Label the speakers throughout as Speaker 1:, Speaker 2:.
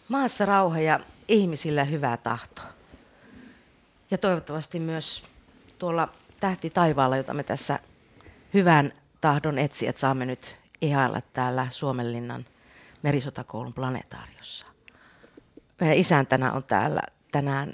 Speaker 1: Maassa rauha ja ihmisillä hyvä tahto. Ja toivottavasti myös tuolla tähti taivaalla, jota me tässä hyvän tahdon etsijät saamme nyt ihailla täällä Suomenlinnan Merisotakoulun planetaariossa. Meidän isäntänä on täällä tänään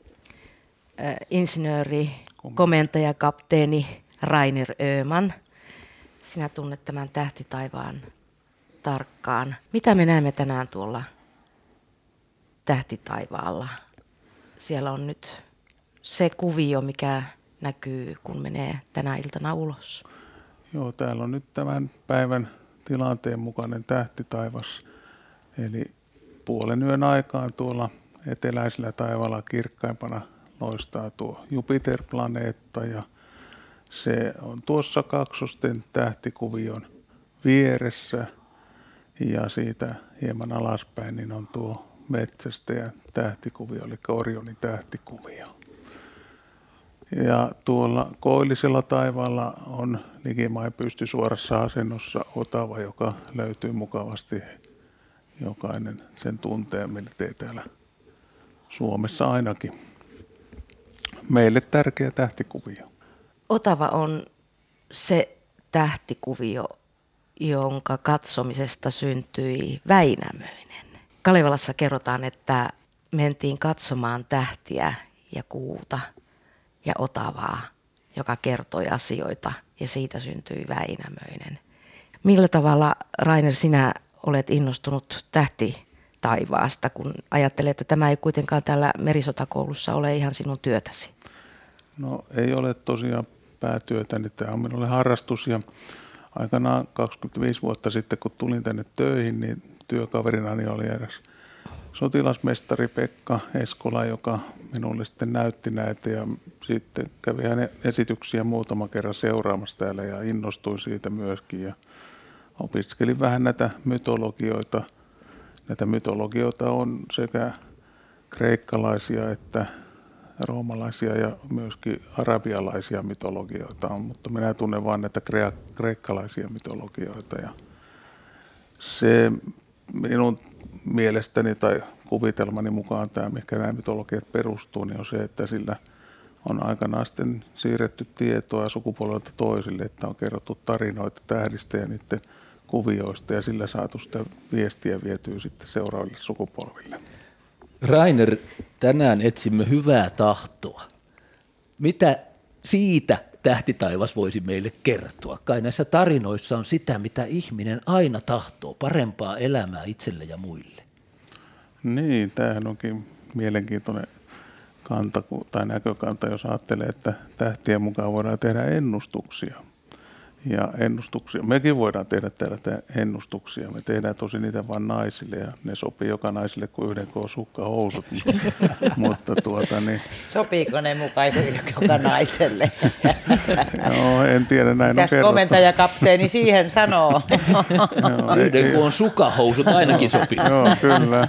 Speaker 1: insinööri, komentaja, kapteeni Rainer Öhman. Sinä tunnet tämän tähtitaivaan tarkkaan. Mitä me näemme tänään tuolla tähtitaivaalla? Siellä on nyt se kuvio, mikä näkyy, kun menee tänä iltana ulos.
Speaker 2: Joo, täällä on nyt tämän päivän tilanteen mukainen tähtitaivas. Eli puolen yön aikaan tuolla eteläisellä taivaalla kirkkaimpana loistaa tuo Jupiter-planeetta ja se on tuossa kaksosten tähtikuvion vieressä ja siitä hieman alaspäin niin on tuo metsästäjän tähtikuvio, eli Orionin tähtikuvio. Ja tuolla koillisella taivaalla on likimain pystysuorassa asennossa Otava, joka löytyy mukavasti. Jokainen sen tuntee miltei täällä Suomessa ainakin. Meille tärkeä tähtikuvio.
Speaker 1: Otava on se tähtikuvio, jonka katsomisesta syntyi Väinämöinen. Kalevalassa kerrotaan, että mentiin katsomaan tähtiä ja kuuta ja Otavaa, joka kertoi asioita, ja siitä syntyi Väinämöinen. Millä tavalla, Rainer, sinä olet innostunut tähtitaivaasta, kun ajattelet, että tämä ei kuitenkaan täällä Merisotakoulussa ole ihan sinun työtäsi?
Speaker 2: No ei ole tosiaan päätyötäni, tämä on minulle harrastus ja aikanaan 25 vuotta sitten, kun tulin tänne töihin, niin työkaverinani oli eräs sotilasmestari Pekka Eskola, joka minulle sitten näytti näitä ja sitten kävi hänen esityksiä muutama kerran seuraamassa täällä ja innostuin siitä myöskin ja opiskelin vähän näitä mytologioita. Näitä mytologioita on sekä kreikkalaisia että roomalaisia ja myöskin arabialaisia mytologioita on, mutta minä tunnen vain näitä kreikkalaisia mytologioita ja se minun mielestäni tai kuvitelmani mukaan tämä, mikä nämä mytologiat perustuu, niin on se, että sillä on aikanaan sitten siirretty tietoa sukupolvelta toisille, että on kerrottu tarinoita tähdistä ja niiden kuvioista ja sillä saatu sitä viestiä vietyä sitten seuraaville sukupolville.
Speaker 3: Rainer, tänään etsimme hyvää tahtoa. Mitä siitä tähtitaivas voisi meille kertoa? Kai näissä tarinoissa on sitä, mitä ihminen aina tahtoo, parempaa elämää itselle ja muille. Niin,
Speaker 2: tämähän onkin mielenkiintoinen kanta tai näkökanta, jos ajattelee, että tähtien mukaan voidaan tehdä ennustuksia. Ja ennustuksia, mekin voidaan tehdä täällä ennustuksia, me tehdään tosi niitä vain naisille ja ne sopii joka naisille kuin yhden koon sukkahousut. Mutta niin.
Speaker 4: Sopiiko ne mukaan joka naiselle?
Speaker 2: Joo, en tiedä, näin on kerrottu.
Speaker 4: Komentaja kapteeni siihen sanoo.
Speaker 3: Yhden koon sukkahousut ainakin sopii.
Speaker 2: Joo, kyllä.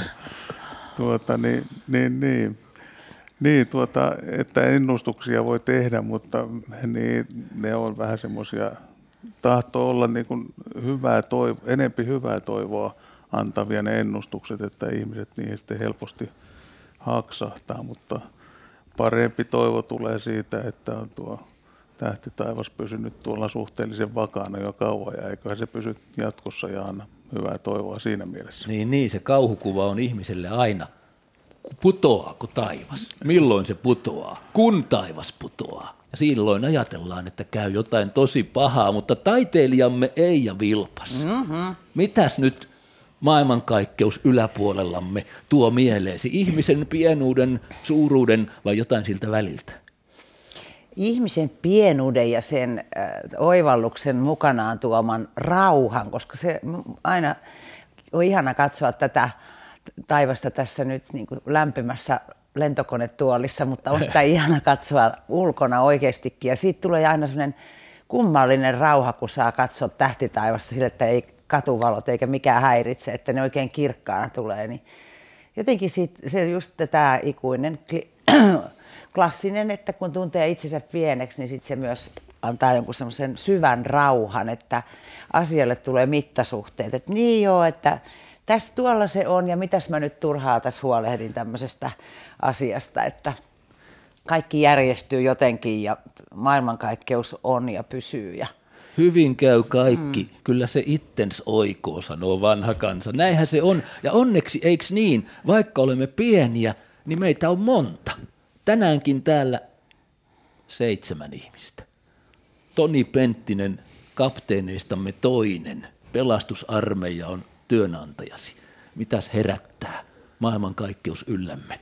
Speaker 2: Että ennustuksia voi tehdä, mutta ne on vähän semmoisia, tahtoo olla niin kuin enempi hyvää toivoa antavia ne ennustukset, että ihmiset niihin sitten helposti haksahtaa, mutta parempi toivo tulee siitä, että on tuo tähtitaivas pysynyt tuolla suhteellisen vakaana jo kauan ja eiköhän se pysy jatkossa ja anna hyvää toivoa siinä mielessä.
Speaker 3: Niin, se kauhukuva on ihmiselle aina. Putoaako taivas? Milloin se putoaa? Kun taivas putoaa. Ja silloin ajatellaan, että käy jotain tosi pahaa, mutta taiteilijamme Eija Vilpas. Mitäs nyt maailmankaikkeus yläpuolellamme tuo mieleesi? Ihmisen pienuuden, suuruuden vai jotain siltä väliltä?
Speaker 4: Ihmisen pienuuden ja sen oivalluksen mukanaan tuoman rauhan, koska se aina on ihana katsoa tätä taivasta tässä nyt niin kuin lämpimässä lentokonetuolissa, mutta on sitä ihana katsoa ulkona oikeastikin. Ja siitä tulee aina sellainen kummallinen rauha, kun saa katsoa tähtitaivasta sille, että ei katuvalot eikä mikään häiritse, että ne oikein kirkkaana tulee. Niin jotenkin se just tämä ikuinen klassinen, että kun tuntee itsensä pieneksi, niin sit se myös antaa jonkun semmoisen syvän rauhan, että asialle tulee mittasuhteet. Että niin joo, että tässä tuolla se on ja mitäs mä nyt turhaa tässä huolehdin tämmöisestä asiasta, että kaikki järjestyy jotenkin ja maailmankaikkeus on ja pysyy. Ja
Speaker 3: Hyvin käy kaikki. Kyllä se ittens oikoo, sanoo vanha kansa. Näinhän se on. Ja onneksi, eiks niin, vaikka olemme pieniä, niin meitä on monta. Tänäänkin täällä 7 ihmistä. Toni Penttinen, kapteeneistamme toinen. Pelastusarmeija on työnantajasi. Mitäs herättää maailmankaikkeus yllämme?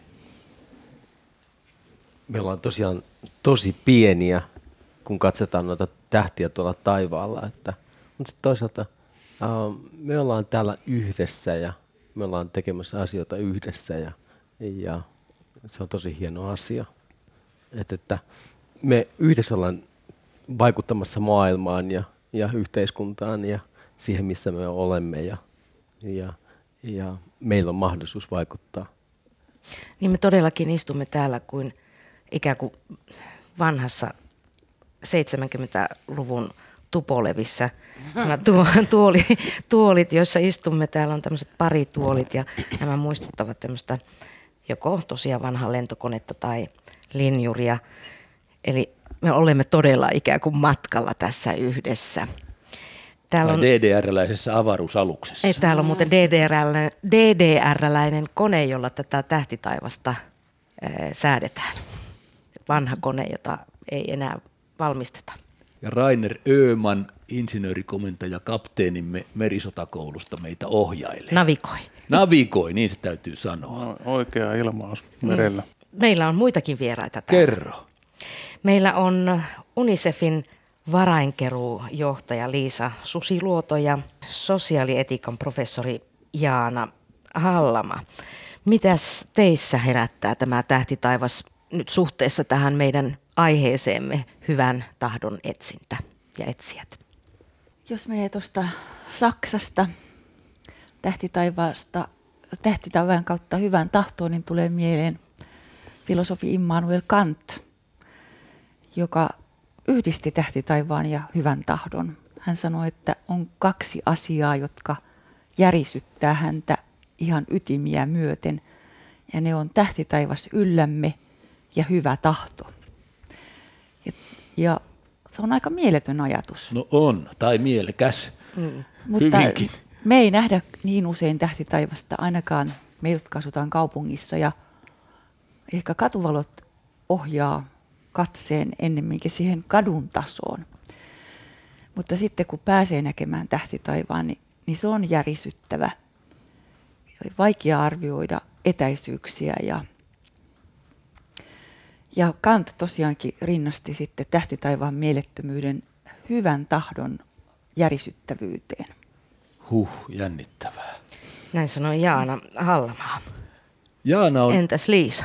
Speaker 5: Me ollaan tosiaan tosi pieniä, kun katsotaan noita tähtiä tuolla taivaalla. Mutta sitten toisaalta me ollaan täällä yhdessä ja me ollaan tekemässä asioita yhdessä ja se on tosi hieno asia. Että me yhdessä ollaan vaikuttamassa maailmaan ja yhteiskuntaan ja siihen, missä me olemme ja meillä on mahdollisuus vaikuttaa.
Speaker 1: Niin me todellakin istumme täällä kuin ikään kuin vanhassa 70-luvun tupolevissä. Nämä tuolit, joissa istumme, täällä on tämmöiset parituolit ja nämä muistuttavat tämmöistä joko tosiaan vanhaa lentokonetta tai linjuria. Eli me olemme todella ikään kuin matkalla tässä yhdessä. Täällä on
Speaker 3: DDR-läisessä avaruusaluksessa.
Speaker 1: Ei, täällä on muuten DDR-läinen kone, jolla tätä tähtitaivasta säädetään. Vanha kone, jota ei enää valmisteta.
Speaker 3: Ja Rainer Öhman, insinöörikomentaja, kapteenimme merisotakoulusta meitä ohjailee. Navigoi, niin se täytyy sanoa.
Speaker 2: No, oikea ilmaus merellä.
Speaker 1: Meillä on muitakin vieraita täällä.
Speaker 3: Kerro.
Speaker 1: Meillä on UNICEFin varainkeruujohtaja Liisa Susiluoto ja sosiaalietiikan professori Jaana Hallama. Mitäs teissä herättää tämä tähtitaivas nyt suhteessa tähän meidän aiheeseemme hyvän tahdon etsintä ja etsijät?
Speaker 6: Jos menee tuosta Saksasta tähtitaivaan kautta hyvän tahtoon, niin tulee mieleen filosofi Immanuel Kant, joka yhdisti tähtitaivaan ja hyvän tahdon. Hän sanoi, että on 2 asiaa, jotka järisyttää häntä ihan ytimiä myöten, ja ne on tähtitaivas yllämme ja hyvä tahto. Ja se on aika mieletön ajatus.
Speaker 3: No on, tai mielekäs.
Speaker 6: Mutta
Speaker 3: hyvinkin.
Speaker 6: me ei nähdä niin usein tähtitaivasta, ainakaan me, jotka asutaan kaupungissa, ja ehkä katuvalot ohjaa katseen ennemminkin siihen kadun tasoon. Mutta sitten kun pääsee näkemään tähtitaivaan, niin se on järisyttävä. Vaikea arvioida etäisyyksiä ja Kant tosiaankin rinnasti sitten tähtitaivaan mielettömyyden hyvän tahdon järisyttävyyteen.
Speaker 3: Jännittävää.
Speaker 1: Näin sanoi Jaana Hallamaa.
Speaker 3: Jaana on...
Speaker 1: Entäs Liisa?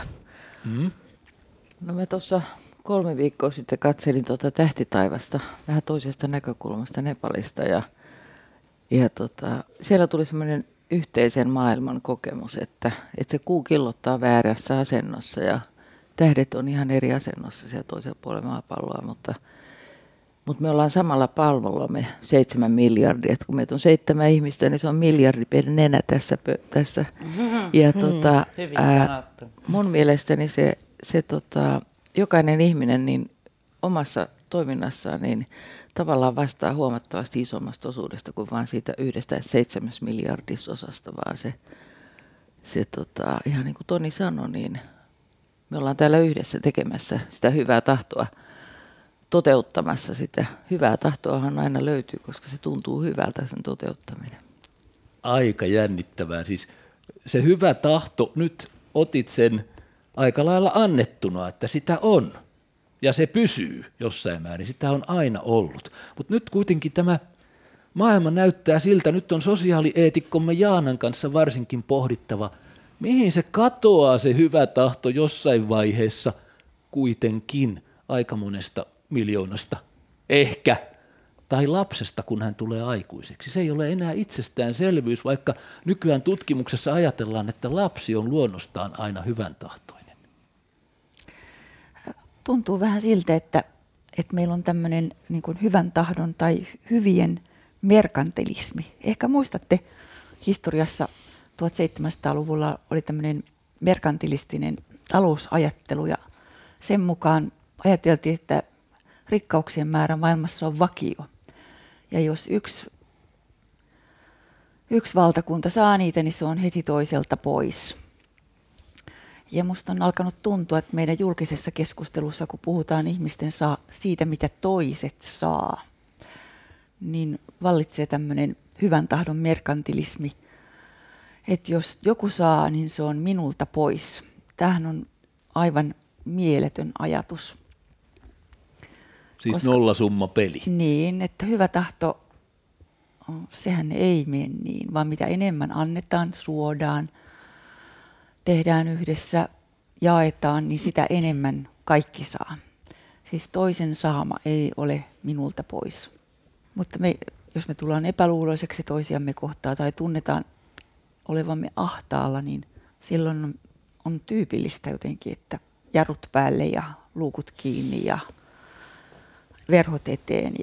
Speaker 7: No mä tuossa 3 viikkoa sitten katselin tuota tähtitaivasta vähän toisesta näkökulmasta Nepalista ja siellä tuli semmoinen yhteisen maailman kokemus, että se kuu killottaa väärässä asennossa ja tähdet on ihan eri asennossa siellä toisella puolella maapalloa, mutta me ollaan samalla pallolla me 7 miljardia. Et kun meitä on 7 ihmistä, niin se on miljardi per nenä tässä. Ja mun mielestäni se jokainen ihminen niin omassa toiminnassaan niin tavallaan vastaa huomattavasti isommasta osuudesta kuin vain siitä 1/7 miljardisosasta, vaan se ihan niin kuin Toni sanoi, niin me ollaan täällä yhdessä tekemässä sitä hyvää tahtoa, toteuttamassa sitä. Hyvää tahtoahan aina löytyy, koska se tuntuu hyvältä sen toteuttaminen.
Speaker 3: Aika jännittävää. Siis se hyvä tahto, nyt otit sen aika lailla annettuna, että sitä on. Ja se pysyy jossain määrin, sitä on aina ollut. Mutta nyt kuitenkin tämä maailma näyttää siltä, nyt on sosiaalieetikkomme Jaanan kanssa varsinkin pohdittava, mihin se katoaa se hyvä tahto jossain vaiheessa kuitenkin aika monesta miljoonasta, ehkä, tai lapsesta, kun hän tulee aikuiseksi. Se ei ole enää itsestäänselvyys, vaikka nykyään tutkimuksessa ajatellaan, että lapsi on luonnostaan aina hyvän tahtoinen.
Speaker 6: Tuntuu vähän siltä, että meillä on tämmöinen niin kuin hyvän tahdon tai hyvien merkantilismi. Ehkä muistatte historiassa 1700-luvulla oli tämmöinen merkantilistinen talousajattelu ja sen mukaan ajateltiin, että rikkauksien määrä maailmassa on vakio. Ja jos yksi valtakunta saa niitä, niin se on heti toiselta pois. Ja musta on alkanut tuntua, että meidän julkisessa keskustelussa, kun puhutaan ihmisten siitä, mitä toiset saa, niin vallitsee tämmöinen hyvän tahdon merkantilismi, että jos joku saa, niin se on minulta pois. Tämähän on aivan mieletön ajatus.
Speaker 3: Siis nollasumma peli.
Speaker 6: Niin, että hyvä tahto, sehän ei mene niin, vaan mitä enemmän annetaan, suodaan, tehdään yhdessä, jaetaan, niin sitä enemmän kaikki saa. Siis toisen saama ei ole minulta pois. Mutta jos me tullaan epäluuloiseksi toisiamme kohtaan tai tunnetaan olevamme ahtaalla, niin silloin on tyypillistä jotenkin, että jarrut päälle ja luukut kiinni ja verhot eteen.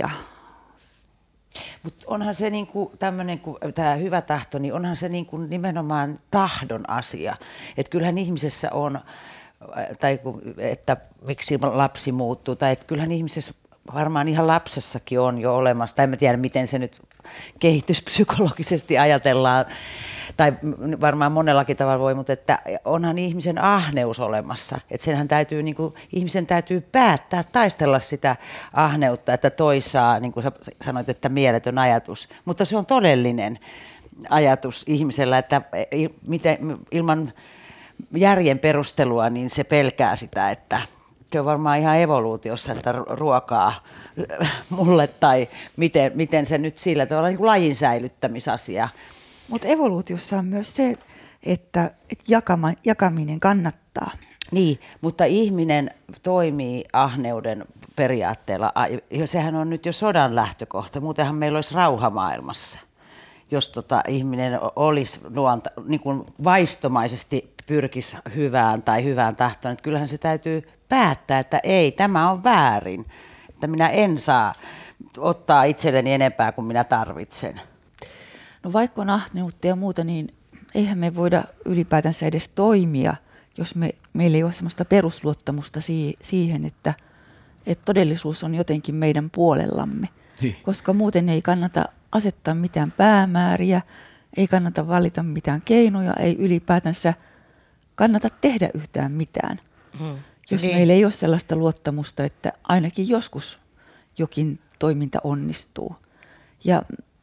Speaker 4: Mutta onhan se niinku tämmöinen, tämä hyvä tahto, niin onhan se niinku nimenomaan tahdon asia. Että kyllähän ihmisessä on, tai että miksi lapsi muuttuu, tai että kyllähän ihmisessä varmaan ihan lapsessakin on jo olemassa, tai en tiedä miten se nyt kehityspsykologisesti ajatellaan, tai varmaan monellakin tavalla voi, mutta että onhan ihmisen ahneus olemassa. Että senhän täytyy, niin kuin, ihmisen täytyy päättää, taistella sitä ahneutta, että toi saa, niin kuin sä sanoit, että mieletön ajatus. Mutta se on todellinen ajatus ihmisellä, että ilman järjen perustelua niin se pelkää sitä, että se on varmaan ihan evoluutiossa, että ruokaa mulle tai miten se nyt sillä tavalla niin kuin lajin säilyttämisasia.
Speaker 6: Mutta evoluutiossa on myös se, että jakaminen kannattaa.
Speaker 4: Niin, mutta ihminen toimii ahneuden periaatteella. Sehän on nyt jo sodan lähtökohta. Muutenhan meillä olisi rauha maailmassa, jos ihminen olisi niin kuin vaistomaisesti pyrkisi hyvään tai hyvään tahtoon. Että kyllähän se täytyy päättää, että ei, tämä on väärin. Että minä en saa ottaa itselleni enempää kuin minä tarvitsen.
Speaker 6: No vaikka on ahneutta ja muuta, niin eihän me voida ylipäätänsä edes toimia, jos meillä ei ole sellaista perusluottamusta siihen, että todellisuus on jotenkin meidän puolellamme. Koska muuten ei kannata asettaa mitään päämääriä, ei kannata valita mitään keinoja, ei ylipäätänsä kannata tehdä yhtään mitään. Jos meillä ei ole sellaista luottamusta, että ainakin joskus jokin toiminta onnistuu. Ja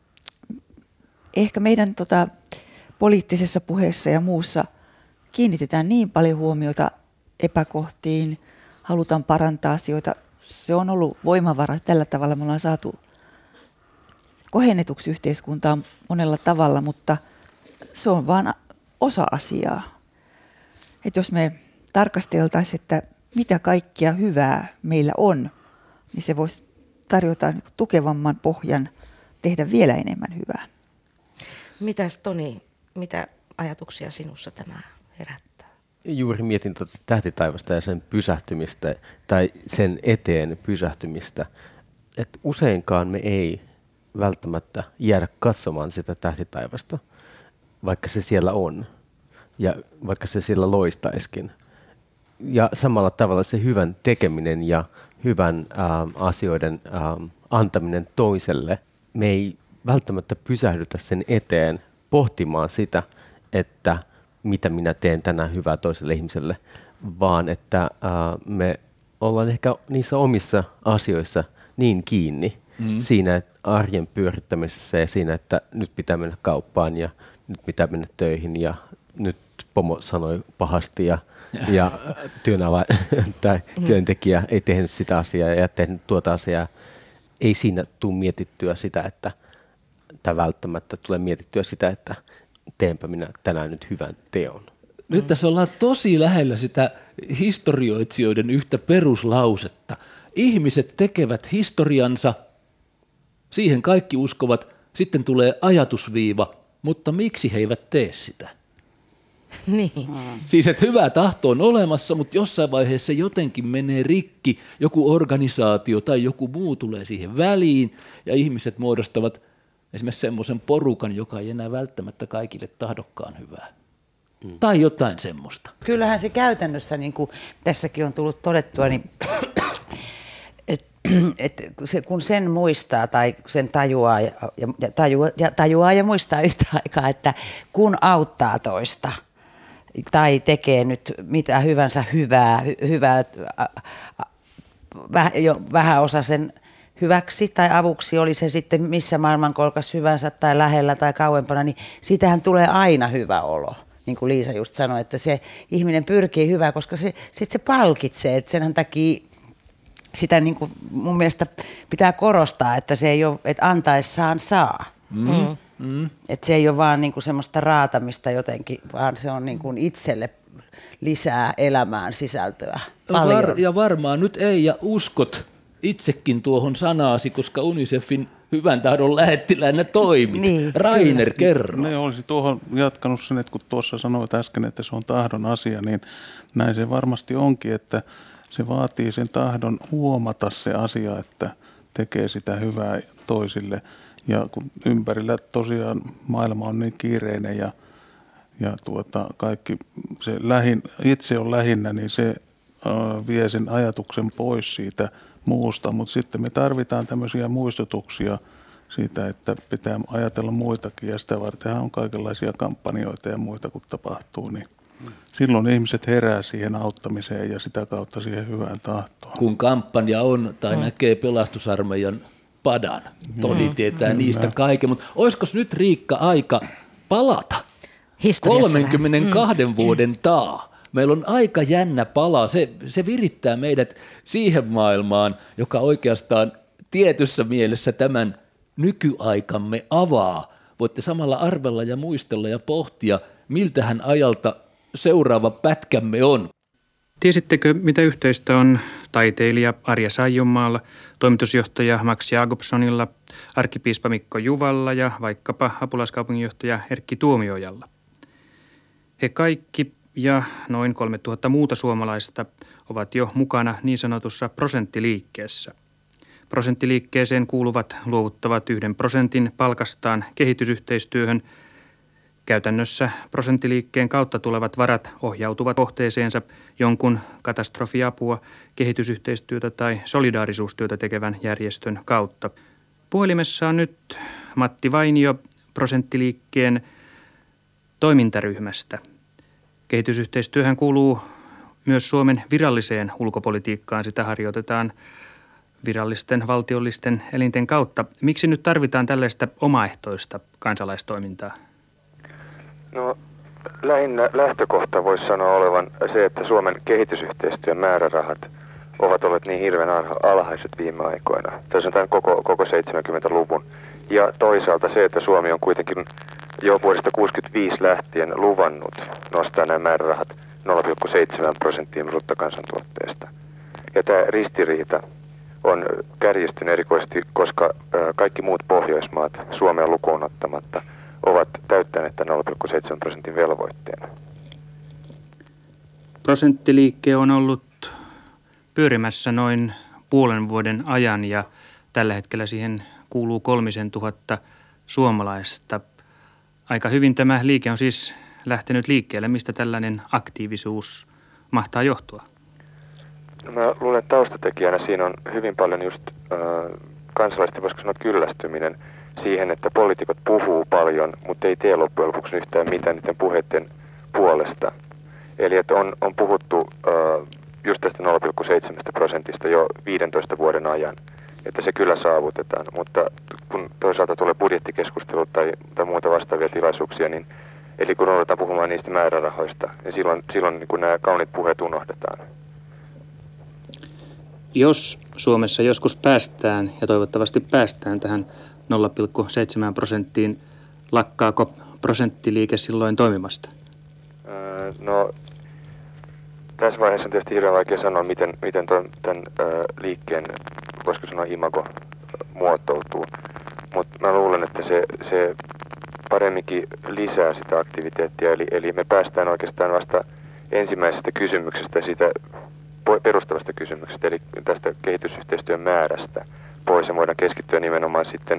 Speaker 6: ehkä meidän poliittisessa puheessa ja muussa kiinnitetään niin paljon huomiota epäkohtiin, halutaan parantaa asioita. Se on ollut voimavara. Tällä tavalla me ollaan saatu kohennetuksi yhteiskuntaa monella tavalla, mutta se on vain osa asiaa. Et jos me tarkasteltaisiin, että mitä kaikkia hyvää meillä on, niin se voisi tarjota tukevamman pohjan tehdä vielä enemmän hyvää.
Speaker 1: Mitäs Toni, mitä ajatuksia sinussa tämä herättää?
Speaker 5: Juuri mietin tähtitaivasta ja sen pysähtymistä tai sen eteen pysähtymistä. Et useinkaan me ei välttämättä jäädä katsomaan sitä tähtitaivasta, vaikka se siellä on ja vaikka se siellä loistaisikin. Ja samalla tavalla se hyvän tekeminen ja hyvän asioiden antaminen toiselle, me ei välttämättä pysähdytä sen eteen pohtimaan sitä, että mitä minä teen tänään hyvää toiselle ihmiselle, vaan että me ollaan ehkä niissä omissa asioissa niin kiinni siinä arjen pyörittämisessä ja siinä, että nyt pitää mennä kauppaan ja nyt pitää mennä töihin ja nyt pomo sanoi pahasti ja työntekijä ei tehnyt sitä asiaa ja tehnyt tuota asiaa. Ei siinä tule mietittyä sitä, tai välttämättä tulee mietittyä sitä, että teenpä minä tänään nyt hyvän teon.
Speaker 3: Nyt tässä ollaan tosi lähellä sitä historioitsijoiden yhtä peruslausetta. Ihmiset tekevät historiansa, siihen kaikki uskovat, sitten tulee ajatusviiva, mutta miksi he eivät tee sitä?
Speaker 1: Niin.
Speaker 3: Siis että hyvä tahto on olemassa, mutta jossain vaiheessa jotenkin menee rikki, joku organisaatio tai joku muu tulee siihen väliin ja ihmiset muodostavat esimerkiksi semmoisen porukan, joka ei enää välttämättä kaikille tahdokkaan hyvää. Tai jotain semmoista.
Speaker 4: Kyllähän se käytännössä, niin kuin tässäkin on tullut todettua, niin kun sen muistaa tai sen tajuaa ja muistaa yhtä aikaa, että kun auttaa toista tai tekee nyt mitä hyvänsä hyvää vähän osa sen hyväksi tai avuksi, oli se sitten missä maailmankolkassa hyvänsä tai lähellä tai kauempana, niin siitähän tulee aina hyvä olo. Niin kuin Liisa just sanoi, että se ihminen pyrkii hyvää, koska se palkitsee, että senhän takia sitä niin kuin mun mielestä pitää korostaa, että se ei ole, että antaessaan saa. Että se ei ole vaan niin kuin semmoista raatamista jotenkin, vaan se on niin kuin itselle lisää elämään sisältöä paljon.
Speaker 3: Ja varmaan nyt ei, ja uskot itsekin tuohon sanaasi, koska UNICEFin hyvän tahdon lähettiläänä toimit.
Speaker 4: Niin,
Speaker 3: Rainer, kerro.
Speaker 2: Ne olisi tuohon jatkanut sen, että kun tuossa sanoit äsken, että se on tahdon asia, niin näin se varmasti onkin, että se vaatii sen tahdon huomata se asia, että tekee sitä hyvää toisille. Ja kun ympärillä tosiaan maailma on niin kiireinen ja kaikki se itse on lähinnä, niin se vie sen ajatuksen pois siitä muusta. Mutta sitten me tarvitaan tämmöisiä muistutuksia siitä, että pitää ajatella muitakin. Ja sitä vartenhan on kaikenlaisia kampanjoita ja muita, kun tapahtuu, niin silloin ihmiset herää siihen auttamiseen ja sitä kautta siihen hyvään tahtoon.
Speaker 3: Kun kampanja on tai näkee pelastusarmeijan padan, Toni tietää niistä kaiken, mutta olisiko nyt, Riikka, aika palata 32 vuoden taa? Meillä on aika jännä pala, se virittää meidät siihen maailmaan, joka oikeastaan tietyssä mielessä tämän nykyaikamme avaa. Voitte samalla arvella ja muistella ja pohtia, miltähän ajalta seuraava pätkämme on.
Speaker 8: Tiesittekö, mitä yhteistä on taiteilija Arja Saijonmaalla, toimitusjohtaja Max Jakobssonilla, arkkipiispa Mikko Juvalla ja vaikkapa apulaiskaupunginjohtaja Erkki Tuomiojalla? He kaikki ja noin 3000 muuta suomalaista ovat jo mukana niin sanotussa prosenttiliikkeessä. Prosenttiliikkeeseen kuuluvat luovuttavat 1% palkastaan kehitysyhteistyöhön. Käytännössä prosenttiliikkeen kautta tulevat varat ohjautuvat kohteeseensa jonkun katastrofiapua, kehitysyhteistyötä tai solidaarisuustyötä tekevän järjestön kautta. Puhelimessa on nyt Matti Vainio prosenttiliikkeen toimintaryhmästä. Kehitysyhteistyöhän kuuluu myös Suomen viralliseen ulkopolitiikkaan. Sitä harjoitetaan virallisten valtiollisten elinten kautta. Miksi nyt tarvitaan tällaista omaehtoista kansalaistoimintaa?
Speaker 9: No, lähinnä lähtökohta voisi sanoa olevan se, että Suomen kehitysyhteistyön määrärahat ovat olleet niin hirveän alhaiset viime aikoina. Tässä on tämän koko 70-luvun. Ja toisaalta se, että Suomi on kuitenkin jo vuodesta 1965 lähtien luvannut nostaa nämä määrärahat 0,7% bruttokansantuotteesta. Ja tämä ristiriita on kärjistynyt erikoisesti, koska kaikki muut Pohjoismaat, Suomea lukuun ottamatta, ovat täyttäneet 0,7% velvoitteen.
Speaker 8: Prosenttiliikke on ollut pyörimässä noin puolen vuoden ajan ja tällä hetkellä siihen kuuluu 3000 suomalaista. Aika hyvin tämä liike on siis lähtenyt liikkeelle. Mistä tällainen aktiivisuus mahtaa johtua?
Speaker 9: No mä luulen, että taustatekijänä siinä on hyvin paljon just kansalaisten, voisiko sanoa, kyllästyminen siihen, että poliitikot puhuu paljon, mutta ei tee loppujen lopuksi yhtään mitään niiden puheiden puolesta. Eli että on puhuttu just tästä 0,7% jo 15 vuoden ajan, että se kyllä saavutetaan, mutta kun toisaalta tulee budjettikeskustelu tai muuta vastaavia tilaisuuksia, niin eli kun ruvetaan puhumaan niistä määrärahoista, niin silloin niin kun nämä kauniit puheet unohdetaan.
Speaker 8: Jos Suomessa joskus päästään, ja toivottavasti päästään tähän 0,7%, lakkaako prosenttiliike silloin toimimasta?
Speaker 9: No, tässä vaiheessa on tietysti hirveän vaikea sanoa, miten tämän liikkeen, voisiko sanoa, imago muotoutuu. Mutta mä luulen, että se paremminkin lisää sitä aktiviteettia, eli me päästään oikeastaan vasta ensimmäisestä kysymyksestä, siitä perustavasta kysymyksestä, eli tästä kehitysyhteistyön määrästä pois, ja voidaan keskittyä nimenomaan sitten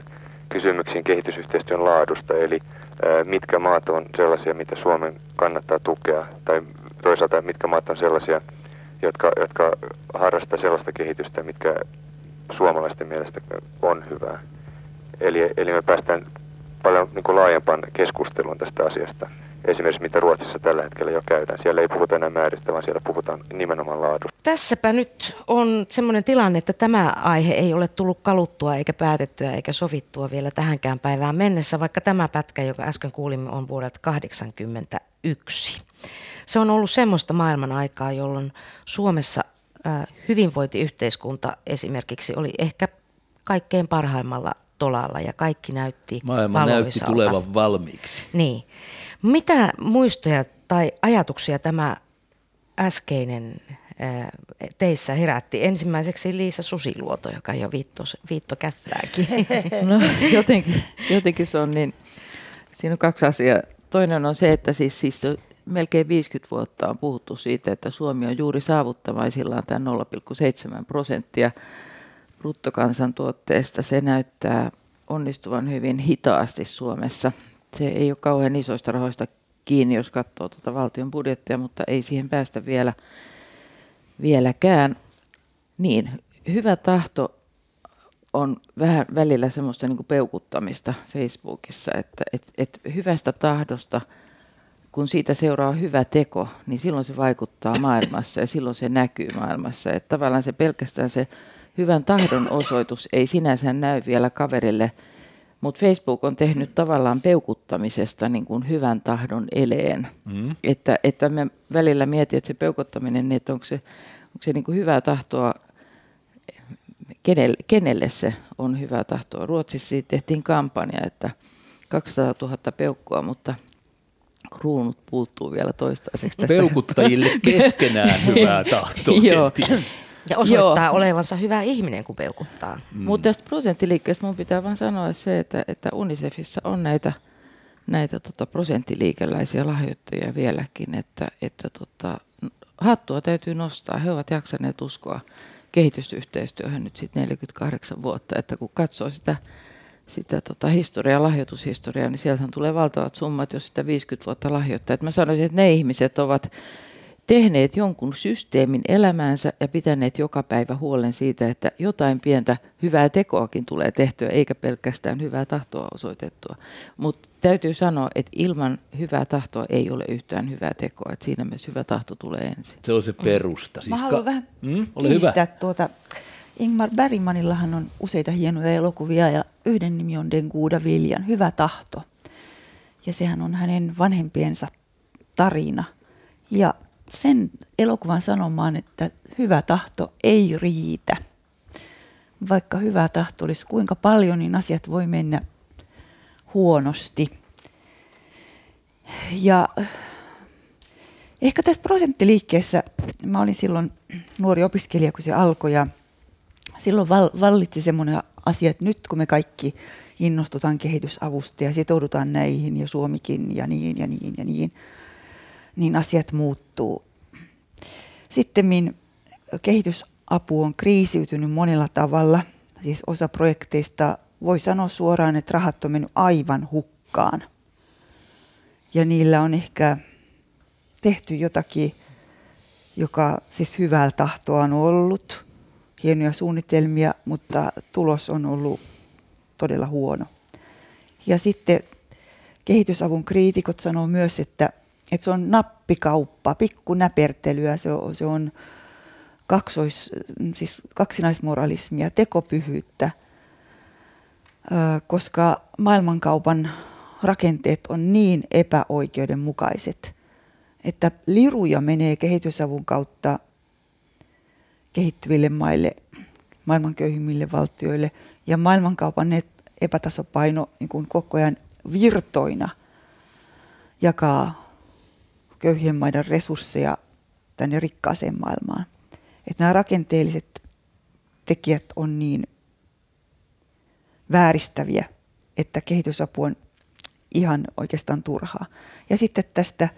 Speaker 9: kysymyksiin kehitysyhteistyön laadusta, eli mitkä maat on sellaisia, mitä Suomen kannattaa tukea, tai toisaalta mitkä maat on sellaisia, jotka harrastaa sellaista kehitystä, mitkä suomalaisten mielestä on hyvää. Eli me päästään paljon niin kuin laajempaan keskusteluun tästä asiasta. Esimerkiksi mitä Ruotsissa tällä hetkellä jo käydään. Siellä ei puhuta enää määristä, vaan siellä puhutaan nimenomaan laadusta.
Speaker 1: Tässäpä nyt on semmoinen tilanne, että tämä aihe ei ole tullut kaluttua eikä päätettyä eikä sovittua vielä tähänkään päivään mennessä, vaikka tämä pätkä, joka äsken kuulimme, on vuodelta 1981. Se on ollut semmoista maailman aikaa, jolloin Suomessa hyvinvointiyhteiskunta esimerkiksi oli ehkä kaikkein parhaimmalla tolalla ja kaikki näytti
Speaker 3: maailma
Speaker 1: valoisalta.
Speaker 3: näytti tulevan valmiiksi.
Speaker 1: Niin. Mitä muistoja tai ajatuksia tämä äskeinen teissä herätti? Ensimmäiseksi Liisa Susiluoto, joka jo viitto kättääkin.
Speaker 7: No jotenkin se on niin, siinä on kaksi asiaa. Toinen on se, että siis melkein 50 vuotta on puhuttu siitä, että Suomi on juuri saavuttamaisillaan tämä 0,7% bruttokansantuotteesta. Se näyttää onnistuvan hyvin hitaasti Suomessa. Se ei ole kauhean isoista rahoista kiinni, jos katsoo tuota valtion budjettia, mutta ei siihen päästä vieläkään. Niin, hyvä tahto on vähän välillä semmoista niin kuin peukuttamista Facebookissa, että hyvästä tahdosta, kun siitä seuraa hyvä teko, niin silloin se vaikuttaa maailmassa ja silloin se näkyy maailmassa. Että tavallaan se pelkästään se hyvän tahdon osoitus ei sinänsä näy vielä kaverille, mutta Facebook on tehnyt tavallaan peukuttamisesta niin kuin hyvän tahdon eleen. Että me välillä mietin, että se peukuttaminen, että onko se niin kuin hyvää tahtoa, kenelle se on hyvää tahtoa. Ruotsissa siitä tehtiin kampanja, että 200 000 peukkua, mutta kruunut puuttuu vielä toistaiseksi tästä.
Speaker 3: Peukuttajille keskenään hyvää tahtoa kenties.
Speaker 1: Ja osoittaa olevansa hyvä ihminen, kun peukuttaa.
Speaker 7: Mutta tästä prosenttiliikkeestä mun pitää vaan sanoa se, että UNICEFissa on näitä prosenttiliikeläisiä lahjoittajia vieläkin, että hattua täytyy nostaa. He ovat jaksaneet uskoa kehitysyhteistyöhön nyt sitten 48 vuotta, että kun katsoo sitä lahjoitushistoriaa, niin sieltähän tulee valtavat summat, jos sitä 50 vuotta lahjoittaa. Et mä sanoisin, että ne ihmiset ovat tehneet jonkun systeemin elämäänsä ja pitäneet joka päivä huolen siitä, että jotain pientä hyvää tekoakin tulee tehtyä, eikä pelkästään hyvää tahtoa osoitettua. Mutta täytyy sanoa, että ilman hyvää tahtoa ei ole yhtään hyvää tekoa. Et siinä myös hyvä tahto tulee ensin.
Speaker 3: Se on se perusta.
Speaker 6: Mä haluan vähän kiistää tuota. Ingmar Bergmanillahan on useita hienoja elokuvia ja yhden nimi on Den goda viljan, hyvä tahto. Ja sehän on hänen vanhempiensa tarina. Ja sen elokuvan sanomaan, että hyvä tahto ei riitä. Vaikka hyvä tahto olisi kuinka paljon, niin asiat voi mennä huonosti. Ja ehkä tässä prosenttiliikkeessä, mä olin silloin nuori opiskelija, kun se alkoi, ja silloin vallitsi semmoinen asia, että nyt kun me kaikki innostutaan kehitysavusta ja sitoudutaan näihin ja Suomikin ja niin ja niin ja niin asiat muuttuu. Sitten kehitysapu on kriisiytynyt monella tavalla. Siis osa projekteista voi sanoa suoraan, että rahat on mennyt aivan hukkaan. Ja niillä on ehkä tehty jotakin, joka siis hyvää tahtoa on ollut. Hienoja suunnitelmia, mutta tulos on ollut todella huono. Ja sitten kehitysavun kriitikot sanoo myös, että se on nappikauppa, pikkunäpertelyä, se on kaksinaismoralismia, tekopyhyyttä, koska maailmankaupan rakenteet on niin epäoikeudenmukaiset, että liruja menee kehitysavun kautta kehittyville maille, maailman köyhimmille valtioille, ja maailmankaupan epätasapaino niin kuin koko ajan virtoina jakaa köyhien maiden resursseja tänne rikkaaseen maailmaan. Että nämä rakenteelliset tekijät on niin vääristäviä, että kehitysapu on ihan oikeastaan turhaa. Ja sitten tästä,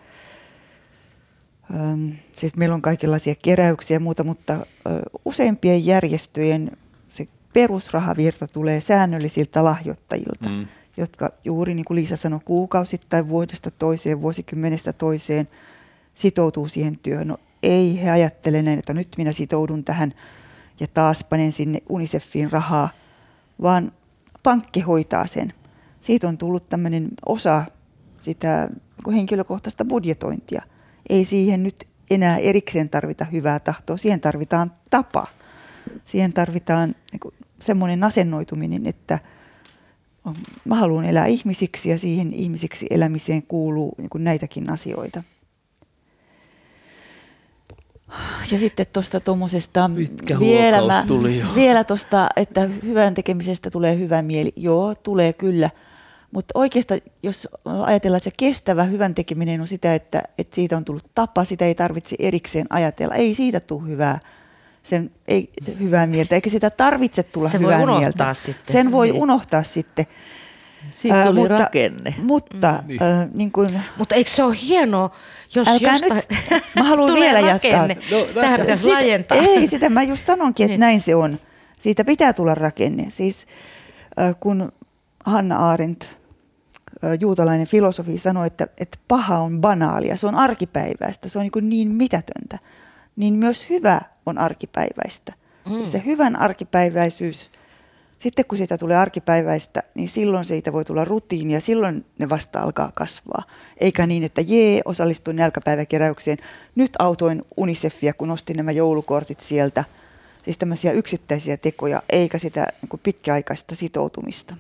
Speaker 6: siis meillä on kaikenlaisia keräyksiä ja muuta, mutta useimpien järjestöjen se perusrahavirta tulee säännöllisiltä lahjoittajilta, jotka juuri niin kuin Liisa sanoi, kuukausittain vuodesta toiseen, vuosikymmenestä toiseen sitoutuu siihen työhön. No ei he ajattele näin, että nyt minä sitoudun tähän ja taas panen sinne UNICEFiin rahaa, vaan pankki hoitaa sen. Siitä on tullut tämmöinen osa sitä henkilökohtaista budjetointia. Ei siihen nyt enää erikseen tarvita hyvää tahtoa, siihen tarvitaan tapa. Siihen tarvitaan semmoinen asennoituminen, että mä haluan elää ihmisiksi ja siihen ihmisiksi elämiseen kuuluu näitäkin asioita. Ja sitten tuosta tuommoisesta vielä tuosta, että hyvän tekemisestä tulee hyvä mieli. Joo, tulee kyllä. Mutta oikeastaan, jos ajatellaan, että se kestävä hyvän tekeminen on sitä, että siitä on tullut tapa, sitä ei tarvitse erikseen ajatella. Ei siitä tule hyvää mieltä, eikä sitä tarvitse tulla hyvää mieltä. Sen voi unohtaa sitten.
Speaker 7: Siitä tuli rakenne.
Speaker 6: Mutta
Speaker 1: eikö se ole hienoa, jos jostain
Speaker 6: mä haluan vielä jatkaa.
Speaker 1: Sitähän pitäisi laajentaa.
Speaker 6: Ei, sitä mä just sanonkin, että näin se on. Siitä pitää tulla rakenne. Siis kun Hannah Arendt, juutalainen filosofi, sanoi, että paha on banaalia, se on arkipäiväistä, se on niin mitätöntä, niin myös hyvä on arkipäiväistä. Se hyvän arkipäiväisyys, sitten kun siitä tulee arkipäiväistä, niin silloin siitä voi tulla rutiini ja silloin ne vasta alkaa kasvaa. Eikä niin, että osallistuin nälkäpäiväkeräykseen, nyt autoin UNICEFia, kun ostin nämä joulukortit sieltä. Siis tämmöisiä yksittäisiä tekoja, eikä sitä pitkäaikaista sitoutumista.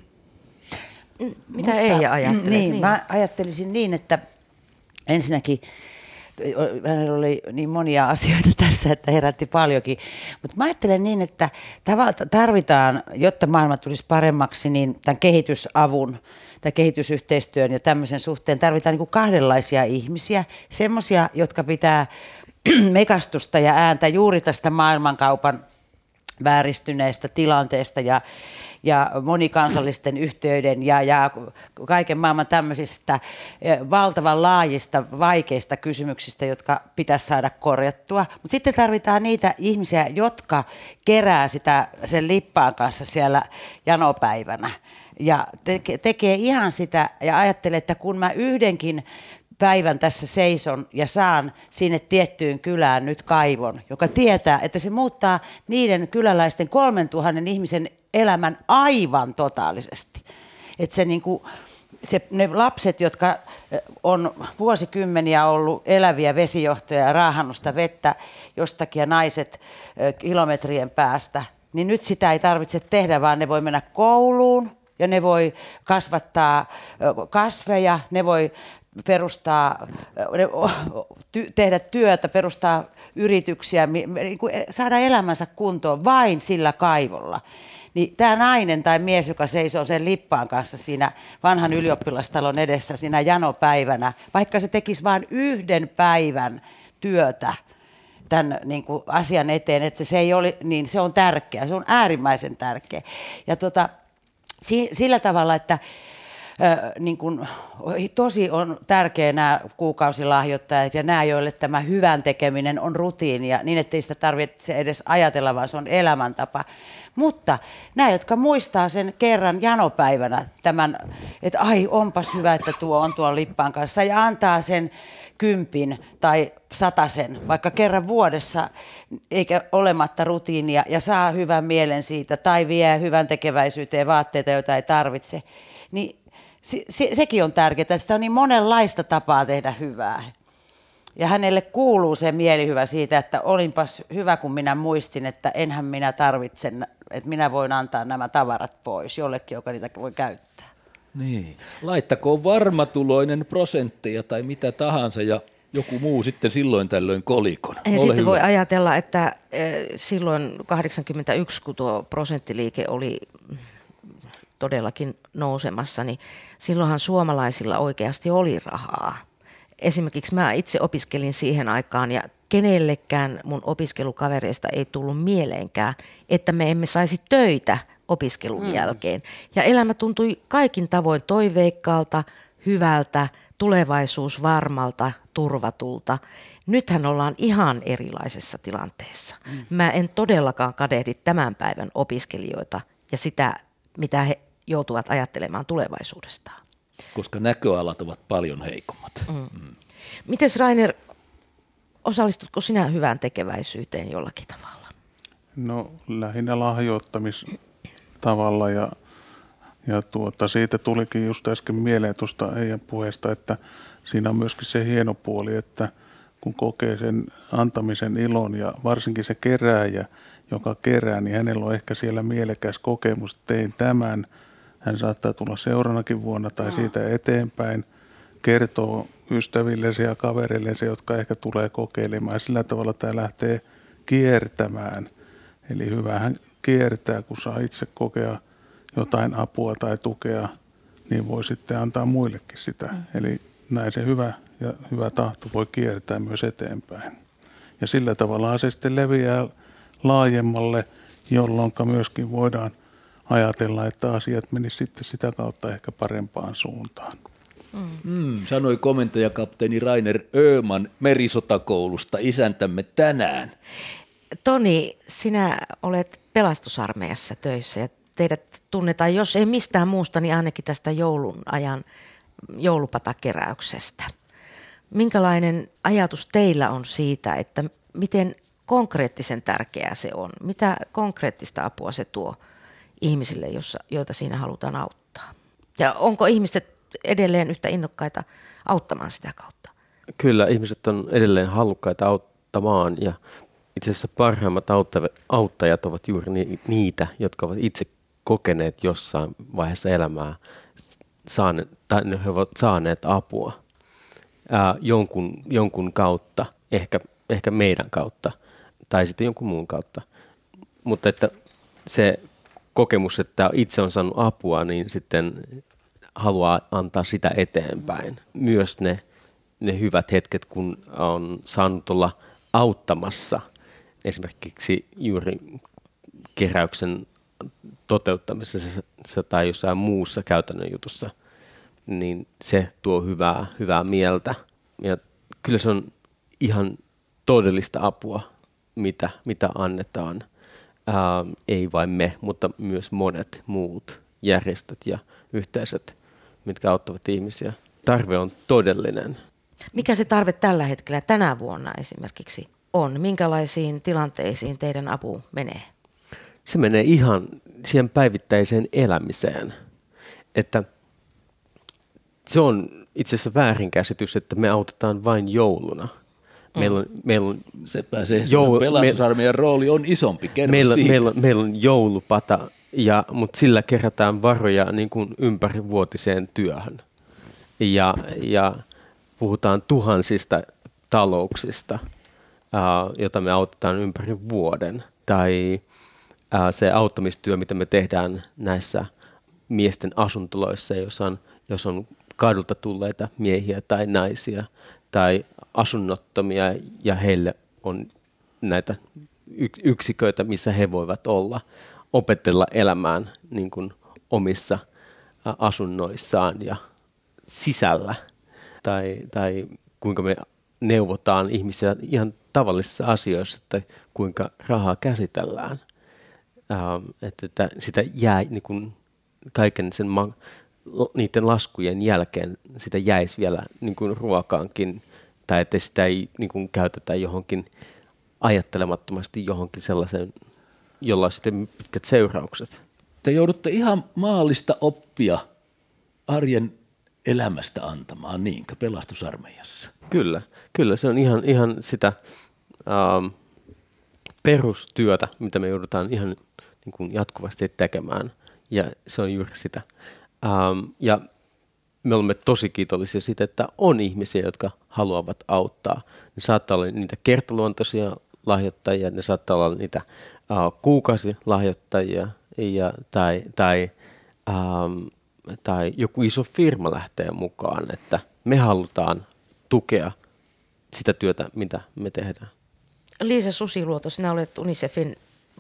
Speaker 1: Mitä Eija ajattelet?
Speaker 4: Niin, mä ajattelisin niin, että ensinnäkin hänellä oli niin monia asioita tässä, että herätti paljonkin. Mutta mä ajattelen niin, että tarvitaan, jotta maailma tulisi paremmaksi, niin tämän kehitysavun tai kehitysyhteistyön ja tämmöisen suhteen tarvitaan niin kuin kahdenlaisia ihmisiä. Semmoisia, jotka pitää mekastusta ja ääntä juuri tästä maailmankaupan vääristyneestä tilanteesta ja monikansallisten yhteyden ja kaiken maailman tämmöisistä valtavan laajista, vaikeista kysymyksistä, jotka pitäisi saada korjattua. Mutta sitten tarvitaan niitä ihmisiä, jotka kerää sen lippaan kanssa siellä janopäivänä ja tekee ihan sitä ja ajattelee, että kun mä yhdenkin päivän tässä seison ja saan sinne tiettyyn kylään nyt kaivon, joka tietää, että se muuttaa niiden kyläläisten 3000 ihmisen elämän aivan totaalisesti. Että ne lapset, jotka on vuosikymmeniä ollut eläviä vesijohtoja ja raahannut sitä vettä jostakin ja naiset kilometrien päästä, niin nyt sitä ei tarvitse tehdä, vaan ne voi mennä kouluun ja ne voi kasvattaa kasveja, ne voi tehdä työtä, perustaa yrityksiä, saada elämänsä kuntoon vain sillä kaivolla. Niin tämä nainen tai mies, joka seisoo sen lippaan kanssa siinä vanhan ylioppilastalon edessä siinä janopäivänä, vaikka se tekisi vain yhden päivän työtä tämän asian eteen, että se ei ole, niin se on tärkeä, se on äärimmäisen tärkeä. Ja sillä tavalla, että tosi on tärkeää nämä kuukausilahjoittajat ja nämä, joille tämä hyvän tekeminen on rutiinia, niin ettei sitä tarvitse edes ajatella, vaan se on elämäntapa. Mutta nämä, jotka muistaa sen kerran janopäivänä tämän, että ai onpas hyvä, että tuo on tuon lippaan kanssa ja antaa sen 10 tai 100, vaikka kerran vuodessa, eikä olematta rutiinia ja saa hyvän mielen siitä tai vie hyvän tekeväisyyteen vaatteita, joita ei tarvitse, niin sekin on tärkeää, että sitä on niin monenlaista tapaa tehdä hyvää. Ja hänelle kuuluu se mielihyvä siitä, että olinpas hyvä, kun minä muistin, että enhän minä tarvitse, että minä voin antaa nämä tavarat pois jollekin, joka niitä voi käyttää.
Speaker 3: Niin. Laittakoon varmatuloinen prosentteja tai mitä tahansa ja joku muu sitten silloin tällöin kolikon.
Speaker 1: Ja sitten voi ajatella, että silloin 81, kun tuo prosenttiliike oli todellakin nousemassa, niin silloinhan suomalaisilla oikeasti oli rahaa. Esimerkiksi mä itse opiskelin siihen aikaan ja kenellekään mun opiskelukavereista ei tullut mieleenkään, että me emme saisi töitä opiskelun jälkeen. Ja elämä tuntui kaikin tavoin toiveikkaalta, hyvältä, tulevaisuusvarmalta, turvatulta. Nythän ollaan ihan erilaisessa tilanteessa. Mä en todellakaan kadehdi tämän päivän opiskelijoita ja sitä, mitä he joutuvat ajattelemaan tulevaisuudestaan.
Speaker 3: Koska näköalat ovat paljon heikommat.
Speaker 1: Mites Rainer, osallistutko sinä hyvään tekeväisyyteen jollakin tavalla?
Speaker 2: No lähinnä lahjoittamistavalla ja siitä tulikin just äsken mieleen tuosta heidän puheesta, että siinä on myöskin se hieno puoli, että kun kokee sen antamisen ilon ja varsinkin se kerääjä, joka kerää, niin hänellä on ehkä siellä mielekäs kokemus, että tein tämän. Hän saattaa tulla seuraavanakin vuonna tai siitä eteenpäin, kertoo ystävillensä ja kavereillensa, jotka ehkä tulee kokeilemaan. Ja sillä tavalla tämä lähtee kiertämään. Eli hyvähän kiertää, kun saa itse kokea jotain apua tai tukea, niin voi sitten antaa muillekin sitä. Eli näin se hyvä tahto voi kiertää myös eteenpäin. Ja sillä tavalla se sitten leviää laajemmalle, jolloin myöskin voidaan ajatella, että asiat menisivät sitten sitä kautta ehkä parempaan suuntaan.
Speaker 3: Sanoi komentajakapteeni Rainer Öhman Merisotakoulusta isäntämme tänään.
Speaker 1: Toni, sinä olet pelastusarmeijassa töissä ja teidät tunnetaan, jos ei mistään muusta, niin ainakin tästä joulun ajan joulupatakeräyksestä. Minkälainen ajatus teillä on siitä, että miten konkreettisen tärkeää se on? Mitä konkreettista apua se tuo ihmisille, joita siinä halutaan auttaa? Ja onko ihmiset edelleen yhtä innokkaita auttamaan sitä kautta?
Speaker 5: Kyllä, ihmiset on edelleen halukkaita auttamaan ja itse asiassa parhaimmat auttajat ovat juuri niitä, jotka ovat itse kokeneet jossain vaiheessa elämää, tai he ovat saaneet apua jonkun kautta, ehkä meidän kautta tai sitten jonkun muun kautta. Mutta että se kokemus, että itse on saanut apua, niin sitten haluaa antaa sitä eteenpäin. Myös ne hyvät hetket, kun on saanut olla auttamassa esimerkiksi juuri keräyksen toteuttamisessa tai jossain muussa käytännön jutussa, niin se tuo hyvää mieltä. Ja kyllä se on ihan todellista apua, mitä annetaan. Ei vain me, mutta myös monet muut järjestöt ja yhteisöt, mitkä auttavat ihmisiä. Tarve on todellinen.
Speaker 1: Mikä se tarve tällä hetkellä, tänä vuonna esimerkiksi on? Minkälaisiin tilanteisiin teidän apu menee?
Speaker 5: Se menee ihan siihen päivittäiseen elämiseen. Että se on itse asiassa väärinkäsitys, että me autetaan vain jouluna. Meillä on
Speaker 3: pelastusarmeijan rooli on isompi.
Speaker 5: Meillä on joulupata, mutta sillä kerätään varoja niin kuin ympärivuotiseen työhön. Ja puhutaan tuhansista talouksista, jota me autetaan ympäri vuoden. Tai se auttamistyö, mitä me tehdään näissä miesten asuntoloissa, jos on kadulta tulleita miehiä tai naisia tai asunnottomia ja heille on näitä yksiköitä, missä he voivat olla, opetella elämään niin kuin omissa asunnoissaan ja sisällä. Tai kuinka me neuvotaan ihmisiä ihan tavallisissa asioissa, että kuinka rahaa käsitellään. Että sitä jää niin kuin kaiken sen niiden laskujen jälkeen sitä jäisi vielä niin kuin ruokaankin, tai että sitä ei niin kuin käytetä johonkin ajattelemattomasti johonkin sellaisen, jolla on sitten pitkät seuraukset.
Speaker 3: Te joudutte ihan maallista oppia arjen elämästä antamaan, niinkö, pelastusarmeijassa? Kyllä se on ihan sitä perustyötä, mitä me joudutaan ihan niin kuin jatkuvasti tekemään, ja se on juuri sitä. Ja me olemme tosi kiitollisia siitä, että on ihmisiä, jotka haluavat auttaa. Ne saattaa olla niitä kertaluontoisia lahjoittajia, ne saattaa olla niitä kuukausilahjoittajia tai joku iso firma lähtee mukaan, että me halutaan tukea sitä työtä, mitä me tehdään.
Speaker 1: Liisa Susiluoto, sinä olet UNICEFin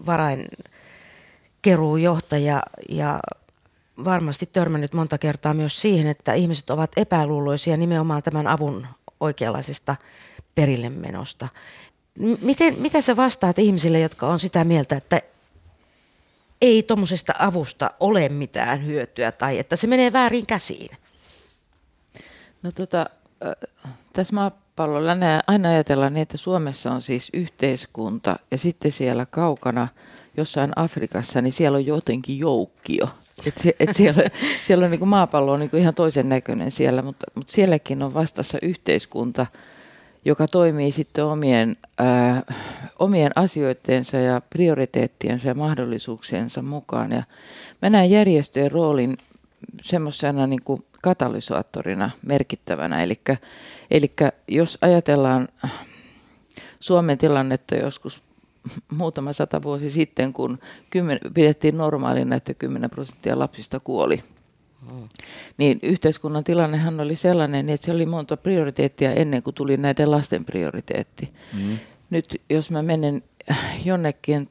Speaker 1: varainkeruujohtaja ja varmasti törmännyt monta kertaa myös siihen, että ihmiset ovat epäluuloisia nimenomaan tämän avun oikeanlaisesta perille menosta. Mitä sä vastaat ihmisille, jotka on sitä mieltä, että ei tuommoisesta avusta ole mitään hyötyä tai että se menee väärin käsiin?
Speaker 7: No tässä maapallolla aina ajatellaan niin, että Suomessa on siis yhteiskunta ja sitten siellä kaukana jossain Afrikassa, niin siellä on jotenkin joukkio. Siellä on niin kuin maapallo on niin kuin ihan toisen näköinen siellä, mutta sielläkin on vastassa yhteiskunta, joka toimii sitten omien asioittensa ja prioriteettiensa ja mahdollisuuksiensa mukaan. Ja mä näen järjestöjen roolin semmoisena niin kuin katalysaattorina merkittävänä. Eli jos ajatellaan Suomen tilannetta joskus muutama 100 vuosi sitten, kun pidettiin normaalina, että 10% lapsista kuoli. Niin yhteiskunnan tilannehan oli sellainen, että se oli monta prioriteettia ennen kuin tuli näiden lasten prioriteetti. Nyt jos mä menen jonnekin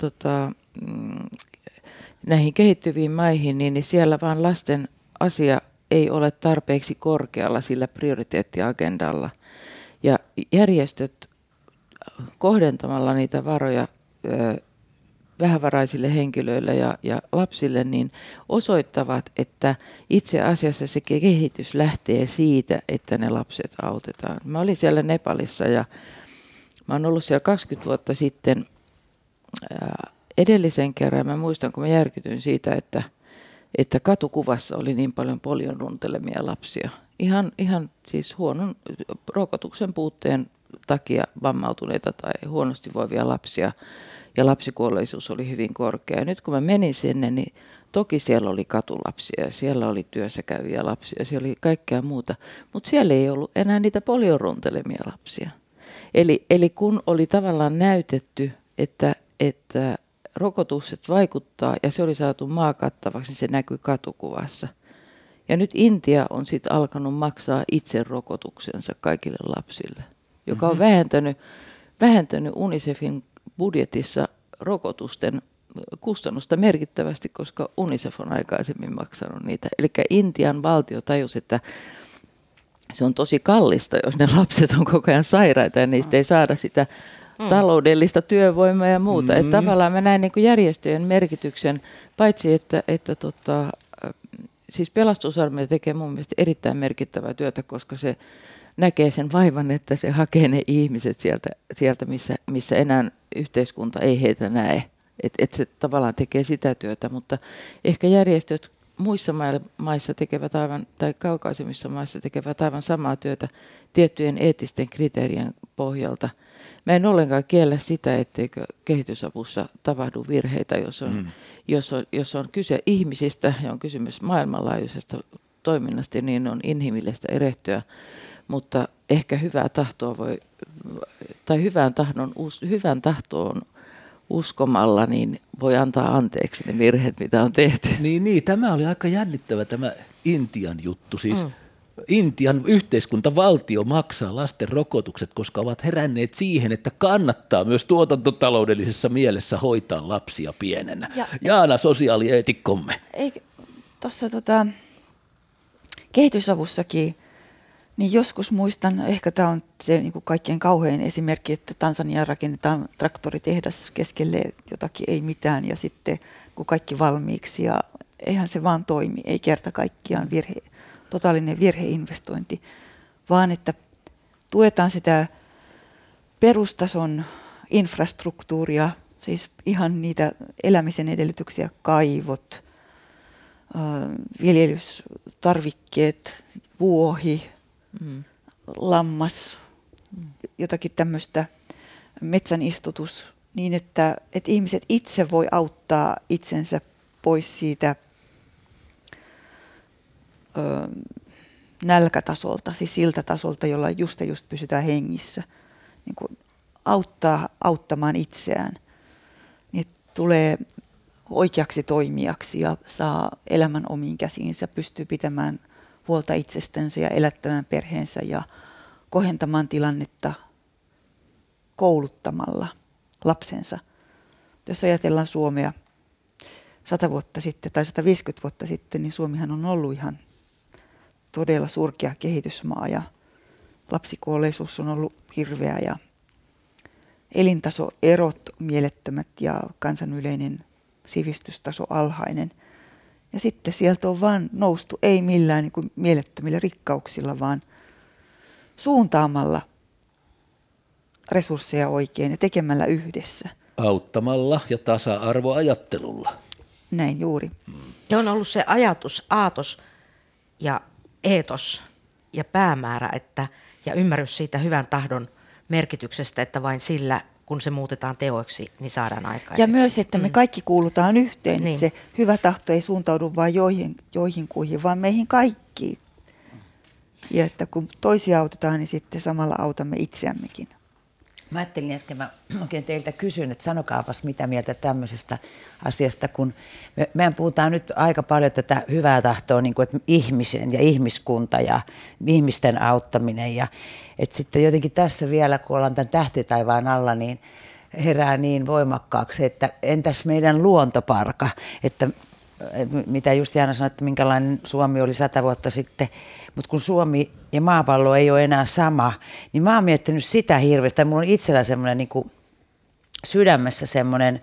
Speaker 7: näihin kehittyviin maihin, niin siellä vaan lasten asia ei ole tarpeeksi korkealla sillä prioriteettiagendalla. Ja järjestöt kohdentamalla niitä varoja vähävaraisille henkilöille ja lapsille, niin osoittavat, että itse asiassa se kehitys lähtee siitä, että ne lapset autetaan. Mä olin siellä Nepalissa ja mä oon ollut siellä 20 vuotta sitten edellisen kerran. Mä muistan, kun mä järkytyin siitä, että katukuvassa oli niin paljon polion runtelemia lapsia. Ihan siis huonon rokotuksen puutteen takia vammautuneita tai huonosti voivia lapsia. Ja lapsikuolleisuus oli hyvin korkea. Nyt kun mä menin sinne, niin toki siellä oli katulapsia ja siellä oli työssäkäyviä lapsia, siellä oli kaikkea muuta. Mutta siellä ei ollut enää niitä polioruntelemia lapsia. Eli kun oli tavallaan näytetty, että rokotukset vaikuttaa ja se oli saatu maakattavaksi, niin se näkyy katukuvassa. Ja nyt Intia on sitten alkanut maksaa itse rokotuksensa kaikille lapsille, joka on vähentänyt UNICEFin budjetissa rokotusten kustannusta merkittävästi, koska UNICEF on aikaisemmin maksanut niitä. Eli Intian valtio tajusi, että se on tosi kallista, jos ne lapset on koko ajan sairaita ja niistä ei saada sitä taloudellista työvoimaa ja muuta. Että tavallaan mä näen niin kuin järjestöjen merkityksen, paitsi että siis pelastusarmeija tekee mun mielestä erittäin merkittävää työtä, koska se näkee sen vaivan, että se hakee ne ihmiset sieltä missä enää yhteiskunta ei heitä näe. Että se tavallaan tekee sitä työtä, mutta ehkä järjestöt muissa maissa tekevät tai kaukaisemmissa maissa tekevät aivan samaa työtä tiettyjen eettisten kriteerien pohjalta. Mä en ollenkaan kiellä sitä, etteikö kehitysavussa tapahdu virheitä, jos on kyse ihmisistä ja on kysymys maailmanlaajuisesta toiminnasta, niin on inhimillistä erehtyä. Mutta ehkä hyvään tahtoon uskomalla niin voi antaa anteeksi ne virheet, mitä on tehty.
Speaker 3: Niin, tämä oli aika jännittävä tämä Intian juttu. Siis Intian yhteiskuntavaltio maksaa lasten rokotukset, koska ovat heränneet siihen, että kannattaa myös tuotantotaloudellisessa mielessä hoitaa lapsia pienenä. Jaana, sosiaalieetikkomme.
Speaker 6: Tuossa kehitysavussakin, niin joskus muistan, ehkä tämä on se niin kuin kaikkein kauhein esimerkki, että Tansaniaan rakennetaan traktoritehdas keskelle jotakin ei mitään ja sitten kun kaikki valmiiksi ja eihän se vaan toimi, ei kerta kaikkiaan totaalinen virheinvestointi, vaan että tuetaan sitä perustason infrastruktuuria, siis ihan niitä elämisen edellytyksiä, kaivot, viljelystarvikkeet, vuohi, lammas, jotakin tämmöistä metsän istutus, niin että ihmiset itse voi auttaa itsensä pois siitä nälkätasolta, siis siltä tasolta, jolla just pysytään hengissä. Niin kuin auttamaan itseään, niin tulee oikeaksi toimijaksi ja saa elämän omiin käsiinsä, pystyy pitämään huolta itsestänsä ja elättämään perheensä ja kohentamaan tilannetta kouluttamalla lapsensa. Jos ajatellaan Suomea 100 vuotta sitten tai 150 vuotta sitten, niin Suomihan on ollut ihan todella surkea kehitysmaa ja lapsikuolleisuus on ollut hirveä ja elintasoerot mielettömät ja kansan yleinen sivistystaso alhainen. Ja sitten sieltä on vaan noustu ei millään niin kuin mielettömillä rikkauksilla, vaan suuntaamalla resursseja oikein ja tekemällä yhdessä.
Speaker 3: Auttamalla ja tasa-arvoajattelulla.
Speaker 6: Näin juuri.
Speaker 1: Ja on ollut se ajatus, aatos ja eetos ja päämäärä ja ymmärrys siitä hyvän tahdon merkityksestä, että vain sillä, kun se muutetaan teoiksi, niin saadaan aikaiseksi.
Speaker 6: Ja myös, että me kaikki kuulutaan yhteen,
Speaker 1: Niin.
Speaker 6: että se hyvä tahto ei suuntaudu vain joihinkuihin, vaan meihin kaikkiin. Ja että kun toisia autetaan, niin sitten samalla autamme itseämmekin.
Speaker 4: Mä ajattelin äsken, mä oikein teiltä kysyn, että sanokaapas mitä mieltä tämmöisestä asiasta, kun mehän puhutaan nyt aika paljon tätä hyvää tahtoa, niin kuin, että ihmisen ja ihmiskunta ja ihmisten auttaminen. Ja että sitten jotenkin tässä vielä, kun ollaan tämän tähtitaivaan alla, niin herää niin voimakkaaksi, että entäs meidän luontoparka, että mitä just Jaana sanoi, että minkälainen Suomi oli 100 vuotta sitten, mutta kun Suomi ja maapallo ei ole enää sama, niin mä oon miettinyt sitä hirveästi. Mulla on itsellä semmoinen niin kuin sydämessä semmoinen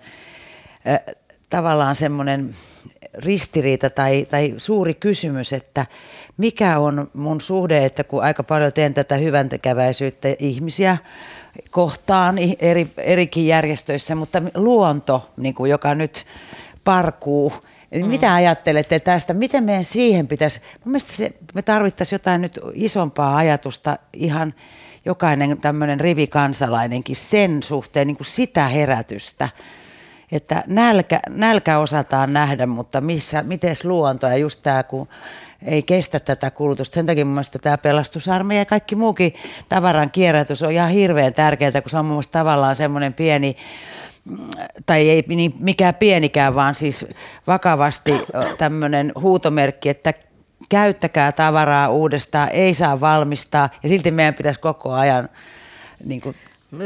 Speaker 4: tavallaan semmoinen ristiriita tai suuri kysymys, että mikä on mun suhde, että kun aika paljon teen tätä hyväntekeväisyyttä ihmisiä kohtaan erikin järjestöissä, mutta luonto, niin kuin joka nyt parkuu. Mitä ajattelette tästä? Miten meidän siihen pitäisi? Mun mielestä me tarvittaisiin jotain nyt isompaa ajatusta, ihan jokainen tämmöinen rivikansalainenkin sen suhteen, niin kuin sitä herätystä. Että nälkä osataan nähdä, mutta miten luonto ja just tämä, kun ei kestä tätä kulutusta. Sen takia mun mielestä tämä pelastusarmeija ja kaikki muukin tavaran kierrätys on ihan hirveän tärkeää, kun se on mun mielestä tavallaan semmoinen pieni, tai ei niin mikään pienikään, vaan siis vakavasti tämmöinen huutomerkki, että käyttäkää tavaraa uudestaan, ei saa valmistaa ja silti meidän pitäisi koko ajan niin kuin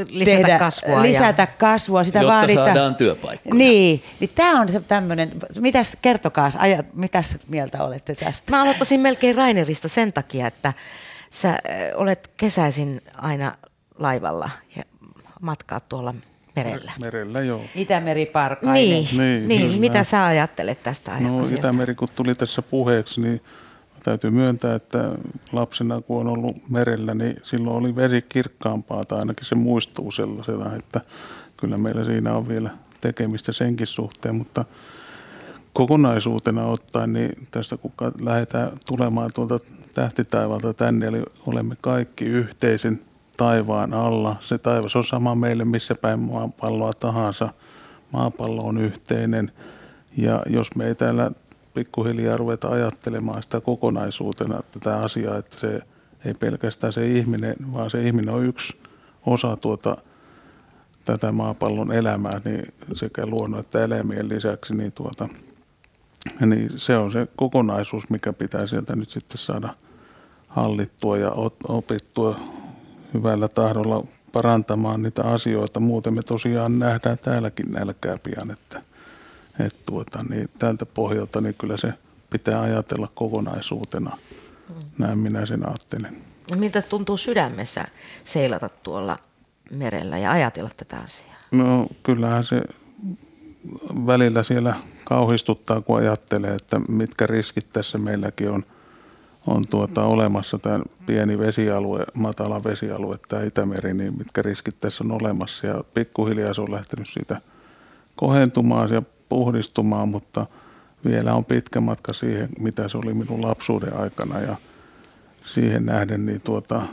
Speaker 4: lisätä kasvua. Sitä
Speaker 3: jotta
Speaker 4: vaaditaan.
Speaker 3: Saadaan työpaikkoja.
Speaker 4: Niin tämä on se tämmöinen, kertokaa, mitäs mieltä olette tästä?
Speaker 1: Mä aloittaisin melkein Rainerista sen takia, että sä olet kesäisin aina laivalla ja matkaat tuolla merellä.
Speaker 2: Merellä, joo.
Speaker 4: Itämeri-Parkainen.
Speaker 1: Niin. Mitä sä ajattelet tästä asiasta?
Speaker 2: No Itämeri, kun tuli tässä puheeksi, niin täytyy myöntää, että lapsena kun on ollut merellä, niin silloin oli vesi kirkkaampaa, tai ainakin se muistuu sellaisena, että kyllä meillä siinä on vielä tekemistä senkin suhteen, mutta kokonaisuutena ottaen, niin tästä kun lähdetään tulemaan tuolta tähtitaivalta tänne, eli olemme kaikki yhteisen taivaan alla. Se taivas on sama meille missä päin maapalloa tahansa. Maapallo on yhteinen ja jos me ei täällä pikkuhiljaa ruveta ajattelemaan sitä kokonaisuutena tätä asiaa, että se ei pelkästään se ihminen, vaan se ihminen on yksi osa tätä maapallon elämää, niin sekä luonnon että eläimien lisäksi, niin, niin se on se kokonaisuus, mikä pitää sieltä nyt sitten saada hallittua ja opittua hyvällä tahdolla parantamaan niitä asioita. Muuten me tosiaan nähdään täälläkin nälkää pian, niin tältä pohjalta niin kyllä se pitää ajatella kokonaisuutena. Näin minä sen ajattelen.
Speaker 1: Miltä tuntuu sydämessä seilata tuolla merellä ja ajatella tätä asiaa?
Speaker 2: No kyllähän se välillä siellä kauhistuttaa, kun ajattelee, että mitkä riskit tässä meilläkin on olemassa, tämä pieni vesialue, matala vesialue, tämä Itämeri, niin mitkä riskit tässä on olemassa. Ja pikkuhiljaa se on lähtenyt siitä kohentumaan ja puhdistumaan, mutta vielä on pitkä matka siihen, mitä se oli minun lapsuuden aikana. Ja siihen nähden, niin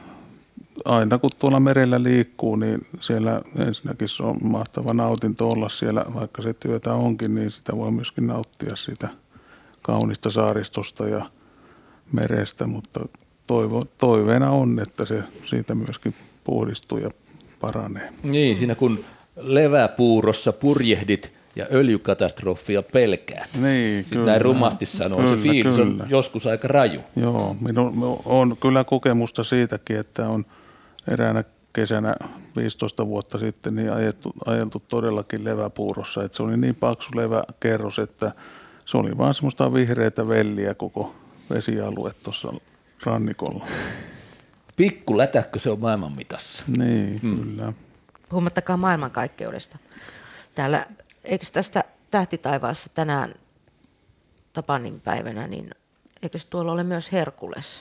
Speaker 2: aina kun tuolla merellä liikkuu, niin siellä ensinnäkin se on mahtava nautinto olla siellä, vaikka se työtä onkin, niin sitä voi myöskin nauttia siitä kaunista saaristosta ja merestä, mutta toiveena on, että se siitä myöskin puhdistuu ja paranee.
Speaker 3: Niin, siinä kun leväpuurossa purjehdit ja öljykatastrofia pelkäät.
Speaker 2: Niin, kyllä.
Speaker 3: Näin rumasti sanoo, se fiilis on joskus aika raju.
Speaker 2: Joo, minulla on kyllä kokemusta siitäkin, että on eräänä kesänä 15 vuotta sitten niin ajeltu todellakin leväpuurossa, että se oli niin paksu leväkerros, että se oli vaan semmoista vihreätä velliä koko vesialue tuossa rannikolla.
Speaker 3: Pikku lätäkkö se on maailman mitassa.
Speaker 2: Niin, kyllä.
Speaker 1: Puhumattakaan maailmankaikkeudesta. Täällä, eikö tästä tähtitaivaassa tänään Tapanin päivänä, niin eikö tuolla ole myös Herkules?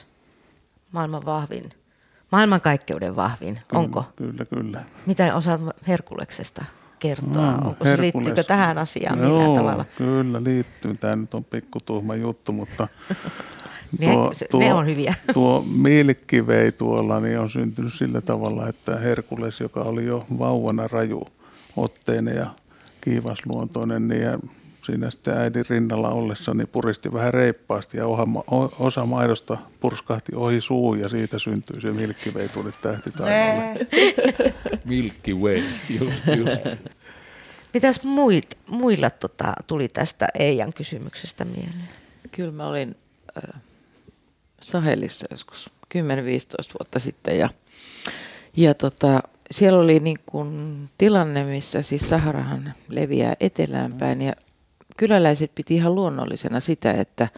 Speaker 1: Maailmankaikkeuden vahvin,
Speaker 2: Kyllä,
Speaker 1: onko?
Speaker 2: Kyllä.
Speaker 1: Mitä osaat Herkuleksesta kertoa? Liittyykö tähän asiaan millään tavalla?
Speaker 2: Kyllä liittyy. Tämä nyt on pikkutuhma juttu, mutta
Speaker 1: ne on hyviä.
Speaker 2: Tuo Milky tuolla niin on syntynyt sillä tavalla, että Herkules, joka oli jo vauvana rajuotteinen ja kiivasluontoinen, niin siinä sitten äidin rinnalla ollessa niin puristi vähän reippaasti ja osa maidosta purskahti ohi suun ja siitä syntyi se Milky Way tuli tähtitaivaalle.
Speaker 3: Milky Way, just.
Speaker 1: Mitäs muilla tuli tästä Eijan kysymyksestä mieleen?
Speaker 7: Kyllä mä olin Sahelissa joskus 10-15 vuotta sitten ja siellä oli niin kuin tilanne, missä siis Saharahan leviää etelään päin ja kyläläiset piti ihan luonnollisena sitä, että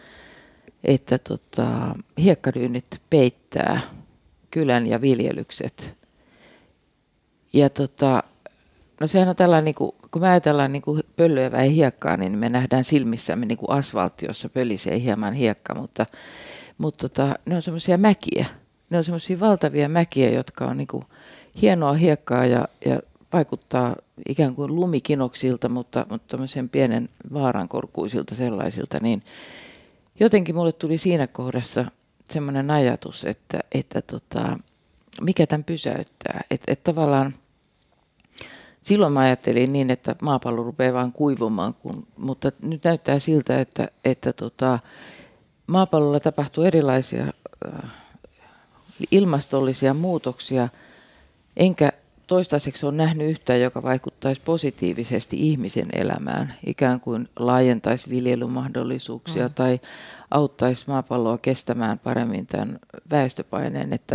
Speaker 7: hiekkadyynit peittää kylän ja viljelykset. Ja no sehän on tällainen, niin kun me ajatellaan niin kuin pöllöävää hiekkaa, niin me nähdään silmissämme niin kuin asfaltti, jossa pölisee hieman hiekka, mutta ne on semmoisia mäkiä. Ne on semmoisia valtavia mäkiä, jotka on niin kuin hienoa hiekkaa ja vaikuttaa ikään kuin lumikinoksilta, mutta tämmöisen pienen vaarankorkuisilta sellaisilta, niin jotenkin mulle tuli siinä kohdassa semmoinen ajatus, että mikä tämän pysäyttää. Että tavallaan silloin mä ajattelin niin, että maapallo rupeaa vaan kuivumaan, mutta nyt näyttää siltä, että maapallolla tapahtuu erilaisia ilmastollisia muutoksia, enkä toistaiseksi ole nähnyt yhtään, joka vaikuttaisi positiivisesti ihmisen elämään, ikään kuin laajentaisi viljelymahdollisuuksia tai auttaisi maapalloa kestämään paremmin tämän väestöpaineen, että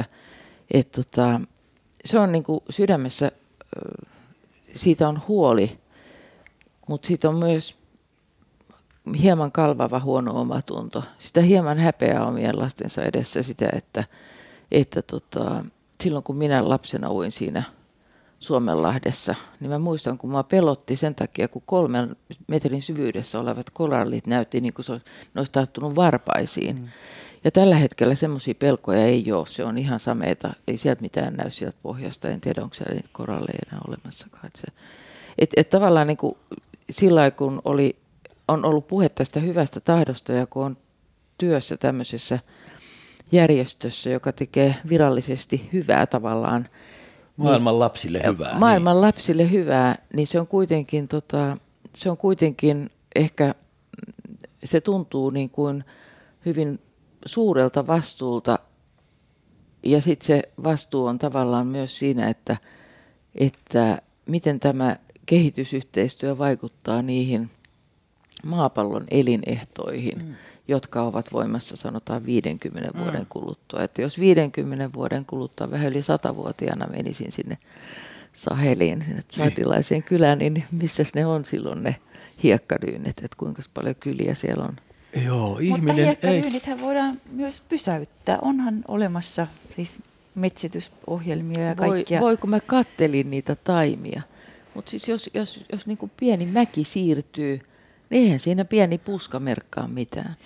Speaker 7: se on niin kuin sydämessä, siitä on huoli, mutta siitä on myös hieman kalvava huono omatunto. Sitä hieman häpeää omien lastensa edessä sitä, että silloin kun minä lapsena uin siinä Suomenlahdessa, niin mä muistan, kun mua pelotti sen takia, kun 3 metrin syvyydessä olevat korallit näytti niin kuin ne olisi tarttunut varpaisiin. Ja tällä hetkellä semmoisia pelkoja ei ole, se on ihan sameita, ei sieltä mitään näy sieltä pohjasta, en tiedä, onko siellä niitä koralleja enää olemassakaan. Et tavallaan niin kuin sillä lailla, kun on ollut puhe tästä hyvästä tahdosta ja kun on työssä tämmöisessä järjestössä, joka tekee virallisesti hyvää tavallaan.
Speaker 3: Maailman lapsille hyvää.
Speaker 7: Maailman lapsille hyvää, niin se on kuitenkin ehkä, se tuntuu niin kuin hyvin suurelta vastuulta ja sitten se vastuu on tavallaan myös siinä, että miten tämä kehitysyhteistyö vaikuttaa niihin maapallon elinehtoihin, jotka ovat voimassa sanotaan 50 vuoden kuluttua. Että jos 50 vuoden kuluttua vähän yli 100-vuotiaana menisin sinne Saheliin, sinne tšadilaiseen kylään, niin missäs ne on silloin ne hiekkadyynet, että kuinka paljon kyliä siellä on.
Speaker 3: Joo,
Speaker 6: mutta hiekkadyynithän voidaan myös pysäyttää. Onhan olemassa siis metsitysohjelmia ja kaikkia.
Speaker 7: Kun mä kattelin niitä taimia, mutta siis jos niin kuin pieni mäki siirtyy, niin eihän siinä pieni puska merkkaa mitään.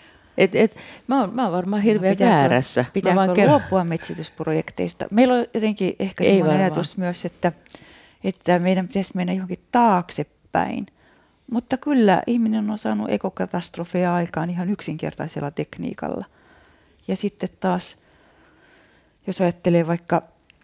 Speaker 7: Mä oon varmaan hirveän väärässä.
Speaker 6: Pitääkö luopua metsitysprojekteista? Meillä on jotenkin ehkä sellainen ajatus myös, että meidän pitäisi mennä johonkin taaksepäin. Mutta kyllä ihminen on saanut ekokatastrofeja aikaan ihan yksinkertaisella tekniikalla. Ja sitten taas, jos ajattelee vaikka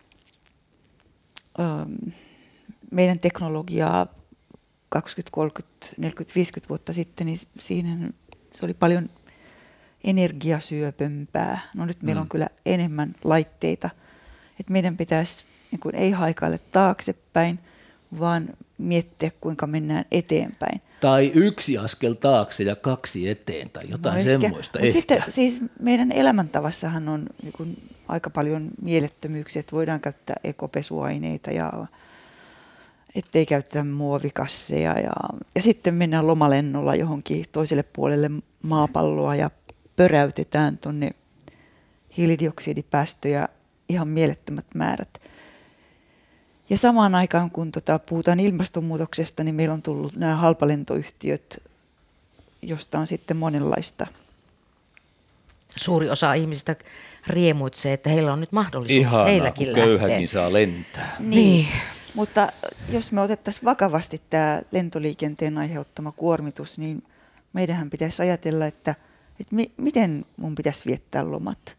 Speaker 6: meidän teknologiaa 20, 30, 40, 50 vuotta sitten, niin siinä se oli paljon energiasyöpömpää. No nyt meillä on kyllä enemmän laitteita. Et meidän pitäisi niin kuin ei haikaile taaksepäin, vaan miettiä, kuinka mennään eteenpäin.
Speaker 3: Tai 1 askel taakse ja 2 eteen tai jotain semmoista ehkä.
Speaker 6: Sitten siis meidän elämäntavassahan on niin kuin aika paljon mielettömyyksiä, että voidaan käyttää ekopesuaineita ja ettei käyttää muovikasseja ja sitten mennään lomalennolla johonkin toiselle puolelle maapalloa ja pöräytetään tuonne hiilidioksidipäästöjä ihan mielettömät määrät. Ja samaan aikaan, kun puhutaan ilmastonmuutoksesta, niin meillä on tullut nämä halpalentoyhtiöt, josta on sitten monenlaista.
Speaker 1: Suuri osa ihmisistä riemuitsee, että heillä on nyt mahdollisuus.
Speaker 3: Ihanaa,
Speaker 1: heilläkin
Speaker 3: kun
Speaker 1: lähteä.
Speaker 3: köyhäkin saa lentää.
Speaker 6: Niin. Mutta jos me otettaisiin vakavasti tämä lentoliikenteen aiheuttama kuormitus, niin meidänhän pitäisi ajatella, että miten mun pitäisi viettää lomat.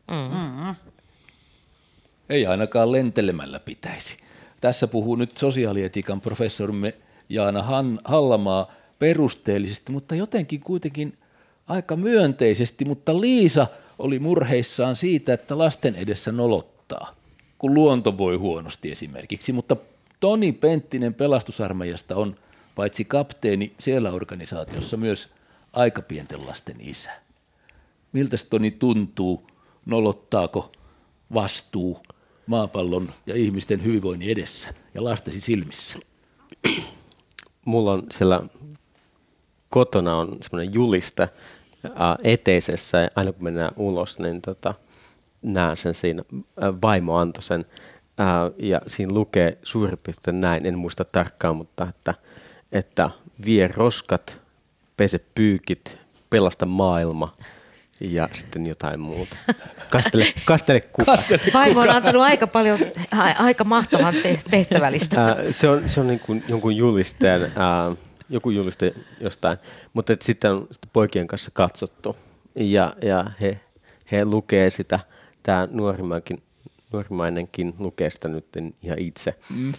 Speaker 3: Ei ainakaan lentelemällä pitäisi. Tässä puhuu nyt sosiaalietiikan professorimme Jaana Hallamaa perusteellisesti, mutta jotenkin kuitenkin aika myönteisesti. Mutta Liisa oli murheissaan siitä, että lasten edessä nolottaa, kun luonto voi huonosti esimerkiksi. Mutta Toni Penttinen pelastusarmeijasta on paitsi kapteeni siellä organisaatiossa myös aika pienten lasten isä. Miltä Toni tuntuu? Nolottaako vastuu maapallon ja ihmisten hyvinvoinnin edessä ja lastesi silmissä?
Speaker 5: Mulla on siellä kotona on semmoinen juliste eteisessä ja aina kun mennään ulos, niin näen sen siinä. Vaimo antoi sen ja siinä lukee suurin piirtein näin, en muista tarkkaan, mutta että vie roskat, pese pyykit, pelasta maailma. Ja sitten jotain muuta. Kastele kuka.
Speaker 1: Vaimo on antanut aika mahtavan tehtävällistä.
Speaker 5: Se on niin kuin jonkun julisteen, joku juliste jostain, mutta sitten on poikien kanssa katsottu ja he lukee sitä, tämä nuorimainenkin lukee sitä nyt ihan itse.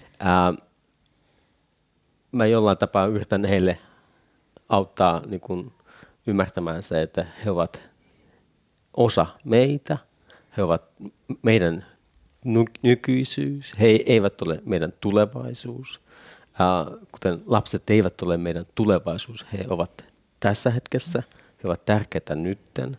Speaker 5: Mä jollain tapaa yritän heille auttaa niin kuin ymmärtämään se, että he ovat osa meitä, he ovat meidän nykyisyys, he eivät ole meidän tulevaisuus. Kuten lapset eivät ole meidän tulevaisuus, he ovat tässä hetkessä, he ovat tärkeitä nytten.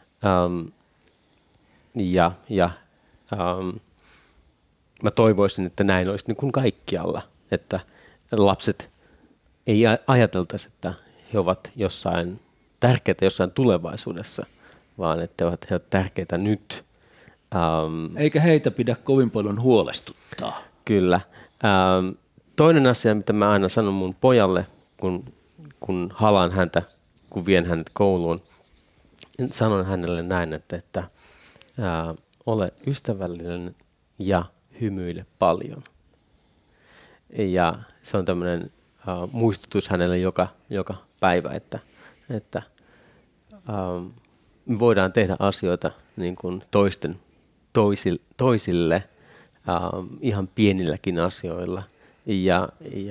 Speaker 5: Mä toivoisin, että näin olisi niin kuin kaikkialla, että lapset ei ajateltaisi, että he ovat jossain tärkeitä jossain tulevaisuudessa, vaan että he ovat tärkeitä nyt.
Speaker 3: Eikä heitä pidä kovin paljon huolestuttaa.
Speaker 5: Kyllä. Toinen asia, mitä mä aina sanon mun pojalle, kun halaan häntä, kun vien hänet kouluun, sanon hänelle näin, että ole ystävällinen ja hymyile paljon. Ja se on tämmöinen muistutus hänelle joka päivä, että me voidaan tehdä asioita niin kuin toisille ihan pienilläkin asioilla. Ja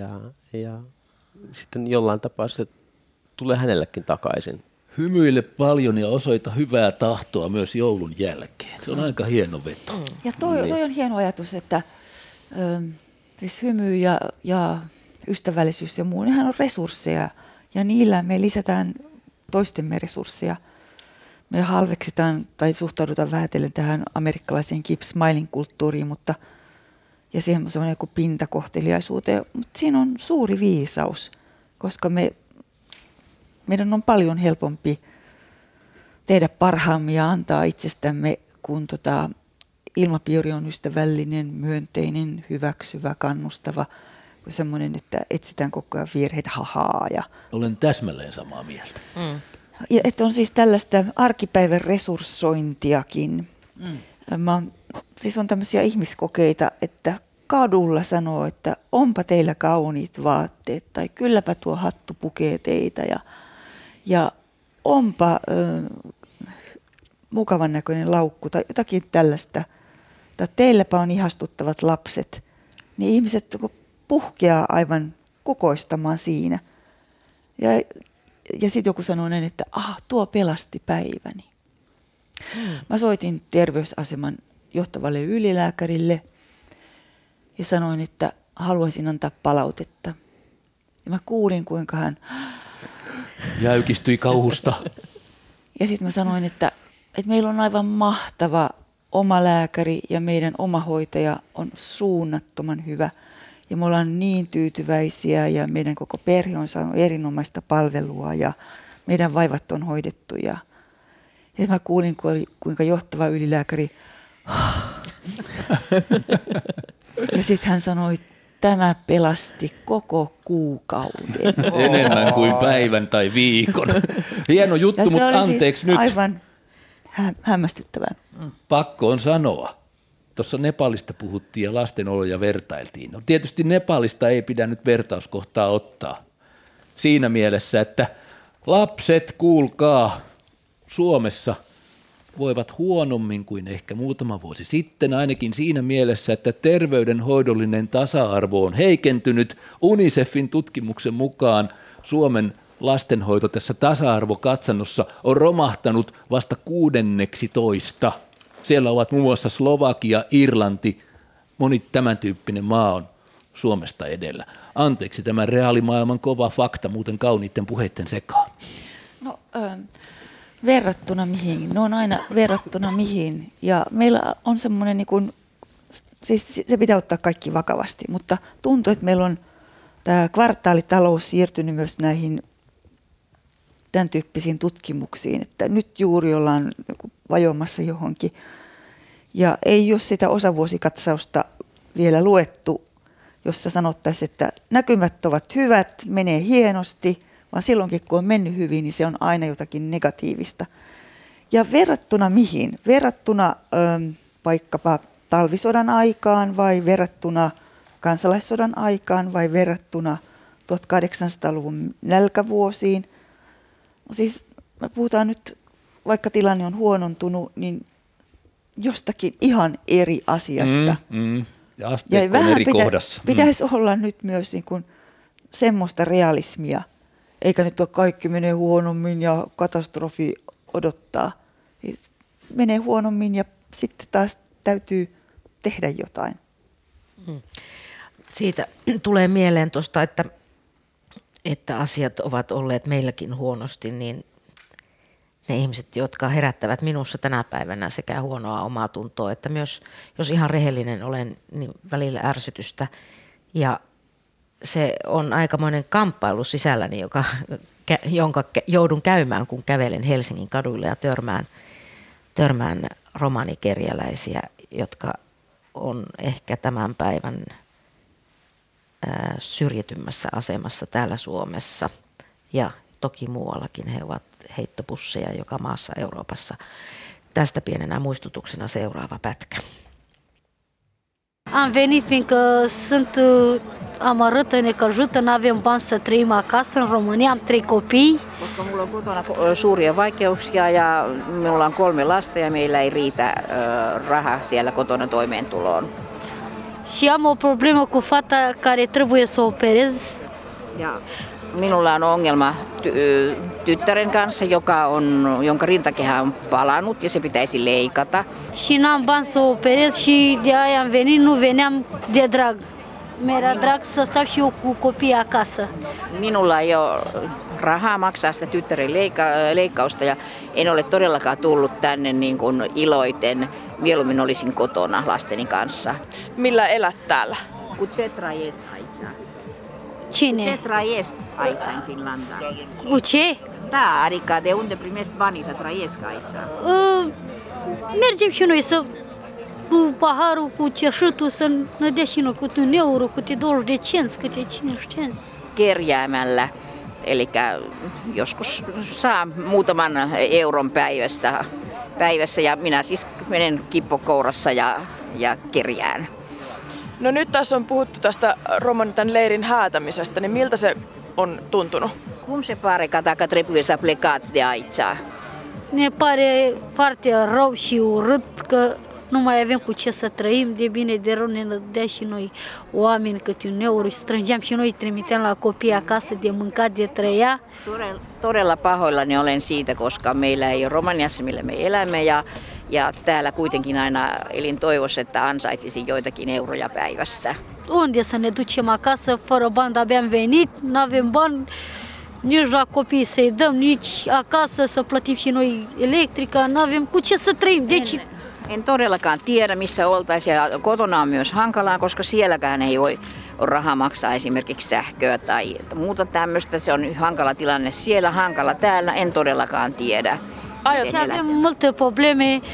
Speaker 5: sitten jollain tapaa se tulee hänellekin takaisin.
Speaker 3: Hymyile paljon ja osoita hyvää tahtoa myös joulun jälkeen. Se on aika hieno veto.
Speaker 6: Ja toi on hieno ajatus, että siis hymy ja ystävällisyys ja muu, nehän on resursseja. Ja niillä me lisätään toistemme resursseja. Me halveksitaan tai suhtaudutaan vähätellen tähän amerikkalaiseen keep smiling -kulttuuriin, ja siihen on joku pintakohteliaisuuteen, mutta siinä on suuri viisaus, koska meidän on paljon helpompi tehdä parhaamme ja antaa itsestämme, kun ilmapiiri on ystävällinen, myönteinen, hyväksyvä, kannustava, kuin semmoinen, että etsitään koko ajan virheitä, hahaa.
Speaker 3: Olen täsmälleen samaa mieltä.
Speaker 6: Ja että on siis tällaista arkipäivän resurssointiakin. Siis on tämmöisiä ihmiskokeita, että kadulla sanoo, että onpa teillä kauniit vaatteet tai kylläpä tuo hattu pukee teitä ja onpa mukavan näköinen laukku tai jotakin tällaista. Tai teilläpä on ihastuttavat lapset. Niin ihmiset puhkeaa aivan kukoistamaan siinä. Ja sitten joku sanoo näin, että tuo pelasti päiväni. Mä soitin terveysaseman johtavalle ylilääkärille ja sanoin, että haluaisin antaa palautetta. Ja mä kuulin, kuinka hän
Speaker 3: jäykistyi kauhusta.
Speaker 6: Ja sitten mä sanoin, että meillä on aivan mahtava oma lääkäri ja meidän oma hoitaja on suunnattoman hyvä. Ja me ollaan niin tyytyväisiä ja meidän koko perhe on saanut erinomaista palvelua ja meidän vaivat on hoidettu. Ja mä kuulin, kuinka johtava ylilääkäri Ja sitten hän sanoi, tämä pelasti koko kuukauden.
Speaker 3: Enemmän kuin päivän tai viikon. Hieno juttu,
Speaker 6: ja se
Speaker 3: mutta
Speaker 6: oli
Speaker 3: anteeksi
Speaker 6: siis
Speaker 3: nyt.
Speaker 6: aivan hämmästyttävää.
Speaker 3: Pakko on sanoa. Tuossa Nepalista puhuttiin ja lasten oloja vertailtiin. No tietysti Nepalista ei pidä nyt vertauskohtaa ottaa. Siinä mielessä, että lapset, kuulkaa, Suomessa voivat huonommin kuin ehkä muutama vuosi sitten, ainakin siinä mielessä, että terveydenhoidollinen tasa-arvo on heikentynyt. UNICEFin tutkimuksen mukaan Suomen lastenhoito tässä tasa-arvokatsannossa on romahtanut vasta 16. Siellä ovat muun muassa Slovakia, Irlanti, moni tämän tyyppinen maa on Suomesta edellä. Anteeksi tämä reaalimaailman kova fakta, muuten kauniitten puheitten sekaan.
Speaker 6: No, verrattuna mihin? Ne on aina verrattuna mihin. Ja meillä on semmoinen, niin kuin, siis se pitää ottaa kaikki vakavasti, mutta tuntuu, että meillä on tämä kvartaalitalous siirtynyt myös näihin tämän tyyppisiin tutkimuksiin, että nyt juuri ollaan vajoamassa johonkin. Ja ei ole sitä osavuosikatsausta vielä luettu, jossa sanottaisiin, että näkymät ovat hyvät, menee hienosti, vaan silloinkin kun on mennyt hyvin, niin se on aina jotakin negatiivista. Ja verrattuna mihin? Verrattuna vaikkapa talvisodan aikaan vai verrattuna kansalaissodan aikaan vai verrattuna 1800-luvun nälkävuosiin? No siis me puhutaan nyt, vaikka tilanne on huonontunut, niin jostakin ihan eri asiasta.
Speaker 3: Ja asteikko on eri kohdassa.
Speaker 6: Pitäisi olla nyt myös niin kuin semmoista realismia, eikä nyt ole kaikki menee huonommin ja katastrofi odottaa. Menee huonommin ja sitten taas täytyy tehdä jotain.
Speaker 1: Siitä tulee mieleen tuosta, että asiat ovat olleet meilläkin huonosti, niin ne ihmiset, jotka herättävät minussa tänä päivänä sekä huonoa omaa tuntoa, että myös, jos ihan rehellinen olen, niin välillä ärsytystä. Ja se on aikamoinen kamppailu sisälläni, jonka joudun käymään, kun kävelen Helsingin kaduilla ja törmään romanikerjäläisiä, jotka on ehkä tämän päivän syrjitymmässä asemassa täällä Suomessa ja toki muuallakin he ovat heittopusseja joka maassa Euroopassa. Tästä pienenä muistutuksena seuraava pätkä.
Speaker 10: Am venit fiindcă am arătă necăjută, n-avem bani să trăim acasă în România, am 3 copii.
Speaker 11: Koska mulla on kotona suuria vaikeuksia ja minulla on 3 lasta ja meillä ei riitä raha siellä kotona toimeentuloon.
Speaker 10: Și am o problemă cu fata care trebuie să o operez.
Speaker 11: Ja minulla on ongelma tyttären kanssa, jonka rintakehä on palanut ja se pitäisi leikata.
Speaker 10: Și n-am bani să o operez și de aia am venit, nu veneam de drag. Mi-era drag să stau și eu cu copiii acasă.
Speaker 11: Minulla ei ole rahaa maksaa sitä tyttären leikkausta ja en ole todellakaan tullut tänne niin kuin iloiten. Mieluummin olisin kotona lasteni kanssa.
Speaker 12: Millä elät täällä?
Speaker 11: Cu ce trăiesc aici?
Speaker 10: Cine?
Speaker 11: Ce trăiesc aici în Finlanda?
Speaker 10: Cu ce?
Speaker 11: Da, adică de unde primești banii să trăiesc aici?
Speaker 10: Mergem și noi cu paharul, cu ceșâtul, să ne dea și noi câte 1 euro, câte 20 de cenți, câte 5 cenți.
Speaker 11: Kerjäämällä, eli joskus saa muutaman euron päivässä ja minä siis menen kippokourassa ja kerjään.
Speaker 12: No nyt tässä on puhuttu tästä romanitan leirin häätämisestä, niin miltä se on tuntunut?
Speaker 11: Cum se pare că dacă trebuie să plecați de aici?
Speaker 10: Ne pare foarte rău și urât că nu mai avem cu ce să trăim, de bine de rău ne dea și noi oameni câte 1 euro și strângeam și noi trimiteam la copii acasă de mâncat, de trăia.
Speaker 11: Todella pahoillani olen siitä, koska meillä ei ole Romaniassa, millä me elämme ja täällä kuitenkin aina elin toivossa, että ansaitsisin joitakin euroja päivässä.
Speaker 10: Unde să ne ducem acasă fără bani, abia am venit, n-avem bani nici la copii să-i dăm, nici acasă să plătim și noi electrica, n-avem cu ce să trăim. Deci
Speaker 11: En todellakaan tiedä, missä oltaisiin ja kotona on myös hankalaa, koska sielläkään ei voi rahaa maksaa esimerkiksi sähköä tai muuta tämmöistä. Se on hankala tilanne siellä, hankala täällä, en todellakaan tiedä.
Speaker 10: Avem multe probleme,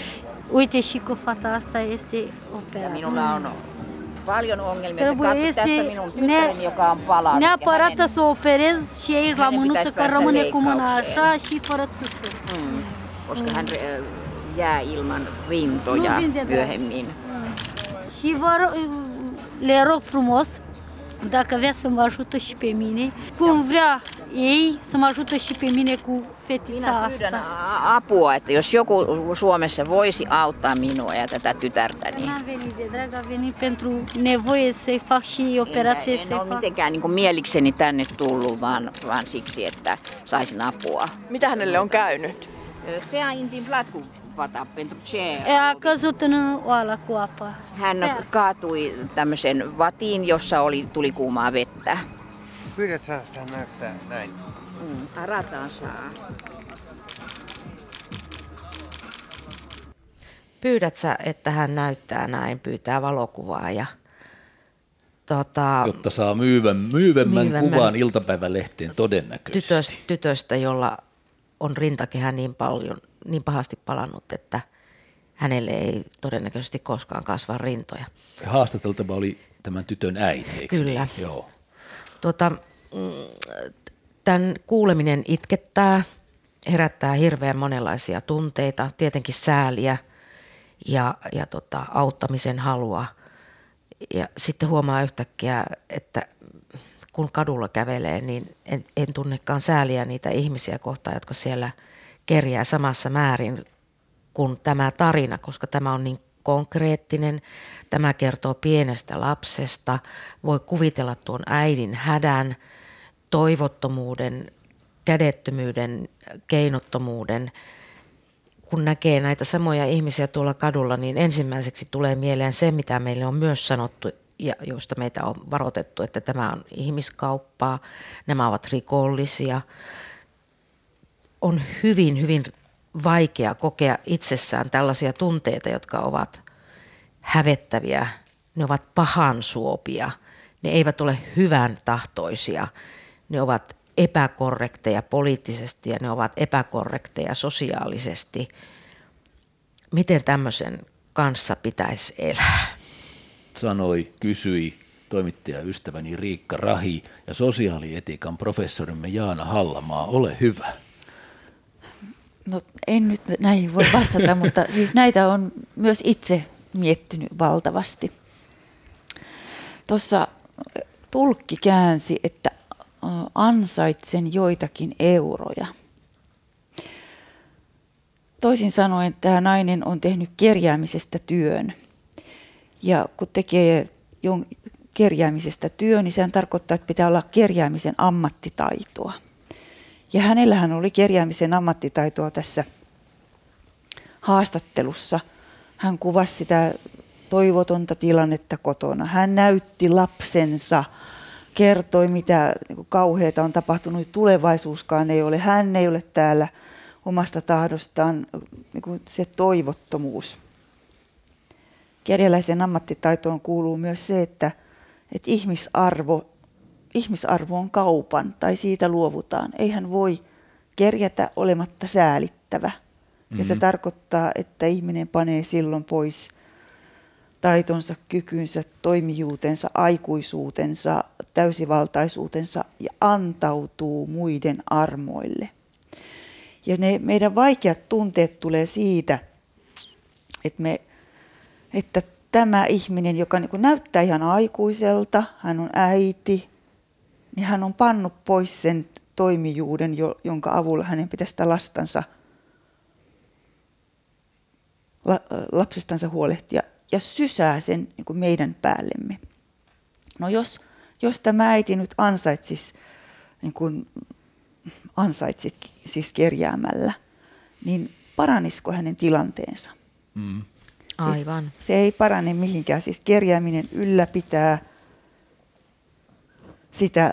Speaker 10: Uite și cu fata asta este operată.
Speaker 11: Minulla on paljon ongelmia. Katso tässä minun tyttäreni, joka on palannut.
Speaker 10: Neapărat să o operez și aici la mânuță, că rămâne cu mâna așa și fără țâță.
Speaker 11: Koska hän jää ilman rintoja myöhemmin.
Speaker 10: Și le rog frumos, dacă vrea să mă ajută și pe mine, cum vrea ei să mă ajută și pe mine cu fetița asta.
Speaker 11: Apua, että jos joku Suomessa voisi auttaa minua ja tätä tytärtäni.
Speaker 10: N-am venit de drag, am venit pentru nevoie să-i fac și operație.
Speaker 11: En ole mitenkään niin kuin mielikseni tänne tullut, vaan siksi, että saisin apua.
Speaker 12: Mitä hänelle on käynyt?
Speaker 11: Se a intin platkuvata pentru ce.
Speaker 10: A căzut în oala cu apă.
Speaker 11: Hän kaatui tämmöisen vatiin, jossa tuli kuumaa vettä.
Speaker 13: Pyydät saa sitä näyttää näin.
Speaker 11: Arataan saa.
Speaker 1: Pyydät sä, että hän näyttää näin, pyytää valokuvaa ja
Speaker 3: jotta saa myyvemmän kuvan iltapäivälehteen todennäköisesti.
Speaker 1: Tytöstä, jolla on rintakehä niin pahasti palannut, että hänelle ei todennäköisesti koskaan kasva rintoja.
Speaker 3: Haastateltava oli tämän tytön äiti, eikö?
Speaker 1: Kyllä.
Speaker 3: Niin? Joo.
Speaker 1: Tämän kuuleminen itkettää, herättää hirveän monenlaisia tunteita, tietenkin sääliä ja auttamisen halua. Ja sitten huomaa yhtäkkiä, että kun kadulla kävelee, niin en tunnekaan sääliä niitä ihmisiä kohtaan, jotka siellä kerjää samassa määrin kuin tämä tarina, koska tämä on niin konkreettinen. Tämä kertoo pienestä lapsesta. Voi kuvitella tuon äidin hädän, toivottomuuden, kädettömyyden, keinottomuuden. Kun näkee näitä samoja ihmisiä tuolla kadulla, niin ensimmäiseksi tulee mieleen se, mitä meille on myös sanottu ja joista meitä on varoitettu, että tämä on ihmiskauppaa, nämä ovat rikollisia. On hyvin, hyvin vaikea kokea itsessään tällaisia tunteita, jotka ovat hävettäviä. Ne ovat pahansuopia, ne eivät ole hyvän tahtoisia, ne ovat epäkorrekteja poliittisesti ja ne ovat epäkorrekteja sosiaalisesti. Miten tämmöisen kanssa pitäisi elää?
Speaker 3: Kysyi toimittajaystäväni Riikka Rahi ja sosiaalietiikan professorimme Jaana Hallamaa. Ole hyvä.
Speaker 6: No en nyt näihin voi vastata, mutta siis näitä on myös itse miettinyt valtavasti. Tuossa tulkki käänsi, että ansaitsen joitakin euroja. Toisin sanoen tämä nainen on tehnyt kerjäämisestä työn. Ja kun tekee kerjäämisestä työn, niin sehän tarkoittaa, että pitää olla kerjäämisen ammattitaitoa. Ja hänellähän oli kerjäämisen ammattitaitoa tässä haastattelussa. Hän kuvasi sitä toivotonta tilannetta kotona. Hän näytti lapsensa, kertoi mitä kauheata on tapahtunut, tulevaisuuskaan ei ole. Hän ei ole täällä omasta tahdostaan, se toivottomuus. Kerjäläisen ammattitaitoon kuuluu myös se, että ihmisarvo on kaupan tai siitä luovutaan. Ei hän voi kerjätä olematta säälittävä. Ja se tarkoittaa, että ihminen panee silloin pois taitonsa, kykynsä, toimijuutensa, aikuisuutensa, täysivaltaisuutensa ja antautuu muiden armoille. Ja ne meidän vaikeat tunteet tulee siitä, että tämä ihminen, joka niin kuin näyttää ihan aikuiselta, hän on äiti, niin hän on pannut pois sen toimijuuden, jonka avulla hänen pitäisi sitä lapsestansa huolehtia, ja sysää sen niin kuin meidän päällemme. No jos tämä äiti nyt ansaitsisi siis kerjäämällä, niin paranisiko hänen tilanteensa?
Speaker 1: Aivan.
Speaker 6: Siis se ei parane mihinkään. Siis kerjääminen ylläpitää sitä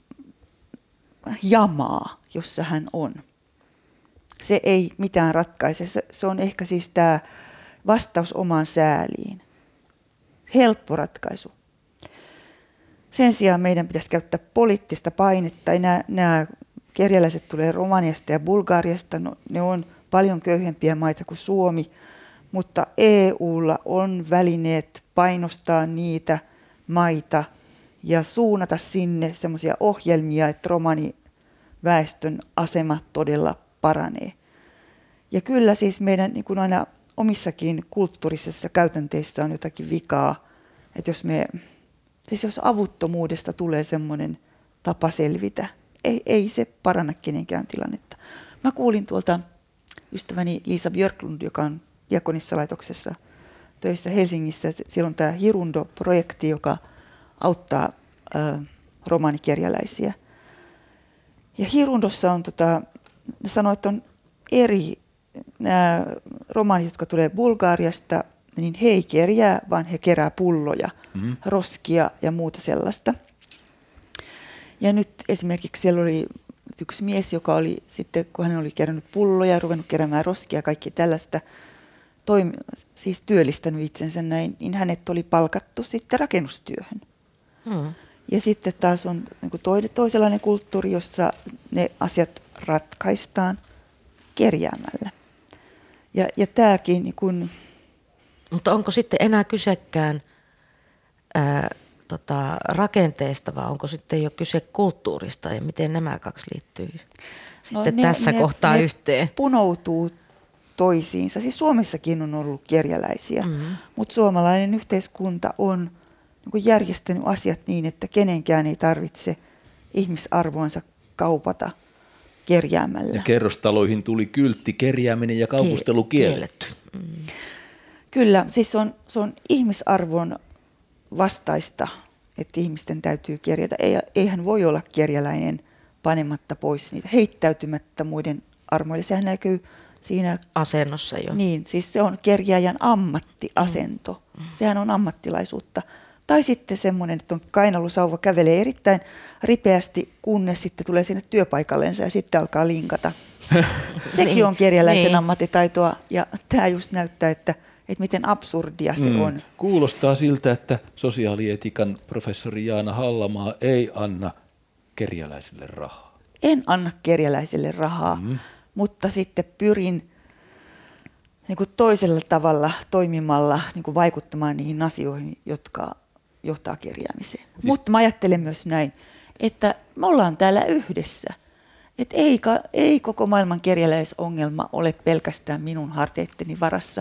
Speaker 6: jamaa, jossa hän on. Se ei mitään ratkaise. Se on ehkä siis tämä vastaus omaan sääliin. Helppo ratkaisu. Sen sijaan meidän pitäisi käyttää poliittista painetta. Nämä kerjäläiset tulee Romaniasta ja Bulgariasta. No, ne on paljon köyhempiä maita kuin Suomi,
Speaker 14: mutta EUlla on välineet painostaa niitä maita ja suunnata sinne semmoisia ohjelmia, että romaniväestön asema todella paranee. Ja kyllä siis meidän niin kuin aina omissakin kulttuurisissa käytänteissä on jotakin vikaa, että jos avuttomuudesta tulee semmoinen tapa selvitä, ei se paranna kenenkään tilannetta. Mä kuulin tuolta ystäväni Liisa Björklund, joka on Diakonissalaitoksessa töissä Helsingissä. Siellä on tämä Hirundo-projekti, joka auttaa romanikerjäläisiä. Ja Hirundossa on, ne sanoo, että on eri nämä romanit, jotka tulee Bulgariasta, niin he ei kerjää, vaan he kerää pulloja, roskia ja muuta sellaista. Ja nyt esimerkiksi siellä oli yksi mies, joka oli sitten, kun hän oli kerännyt pulloja ja ruvennut keräämään roskia ja kaikki tällaista, siis työllistänyt itsensä näin, niin hänet oli palkattu sitten rakennustyöhön. Ja sitten taas on niin toisenlainen kulttuuri, jossa ne asiat ratkaistaan kerjäämällä. Ja tämäkin niin kuin...
Speaker 1: Mutta onko sitten enää kysekään rakenteesta, vai onko sitten jo kyse kulttuurista, ja miten nämä kaksi liittyy sitten tässä kohtaa yhteen?
Speaker 14: Punoutuu toisiinsa. Siis Suomessakin on ollut kerjäläisiä, mutta suomalainen yhteiskunta on niin järjestänyt asiat niin, että kenenkään ei tarvitse ihmisarvoansa kaupata kerjäämällä.
Speaker 3: Ja kerrostaloihin tuli kyltti, kerjääminen ja kaupustelu kielletty.
Speaker 14: Kyllä, siis se on ihmisarvon vastaista, että ihmisten täytyy kerjätä. Eihän voi olla kerjäläinen panematta pois niitä, heittäytymättä muiden armoille. Sehän näkyy siinä
Speaker 1: asennossa jo.
Speaker 14: Niin, siis se on kerjääjän ammattiasento. Sehän on ammattilaisuutta. Tai sitten semmoinen, että on kainalosauva, kävelee erittäin ripeästi, kunnes sitten tulee sinne työpaikallensa ja sitten alkaa linkata. Sekin on kerjäläisen ammattitaitoa, ja tämä just näyttää, että miten absurdia se on.
Speaker 3: Kuulostaa siltä, että sosiaalietiikan professori Jaana Hallamaa ei anna kerjäläisille rahaa.
Speaker 14: En anna kerjäläisille rahaa, mutta sitten pyrin niin kuin toisella tavalla toimimalla niin kuin vaikuttamaan niihin asioihin, jotka johtaa kerjäämiseen. Mutta mä ajattelen myös näin, että me ollaan täällä yhdessä. Että ei koko maailman kerjäläisongelma ole pelkästään minun harteitteni varassa.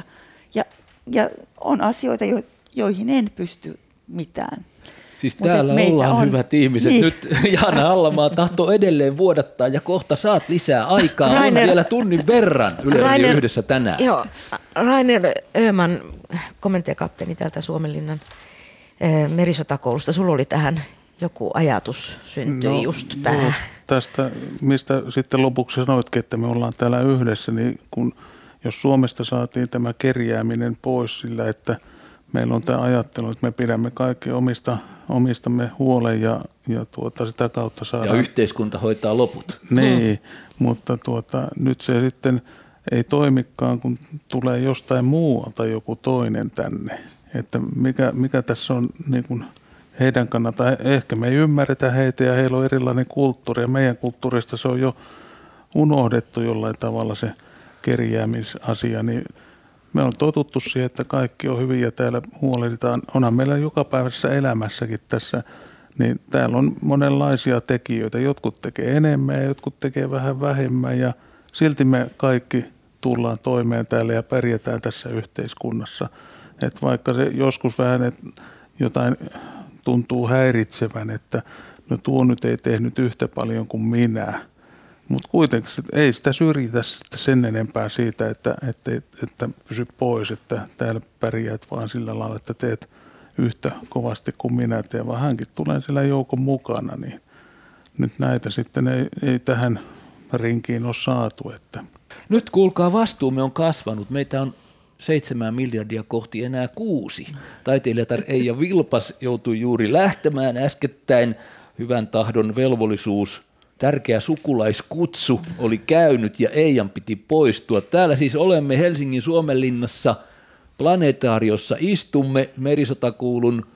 Speaker 14: Ja on asioita, joihin en pysty mitään.
Speaker 3: Siis täällä ollaan hyvät ihmiset. Niin. Nyt Jaana Hallamaa tahtoo edelleen vuodattaa ja kohta saat lisää aikaa. On vielä tunnin verran Yle Radio yhdessä tänään.
Speaker 1: Joo, Rainer Öhman, komentajakapteeni täältä Suomenlinnan merisotakoulusta. Sulla oli tähän joku ajatus syntyi just päähän.
Speaker 2: Tästä, mistä sitten lopuksi sanoitkin, että me ollaan täällä yhdessä, niin jos Suomesta saatiin tämä kerjääminen pois sillä, että meillä on tämä ajattelu, että me pidämme kaikki omistamme huolen ja sitä kautta saadaan...
Speaker 3: Ja yhteiskunta hoitaa loput.
Speaker 2: Niin, mutta nyt se sitten ei toimikaan, kun tulee jostain muualta joku toinen tänne. Että mikä tässä on niin kuin heidän kannalta, ehkä me ei ymmärretä heitä ja heillä on erilainen kulttuuri ja meidän kulttuurista se on jo unohdettu jollain tavalla se kerjäämisasia, niin me on totuttu siihen, että kaikki on hyvin ja täällä huolehditaan. Onhan meillä jokapäiväisessä elämässäkin tässä, niin täällä on monenlaisia tekijöitä. Jotkut tekee enemmän ja jotkut tekee vähän vähemmän ja silti me kaikki tullaan toimeen täällä ja pärjätään tässä yhteiskunnassa. Et vaikka se joskus vähän jotain tuntuu häiritsevän, että no tuo nyt ei tehnyt yhtä paljon kuin minä. Mutta kuitenkin ei sitä syrjitä sen enempää siitä, että pysy pois, että täällä pärjäät vaan sillä lailla, että teet yhtä kovasti kuin minä teen, vaan hänkin tulee siellä joukon mukana, niin nyt näitä sitten ei tähän rinkiin ole saatu. Että.
Speaker 3: Nyt kuulkaa, vastuumme on kasvanut. Meitä on 7 miljardia kohti enää 6. Taiteilijatar Eija Vilpas joutui juuri lähtemään äskettäin. Hyvän tahdon velvollisuus, tärkeä sukulaiskutsu oli käynyt ja Eijan piti poistua. Täällä siis olemme Helsingin Suomenlinnassa Planetaariossa, istumme merisotakoulun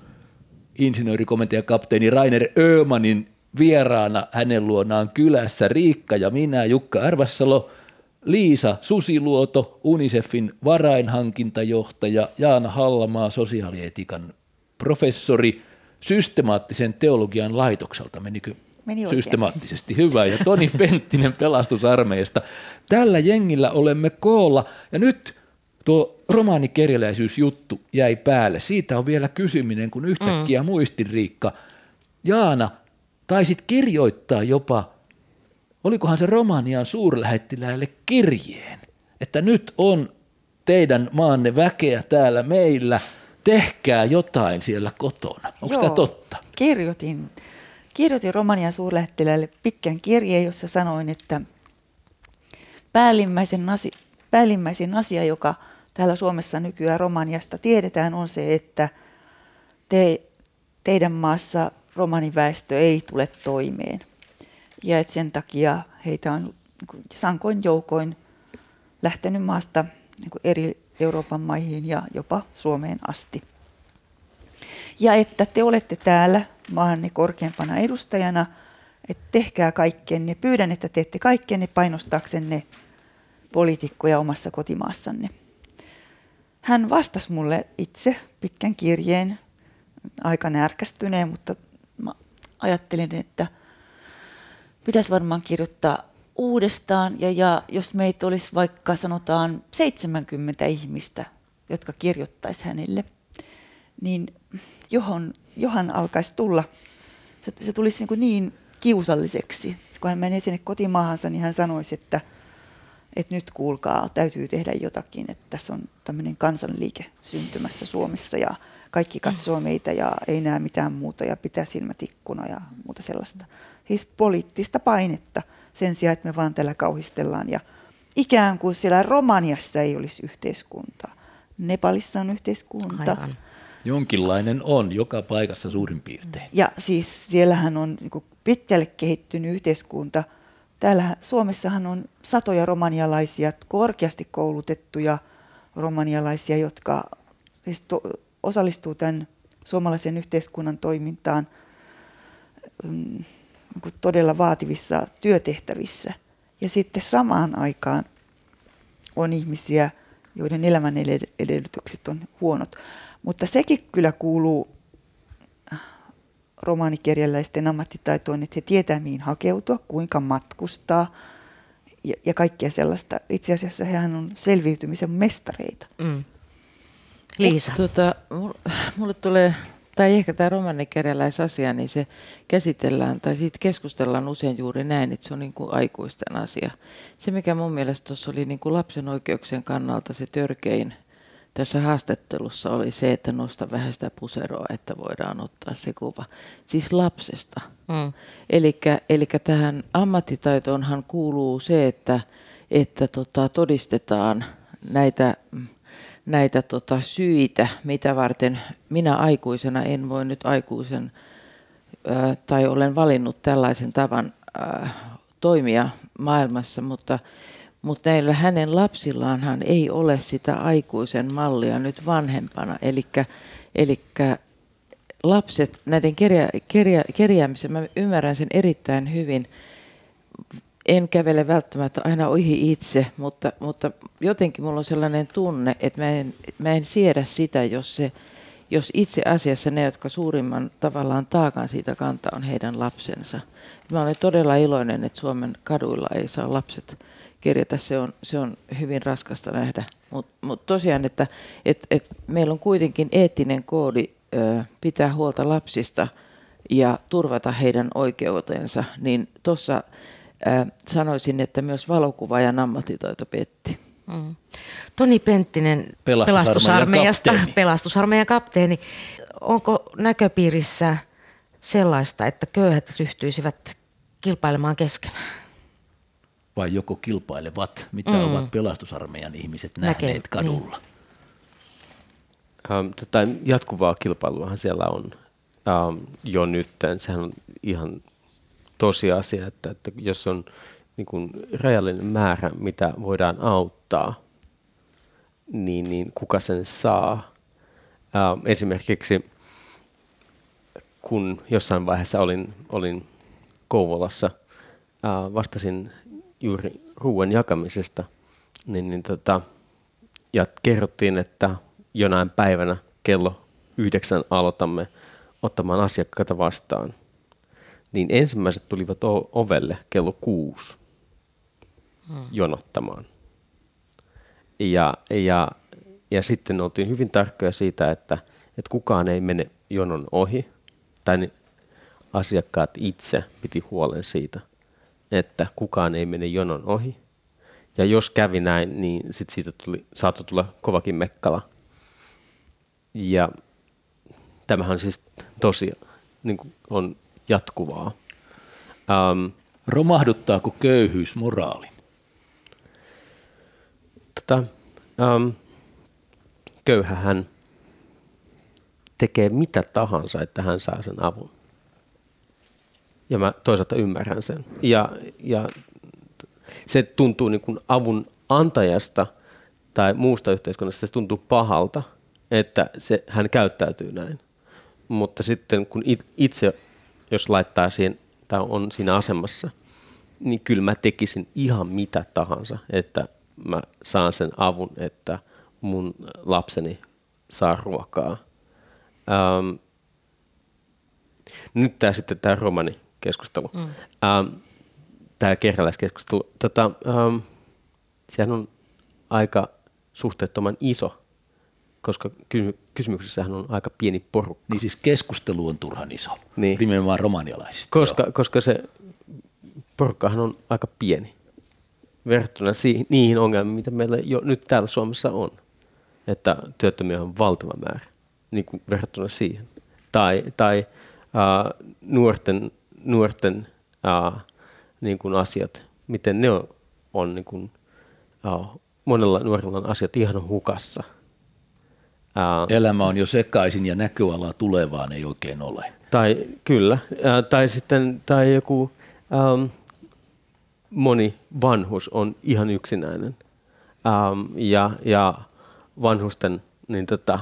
Speaker 3: insinöörikomentajakapteeni Rainer Öhmanin vieraana hänen luonaan kylässä. Riikka ja minä, Jukka Arvassalo, Liisa Susiluoto, UNICEFin varainhankintajohtaja, Jaana Hallamaa, sosiaalietiikan professori, systemaattisen teologian laitokselta. Menikö systemaattisesti? Hyvä. Ja Toni Penttinen Pelastusarmeijasta. Tällä jengillä olemme koolla. Ja nyt tuo romaanikerjäläisyysjuttu jäi päälle. Siitä on vielä kysyminen, kun yhtäkkiä muistin, Riikka. Jaana, taisit kirjoittaa jopa, olikohan se Romanian suurlähettiläälle kirjeen, että nyt on teidän maanne väkeä täällä meillä, tehkää jotain siellä kotona. Onko tämä totta?
Speaker 14: Kirjoitin Romanian suurlähettiläälle pitkän kirjeen, jossa sanoin, että päällimmäisin asia, joka täällä Suomessa nykyään Romaniasta tiedetään, on se, että teidän maassa romaniväestö ei tule toimeen. Ja että sen takia heitä on sankoin joukoin lähtenyt maasta eri Euroopan maihin ja jopa Suomeen asti. Ja että te olette täällä maanne korkeampana edustajana, että tehkää kaikkenne. Pyydän, että teette kaikkenne painostaaksenne poliitikkoja omassa kotimaassanne. Hän vastasi mulle itse pitkän kirjeen, aika närkästyneen, mutta mä ajattelin, että pitäisi varmaan kirjoittaa uudestaan. Ja jos meitä olisi vaikka sanotaan 70 ihmistä, jotka kirjoittaisi hänelle, niin johon alkaisi tulla, se tulisi niin kiusalliseksi. Kun hän menee sinne kotimaahansa, niin hän sanoisi, että nyt kuulkaa, täytyy tehdä jotakin, että tässä on tämmöinen kansanliike syntymässä Suomessa ja kaikki katsoo meitä ja ei näe mitään muuta ja pitää silmät ikkuna ja muuta sellaista. Siis poliittista painetta sen sijaan, että me vaan täällä kauhistellaan ja ikään kuin siellä Romaniassa ei olisi yhteiskuntaa. Nepalissa on yhteiskunta.
Speaker 3: Aivan. Jonkinlainen on joka paikassa suurin piirtein.
Speaker 14: Ja siis siellähän on niin pitkälle kehittynyt yhteiskunta. Täällä Suomessahan on satoja romanialaisia, korkeasti koulutettuja romanialaisia, jotka siis osallistuu tämän suomalaisen yhteiskunnan toimintaan todella vaativissa työtehtävissä. Ja sitten samaan aikaan on ihmisiä, joiden elämän edellytykset on huonot. Mutta sekin kyllä kuuluu romaanikirjalaisten ammattitaitoon, että he tietää mihin hakeutua, kuinka matkustaa ja kaikkea sellaista. Itse asiassa hehän on selviytymisen mestareita.
Speaker 1: Liisa.
Speaker 7: Mulle tulee, tai ehkä tämä romaanikirjalaisasia, niin se käsitellään tai siitä keskustellaan usein juuri näin, että se on niin kuin aikuisten asia. Se mikä mun mielestä tuossa oli niin kuin lapsen oikeuksien kannalta se törkein tässä haastattelussa oli se, että nosta vähän sitä puseroa, että voidaan ottaa se kuva. Siis lapsesta. Elikkä tähän ammattitaitoonhan kuuluu se, että todistetaan näitä syitä, mitä varten minä aikuisena en voi nyt aikuisen tai olen valinnut tällaisen tavan toimia maailmassa, mutta näillä hänen lapsillaanhan ei ole sitä aikuisen mallia nyt vanhempana. Elikkä lapset, näiden kerjäämisen, mä ymmärrän sen erittäin hyvin. En kävele välttämättä aina ohi itse, mutta jotenkin mulla on sellainen tunne, että mä en siedä sitä, jos itse asiassa ne, jotka suurimman tavallaan taakan siitä kantaa, on heidän lapsensa. Mä olen todella iloinen, että Suomen kaduilla ei saa lapset kerjätä, se on hyvin raskasta nähdä. Mutta tosiaan, että meillä on kuitenkin eettinen koodi pitää huolta lapsista ja turvata heidän oikeutensa, niin tuossa sanoisin, että myös valokuvaajan ammattitaito petti.
Speaker 1: Toni Penttinen Pelastusarmeijan kapteeni. Onko näköpiirissä sellaista, että köyhät ryhtyisivät kilpailemaan keskenään?
Speaker 3: Vai joko kilpailevat, mitä ovat pelastusarmeijan ihmiset nähneet kadulla?
Speaker 5: Niin. Jatkuvaa kilpailuahan siellä on jo nyt. Sehän on ihan tosiasia, että jos on niin kuin rajallinen määrä, mitä voidaan auttaa, niin kuka sen saa? Esimerkiksi kun jossain vaiheessa olin Kouvolassa, vastasin juuri ruoan jakamisesta, ja kerrottiin, että jonain päivänä kello 9 aloitamme ottamaan asiakkaita vastaan, niin ensimmäiset tulivat ovelle kello 6 jonottamaan. Ja sitten oltiin hyvin tarkkoja siitä, että kukaan ei mene jonon ohi, tai asiakkaat itse piti huolen siitä, että kukaan ei mene jonon ohi. Ja jos kävi näin, niin sit siitä saattoi tulla kovakin mekkala. Ja tämähän siis tosiaan niin kuin on jatkuvaa.
Speaker 3: Romahduttaako köyhyys moraalin?
Speaker 5: Köyhähän tekee mitä tahansa, että hän saa sen avun. Ja mä toisaalta ymmärrän sen. Ja se tuntuu niin kuin avun antajasta tai muusta yhteiskunnasta, se tuntuu pahalta, että hän käyttäytyy näin. Mutta sitten kun itse, jos laittaa siihen tai on siinä asemassa, niin kyllä mä tekisin ihan mitä tahansa, että mä saan sen avun, että mun lapseni saa ruokaa. Nyt tämä romanikeskustelu, tämä kerjäläiskeskustelu, sehän on aika suhteettoman iso, koska kysymyksessähän on aika pieni porukka.
Speaker 3: Niin siis keskustelu on turhan iso,
Speaker 5: niin.
Speaker 3: Nimenomaan romanialaisista.
Speaker 5: Koska se porukkahan on aika pieni verrattuna niihin ongelmiin, mitä meillä jo nyt täällä Suomessa on. Että työttömiä on valtava määrä niin kuin verrattuna siihen. Tai nuorten niin kuin asiat, miten ne on niin kuin, monella nuorilla on asiat ihan hukassa.
Speaker 3: Elämä on jo sekaisin ja näköalaa tulevaan ei oikein ole.
Speaker 5: Kyllä. Tai joku moni vanhus on ihan yksinäinen. Ja vanhusten niin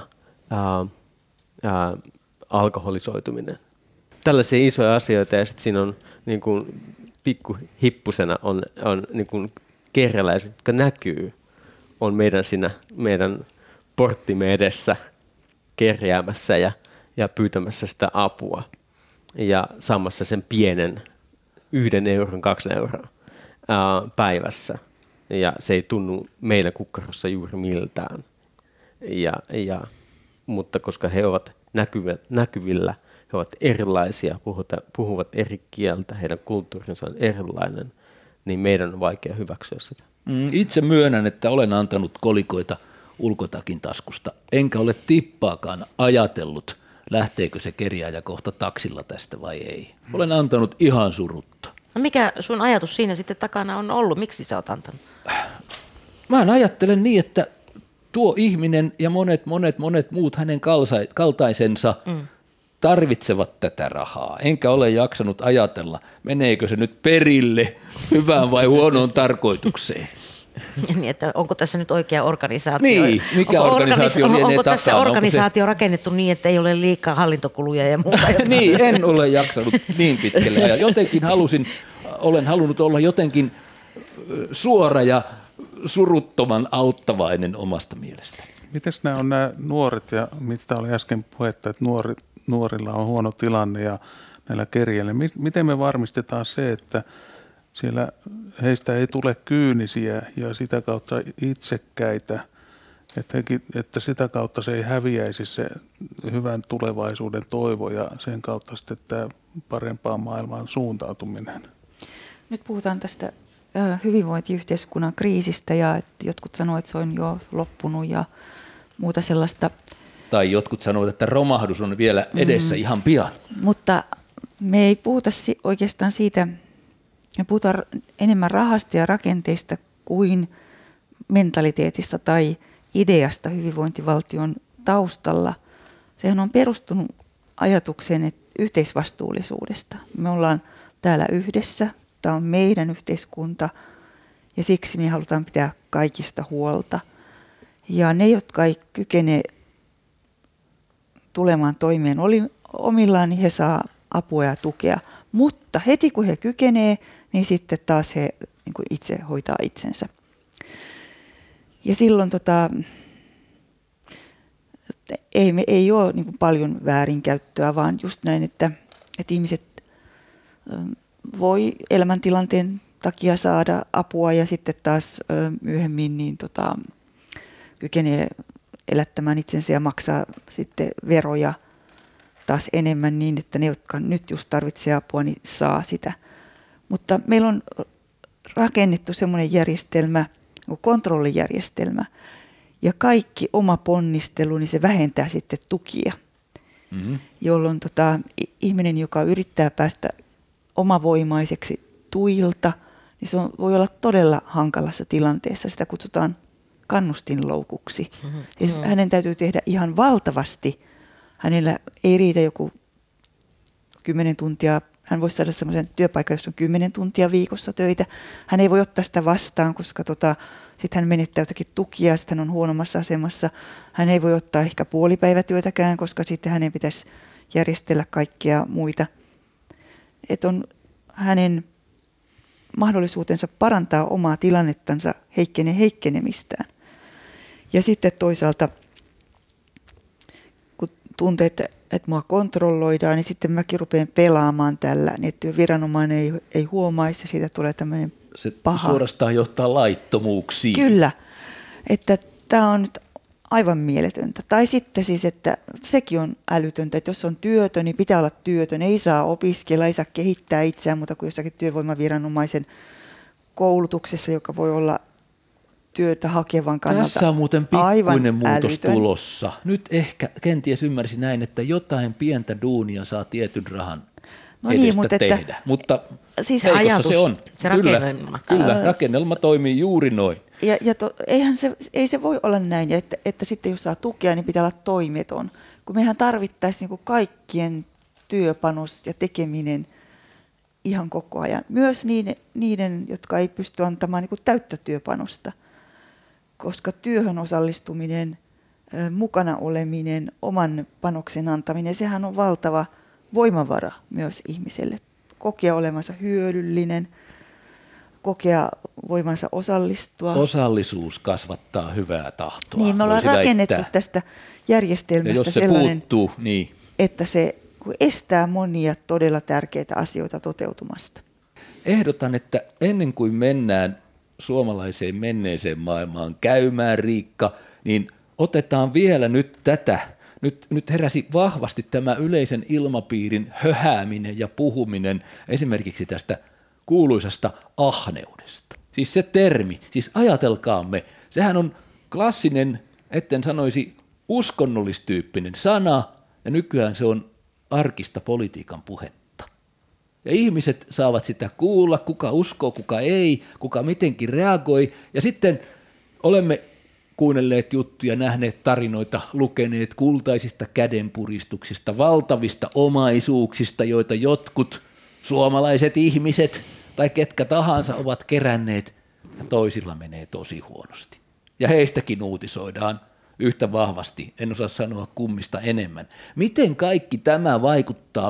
Speaker 5: alkoholisoituminen. Tällaisia isoja asioita ja sitten siinä on niin kuin pikkuhippusena on niin kuin kerjäläiset, jotka näkyy, on meidän porttimme edessä kerjäämässä ja pyytämässä sitä apua ja saamassa sen pienen 1 euron, 2 euroa päivässä. Ja se ei tunnu meidän kukkarossa juuri miltään. Mutta koska he ovat näkyvillä, he ovat erilaisia, puhuvat eri kieltä, heidän kulttuurinsa on erilainen, niin meidän on vaikea hyväksyä sitä.
Speaker 3: Itse myönnän, että olen antanut kolikoita ulkotakin taskusta, enkä ole tippaakaan ajatellut, lähteekö se kerjääjä kohta taksilla tästä vai ei. Olen antanut ihan surutta.
Speaker 1: No mikä sun ajatus siinä sitten takana on ollut? Miksi sä oot antanut?
Speaker 3: Mä ajattelen niin, että tuo ihminen ja monet muut hänen kaltaisensa tarvitsevat tätä rahaa. Enkä ole jaksanut ajatella, meneekö se nyt perille hyvään vai huonoon tarkoitukseen.
Speaker 1: Niin, että onko tässä nyt oikea organisaatio?
Speaker 3: Niin, mikä organisaatio lienee
Speaker 1: onko tässä
Speaker 3: takana?
Speaker 1: organisaatio rakennettu niin, että ei ole liikaa hallintokuluja ja muuta?
Speaker 3: Niin, en ole jaksanut niin pitkälle. Ja jotenkin olen halunnut olla jotenkin suora ja suruttoman auttavainen omasta mielestäni.
Speaker 2: Mites nämä on nämä nuoret ja mitä oli äsken puhetta, että nuorilla on huono tilanne ja näillä kerjäillä. Miten me varmistetaan se, että siellä heistä ei tule kyynisiä ja sitä kautta itsekkäitä, että sitä kautta se ei häviäisi se hyvän tulevaisuuden toivo ja sen kautta sitten tämä parempaan maailmaan suuntautuminen.
Speaker 14: Nyt puhutaan tästä hyvinvointiyhteiskunnan kriisistä ja että jotkut sanoo, että se on jo loppunut ja muuta sellaista.
Speaker 3: Tai jotkut sanovat, että romahdus on vielä edessä ihan pian.
Speaker 14: Mutta me ei puhuta oikeastaan siitä, me puhutaan enemmän rahasta ja rakenteista kuin mentaliteetista tai ideasta hyvinvointivaltion taustalla. Sehän on perustunut ajatukseen yhteisvastuullisuudesta. Me ollaan täällä yhdessä, tämä on meidän yhteiskunta ja siksi me halutaan pitää kaikista huolta. Ja ne, jotka ei kykene tulemaan toimeen omillaan, niin he saa apua ja tukea. Mutta heti kun he kykenee, niin sitten taas he niin kuin itse hoitaa itsensä. Ja silloin ei ole niin kuin paljon väärinkäyttöä, vaan just näin, että ihmiset voi elämäntilanteen takia saada apua ja sitten taas myöhemmin niin kykenee elättämään itsensä ja maksaa sitten veroja taas enemmän niin, että ne, jotka nyt just tarvitsee apua, niin saa sitä. Mutta meillä on rakennettu semmoinen järjestelmä, kontrollijärjestelmä, ja kaikki oma ponnistelu, niin se vähentää sitten tukia, jolloin ihminen, joka yrittää päästä omavoimaiseksi tuilta, niin se voi olla todella hankalassa tilanteessa. Sitä kutsutaan kannustinloukuksi. Ja hänen täytyy tehdä ihan valtavasti. Hänellä ei riitä joku 10 tuntia. Hän voisi saada sellaisen työpaikan, jossa on 10 tuntia viikossa töitä. Hän ei voi ottaa sitä vastaan, koska sitten hän menettää jotakin tukia, sitten hän on huonommassa asemassa. Hän ei voi ottaa ehkä puolipäivätyötäkään, koska sitten hänen pitäisi järjestellä kaikkia muita. Että on hänen mahdollisuutensa parantaa omaa tilannettansa heikkenemistään. Ja sitten toisaalta, kun tuntee, että mua kontrolloidaan, niin sitten mäkin rupean pelaamaan tällä, niin että viranomainen ei huomaisi ja siitä tulee tämmöinen paha.
Speaker 3: Se suorastaan johtaa laittomuuksiin.
Speaker 14: Kyllä, että tämä on nyt aivan mieletöntä. Tai sitten siis, että sekin on älytöntä, että jos on työtön, niin pitää olla työtön. Ei saa opiskella, ei saa kehittää itseään, mutta kuin jossakin työvoimaviranomaisen koulutuksessa, joka voi olla työtä hakevan kannalta.
Speaker 3: Tässä on muuten pikkuinen muutos tulossa. Nyt ehkä kenties ymmärsin näin, että jotain pientä duunia saa tietyn rahan edestä tehdä. Mutta
Speaker 1: siis
Speaker 3: heikossa
Speaker 1: ajatus,
Speaker 3: se on.
Speaker 1: Se rakennelma.
Speaker 3: Kyllä, rakennelma toimii juuri noin.
Speaker 14: Ei se voi olla näin, että sitten jos saa tukea, niin pitää olla toimeton. Kun mehän tarvittaisiin niin kuin kaikkien työpanos ja tekeminen ihan koko ajan. Myös niiden, jotka ei pysty antamaan niin kuin täyttä työpanosta. Koska työhön osallistuminen, mukana oleminen, oman panoksen antaminen, sehän on valtava voimavara myös ihmiselle. Kokea olevansa hyödyllinen, kokea voimansa osallistua.
Speaker 3: Osallisuus kasvattaa hyvää tahtoa.
Speaker 14: Niin, me ollaan rakennettu tästä järjestelmästä sellainen,
Speaker 3: puuttuu, niin.
Speaker 14: että se estää monia todella tärkeitä asioita toteutumasta.
Speaker 3: Ehdotan, että ennen kuin mennään suomalaiseen menneeseen maailmaan käymään, Riikka, niin otetaan vielä nyt tätä. Nyt heräsi vahvasti tämä yleisen ilmapiirin höhääminen ja puhuminen esimerkiksi tästä kuuluisasta ahneudesta. Siis se termi, siis ajatelkaamme, sehän on klassinen, etten sanoisi uskonnollistyyppinen sana, ja nykyään se on arkista politiikan puhetta. Ja ihmiset saavat sitä kuulla, kuka uskoo, kuka ei, kuka mitenkin reagoi, ja sitten olemme kuunnelleet juttuja, nähneet tarinoita, lukeneet kultaisista kädenpuristuksista, valtavista omaisuuksista, joita jotkut suomalaiset ihmiset tai ketkä tahansa ovat keränneet, ja toisilla menee tosi huonosti. Ja heistäkin uutisoidaan yhtä vahvasti, en osaa sanoa kummista enemmän. Miten kaikki tämä vaikuttaa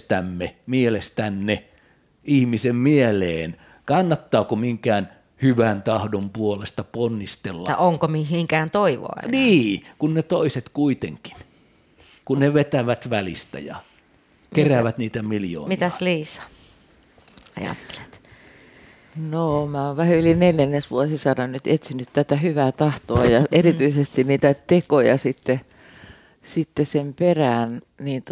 Speaker 3: mielestänne ihmisen mieleen? Kannattaako minkään hyvän tahdon puolesta ponnistella?
Speaker 1: Tai onko mihinkään toivoa enää?
Speaker 3: Niin, kun ne toiset kuitenkin, kun ne vetävät välistä ja keräävät niitä miljoonia.
Speaker 1: Mitäs Liisa ajattelet?
Speaker 7: No, mä oon vähän yli 4. vuosisadan nyt etsinyt tätä hyvää tahtoa ja erityisesti niitä tekoja sitten sen perään, niin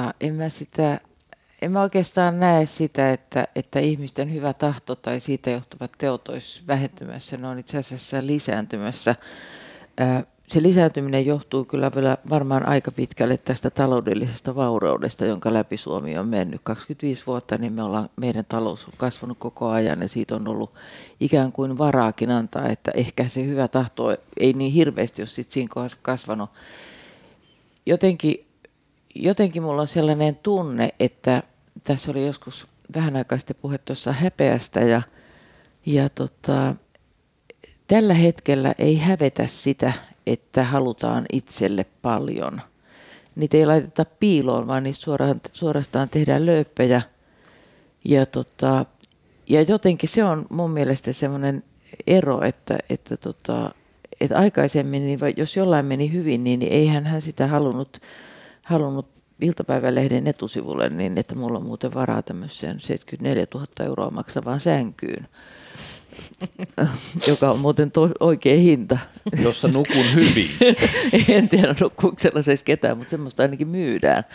Speaker 7: en mä oikeastaan näe sitä, että ihmisten hyvä tahto tai siitä johtuvat teot olisi vähentymässä, ne on itse asiassa lisääntymässä. Se lisääntyminen johtuu kyllä vielä varmaan aika pitkälle tästä taloudellisesta vauraudesta, jonka läpi Suomi on mennyt. 25 vuotta, niin meidän talous on kasvanut koko ajan ja siitä on ollut ikään kuin varaakin antaa, että ehkä se hyvä tahto ei niin hirveästi ole sit siinä kohdassa kasvanut. Jotenkin mulla on sellainen tunne, että tässä oli joskus vähän aikaa sitten puhe tuossa häpeästä ja tällä hetkellä ei hävetä sitä, että halutaan itselle paljon. Niitä ei laiteta piiloon, vaan niistä suorastaan tehdään lööppejä. Ja Ja jotenkin se on mun mielestä semmoinen ero, että aikaisemmin, niin jos jollain meni hyvin, niin eihän hän sitä halunnut iltapäivälehden etusivulle, niin että mulla on muuten varaa tämmöiseen 74 000 euroa maksavaan sänkyyn, joka on muuten oikea hinta.
Speaker 3: Jossa nukun hyvin.
Speaker 7: En tiedä nukkuuko sellaisessa ketään, mutta semmoista ainakin myydään.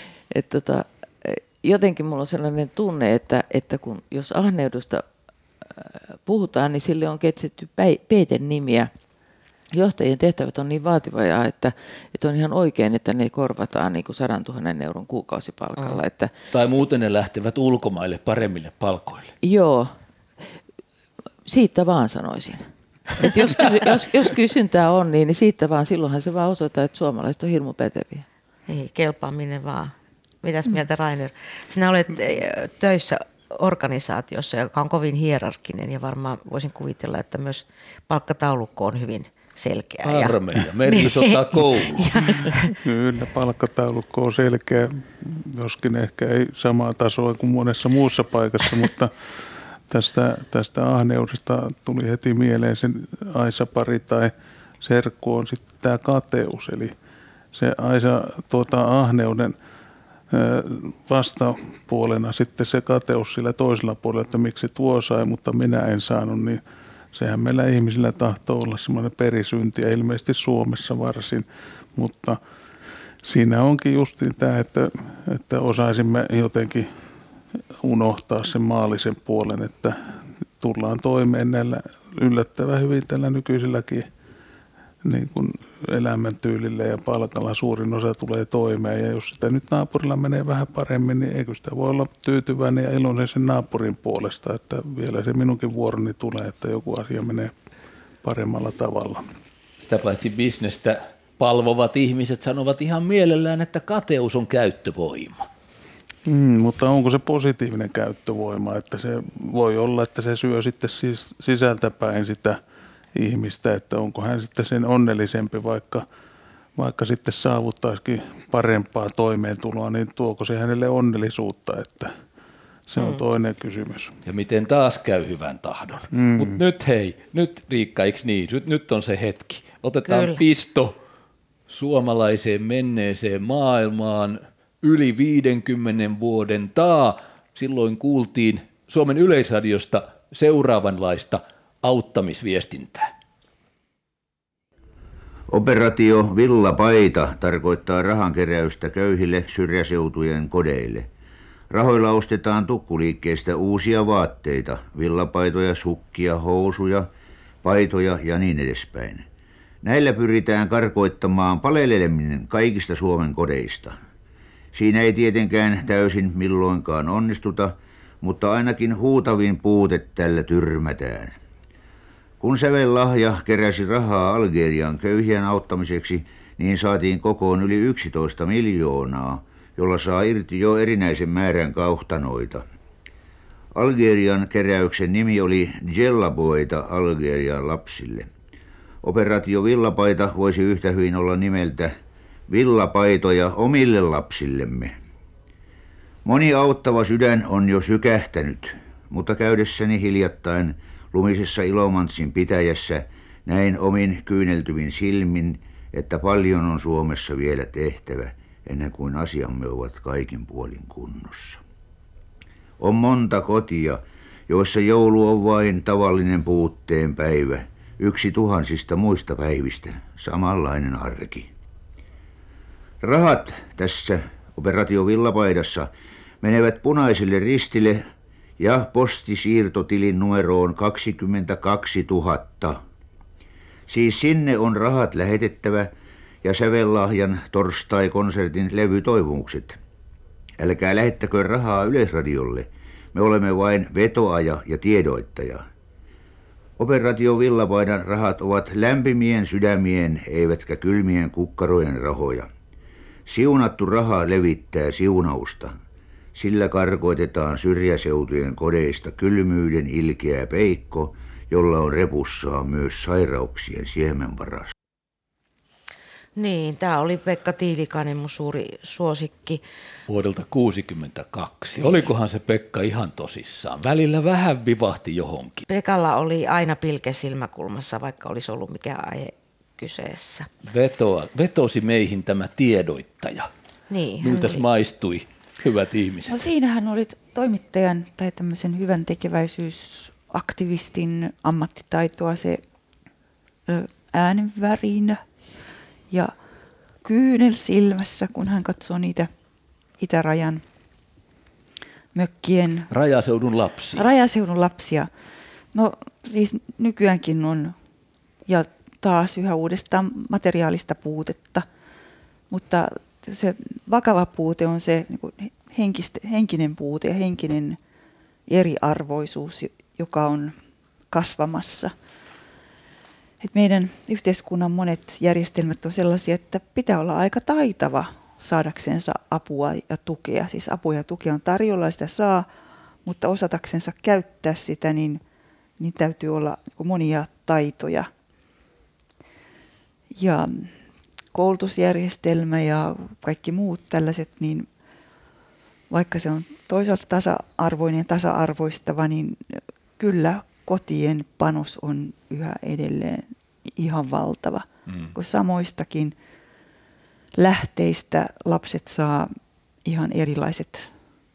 Speaker 7: Jotenkin mulla on sellainen tunne, että jos ahneudesta puhutaan, niin sille on keksitty peitenimiä. Johtajien tehtävät on niin vaativia, että on ihan oikein, että ne korvataan niin kuin 100 000 euron kuukausipalkalla.
Speaker 3: Tai muuten ne lähtevät ulkomaille paremmille palkoille.
Speaker 7: Joo, siitä vaan sanoisin. Että jos kysyntää on, niin siitä vaan, silloinhan se vaan osoittaa, että suomalaiset on hirmu päteviä.
Speaker 1: Ei, kelpaaminen vaan. Mitäs mieltä, Rainer? Sinä olet töissä organisaatiossa, joka on kovin hierarkkinen, ja varmaan voisin kuvitella, että myös palkkataulukko on hyvin selkeä.
Speaker 3: Armeija, merkitys ottaa kouluun.
Speaker 2: Kyllä, palkkataulukko on selkeä, joskin ehkä ei samaa tasoa kuin monessa muussa paikassa, mutta tästä ahneudesta tuli heti mieleen sen Aisa-pari tai serkku on sitten tämä kateus, eli se Aisa ahneuden vastapuolena sitten se kateus sillä toisella puolella, että miksi tuo sai, mutta minä en saanut, niin sehän meillä ihmisillä tahtoo olla semmoinen perisynti, ja ilmeisesti Suomessa varsin, mutta siinä onkin justiin tämä, että osaisimme jotenkin unohtaa sen maallisen puolen, että tullaan toimeen näillä yllättävän hyvin tällä nykyisilläkin niin kuin elämäntyylillä ja palkalla suurin osa tulee toimeen, ja jos sitä nyt naapurilla menee vähän paremmin, niin eikö sitä voi olla tyytyväinen ja iloinen sen naapurin puolesta, että vielä se minunkin vuoroni tulee, että joku asia menee paremmalla tavalla.
Speaker 3: Sitä paitsi bisnestä palvovat ihmiset sanovat ihan mielellään, että kateus on käyttövoima.
Speaker 2: Mutta onko se positiivinen käyttövoima, että se voi olla, että se syö sitten siis sisältäpäin sitä ihmistä, että onko hän sitten sen onnellisempi, vaikka sitten saavuttaisikin parempaa toimeentuloa, niin tuoko se hänelle onnellisuutta, että se on toinen kysymys.
Speaker 3: Ja miten taas käy hyvän tahdon. Mutta nyt Riikka, eikö niin? Nyt on se hetki. Otetaan Kyllä. pisto suomalaiseen menneeseen maailmaan yli 50 vuoden taa. Silloin kuultiin Suomen Yleisradiosta seuraavanlaista auttamisviestintää.
Speaker 15: Operaatio Villapaita tarkoittaa rahankeräystä köyhille syrjäseutujen kodeille. Rahoilla ostetaan tukkuliikkeestä uusia vaatteita, villapaitoja, sukkia, housuja, paitoja ja niin edespäin. Näillä pyritään karkoittamaan paleleminen kaikista Suomen kodeista. Siinä ei tietenkään täysin milloinkaan onnistuta, mutta ainakin huutavin puute tällä tyrmätään. Kun Sävellahja keräsi rahaa Algerian köyhien auttamiseksi, niin saatiin kokoon yli 11 miljoonaa, jolla saa irti jo erinäisen määrän kauhtanoita. Algerian keräyksen nimi oli Jellaboita Algerian lapsille. Operaatio Villapaita voisi yhtä hyvin olla nimeltä Villapaitoja omille lapsillemme. Moni auttava sydän on jo sykähtänyt, mutta käydessäni hiljattain lumisessa Ilomantsin pitäjässä näin omin kyyneltyvin silmin, että paljon on Suomessa vielä tehtävä ennen kuin asiamme ovat kaikin puolin kunnossa. On monta kotia, joissa joulu on vain tavallinen puutteen päivä, yksi tuhansista muista päivistä, samanlainen arki. Rahat tässä Operaatio Villapaidassa menevät Punaiselle Ristille ja postisiirtotilin numeroon 22 000. Siis sinne on rahat lähetettävä ja Sävellahjan torstai-konsertin levytoivumukset. Älkää lähettäkö rahaa Yleisradiolle, me olemme vain vetoaja ja tiedoittaja. Operaatio Villapaidan rahat ovat lämpimien sydämien eivätkä kylmien kukkarojen rahoja. Siunattu raha levittää siunausta. Sillä karkoitetaan syrjäseutujen kodeista kylmyyden ilkeä peikko, jolla on repussaan myös sairauksien siemenvaras.
Speaker 1: Niin, tämä oli Pekka Tiilikainen, mun suuri suosikki.
Speaker 3: Vuodelta 1962. Olikohan se Pekka ihan tosissaan? Välillä vähän vivahti johonkin.
Speaker 1: Pekalla oli aina pilke silmäkulmassa, vaikka olisi ollut mikä aihe kyseessä.
Speaker 3: Vetosi meihin tämä tiedoittaja.
Speaker 1: Niin,
Speaker 3: miltäs maistui, hyvät ihmiset?
Speaker 6: No siinähän oli toimittajan tai tämmöisen hyvän tekeväisyysaktivistin ammattitaitoa, se äänenvärinä ja kyynel silmässä, kun hän katsoo niitä itärajan mökkien... Rajaseudun lapsia. No siis nykyäänkin on, ja taas yhä uudestaan materiaalista puutetta, mutta se vakava puute on se niin kuin henkinen puute ja henkinen eriarvoisuus, joka on kasvamassa. Et meidän yhteiskunnan monet järjestelmät on sellaisia, että pitää olla aika taitava saadaksensa apua ja tukea. Siis apua ja tukea on tarjolla ja sitä saa, mutta osataksensa käyttää sitä, niin täytyy olla monia taitoja. Ja koulutusjärjestelmä ja kaikki muut tällaiset, niin vaikka se on toisaalta tasa-arvoinen ja tasa-arvoistava, niin kyllä kotien panos on yhä edelleen ihan valtava. Kun samoistakin lähteistä lapset saa ihan erilaiset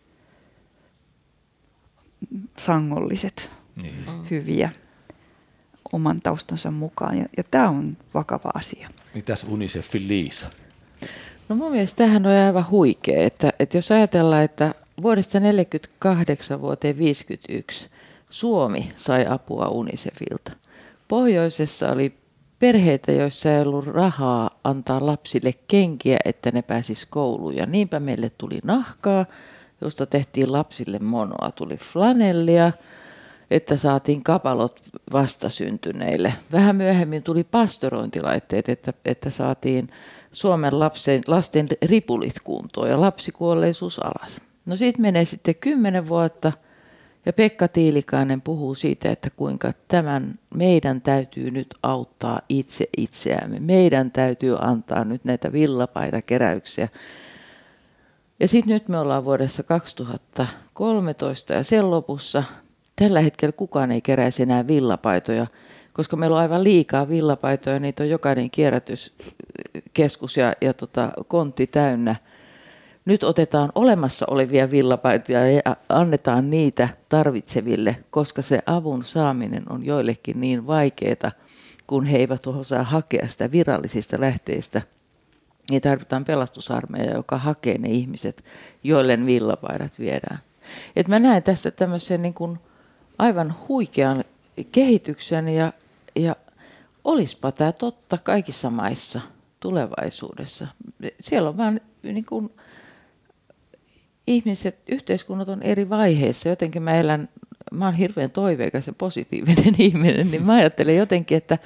Speaker 6: sangolliset hyviä oman taustansa mukaan. Ja tämä on vakava asia.
Speaker 3: Mitäs Unicefin Liisa?
Speaker 7: No mun mielestä tämähän on aivan huikea, että jos ajatellaan, että vuodesta 1948 vuoteen 1951 Suomi sai apua Unicefilta. Pohjoisessa oli perheitä, joissa ei ollut rahaa antaa lapsille kenkiä, että ne pääsis kouluun. Ja niinpä meille tuli nahkaa, josta tehtiin lapsille monoa. Tuli flanellia, että saatiin kapalot vastasyntyneille. Vähän myöhemmin tuli pastorointilaitteet, että saatiin Suomen lasten ripulit kuntoon ja lapsikuolleisuus alas. No siitä menee sitten 10 vuotta ja Pekka Tiilikainen puhuu siitä, että kuinka meidän täytyy nyt auttaa itse itseämme. Meidän täytyy antaa nyt näitä villapaitakeräyksiä. Ja sitten nyt me ollaan vuodessa 2013 ja sen lopussa. Tällä hetkellä kukaan ei keräisi enää villapaitoja, koska meillä on aivan liikaa villapaitoja. Niitä on jokainen kierrätyskeskus ja kontti täynnä. Nyt otetaan olemassa olevia villapaitoja ja annetaan niitä tarvitseville, koska se avun saaminen on joillekin niin vaikeaa, kun he eivät osaa hakea sitä virallisista lähteistä. Niin tarvitaan pelastusarmeija, joka hakee ne ihmiset, joille ne villapaidat viedään. Et mä näen tässä tämmöisen niin kuin aivan huikean kehityksen ja olispa tämä totta kaikissa maissa tulevaisuudessa. Siellä on vaan niin kuin ihmiset, yhteiskunnat on eri vaiheissa. Jotenkin mä oon hirveän toiveikas ja positiivinen ihminen, niin mä ajattelen jotenkin, että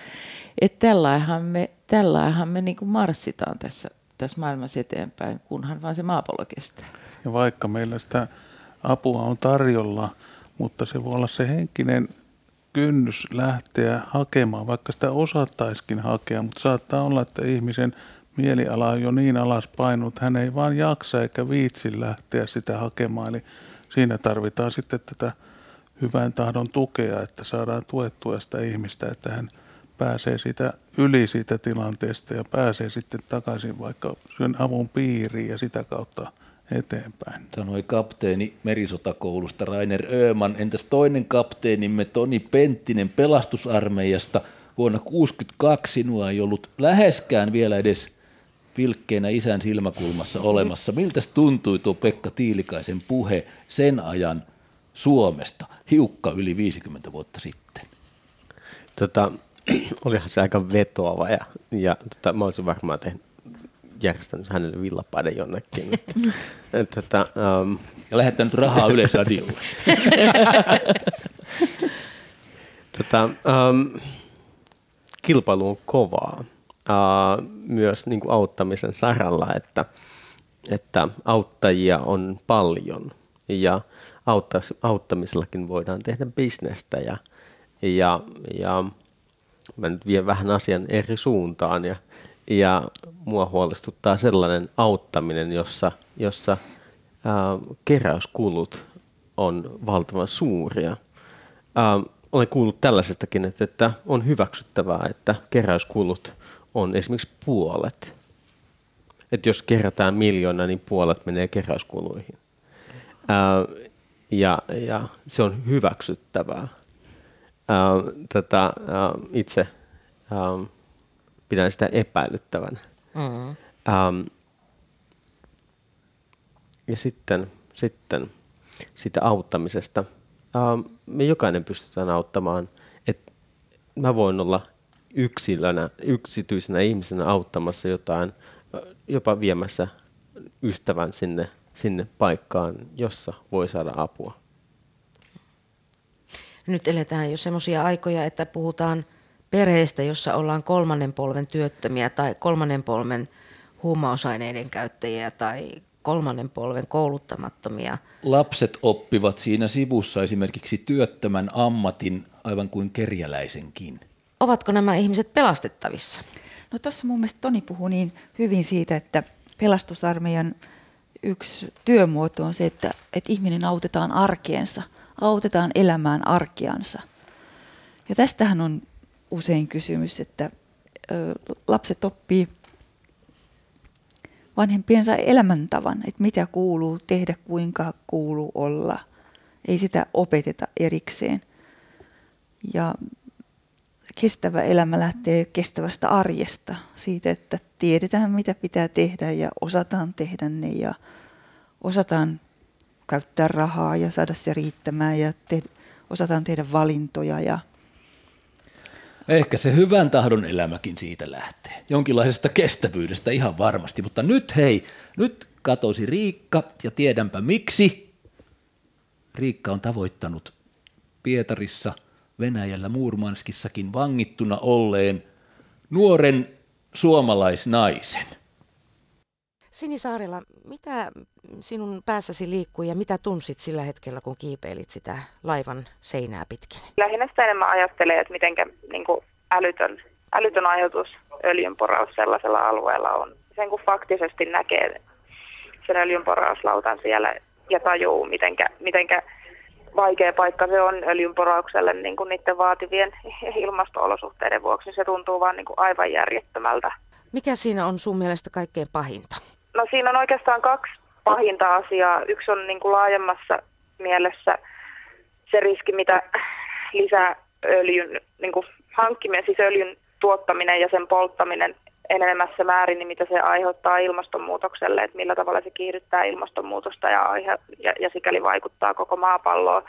Speaker 7: tällähän me niin kuin marssitaan tässä maailmassa eteenpäin, kunhan vaan se maapallo kestää.
Speaker 2: Ja vaikka meillä sitä apua on tarjolla, mutta se voi olla se henkinen kynnys lähteä hakemaan, vaikka sitä osattaisikin hakea, mutta saattaa olla, että ihmisen mieliala on jo niin alas painunut, hän ei vaan jaksa eikä viitsi lähteä sitä hakemaan. Eli siinä tarvitaan sitten tätä hyvän tahdon tukea, että saadaan tuettua sitä ihmistä, että hän pääsee siitä yli siitä tilanteesta ja pääsee sitten takaisin vaikka sen avun piiriin ja sitä kautta eteenpäin.
Speaker 3: Sanoi kapteeni merisotakoulusta Rainer Öhman. Entäs toinen kapteenimme Toni Penttinen pelastusarmeijasta vuonna 1962? Sinua ei ollut läheskään vielä edes pilkkeenä isän silmäkulmassa olemassa. Miltä tuntui tuo Pekka Tiilikaisen puhe sen ajan Suomesta hiukka yli 50 vuotta sitten?
Speaker 5: Olihan se aika vetoava ja mä olisin varmaan järjestänyt hänelle villapaiden jonnekin.
Speaker 3: Ja lähettänyt rahaa Yleisradiolle.
Speaker 5: Kilpailu on kovaa myös niin kuin auttamisen saralla, että auttajia on paljon ja auttamisellakin voidaan tehdä bisnestä ja mä nyt vien vähän asian eri suuntaan Ja mua huolestuttaa sellainen auttaminen, jossa keräyskulut on valtavan suuria. Olen kuullut tällaisestakin, että on hyväksyttävää, että keräyskulut on esimerkiksi puolet. Että jos kerätään 1 miljoona, niin puolet menee keräyskuluihin. Ja se on hyväksyttävää. Itse pidän sitä epäilyttävänä. Ja sitten siitä auttamisesta. Me jokainen pystytään auttamaan. Et mä voin olla yksityisenä ihmisenä auttamassa jotain, jopa viemässä ystävän sinne paikkaan, jossa voi saada apua.
Speaker 1: Nyt eletään jo semmoisia aikoja, että puhutaan perheestä, jossa ollaan 3. polven työttömiä tai 3. polven huumausaineiden käyttäjiä tai 3. polven kouluttamattomia.
Speaker 3: Lapset oppivat siinä sivussa esimerkiksi työttömän ammatin aivan kuin kerjäläisenkin.
Speaker 1: Ovatko nämä ihmiset pelastettavissa?
Speaker 14: No tuossa mun mielestä Toni puhui niin hyvin siitä, että pelastusarmeijan yksi työmuoto on se, että ihminen autetaan arkeensa, autetaan elämään arkiansa. Ja tästähän on usein kysymys, että lapset oppii vanhempiensa elämäntavan, että mitä kuuluu tehdä, kuinka kuuluu olla. Ei sitä opeteta erikseen. Ja kestävä elämä lähtee kestävästä arjesta, siitä, että tiedetään mitä pitää tehdä ja osataan tehdä ne ja osataan käyttää rahaa ja saada se riittämään ja osataan tehdä valintoja. Ja
Speaker 3: ehkä se hyvän tahdon elämäkin siitä lähtee. Jonkinlaisesta kestävyydestä ihan varmasti, mutta nyt katosi Riikka ja tiedänpä miksi. Riikka on tavoittanut Pietarissa, Venäjällä, Murmanskissakin vangittuna olleen nuoren suomalaisnaisen.
Speaker 1: Sini Saarela, mitä sinun päässäsi liikkui ja mitä tunsit sillä hetkellä, kun kiipeilit sitä laivan seinää pitkin?
Speaker 16: Lähinnä sitä enemmän ajattelee, että mitenkä niin kuin älytön ajatus öljynporaus sellaisella alueella on. Sen kun faktisesti näkee sen öljynporauslautan siellä ja tajuu, mitenkä vaikea paikka se on öljynporaukselle niin kuin niiden vaativien ilmasto-olosuhteiden vuoksi. Se tuntuu vaan niin kuin aivan järjettömältä.
Speaker 1: Mikä siinä on sun mielestä kaikkein pahinta?
Speaker 16: No siinä on oikeastaan 2 pahinta asiaa. Yksi on niin kuin laajemmassa mielessä se riski, mitä lisää öljyn niin kuin hankkiminen, siis öljyn tuottaminen ja sen polttaminen enenemässä määrin, niin mitä se aiheuttaa ilmastonmuutokselle, että millä tavalla se kiihdyttää ilmastonmuutosta ja sikäli vaikuttaa koko maapalloon.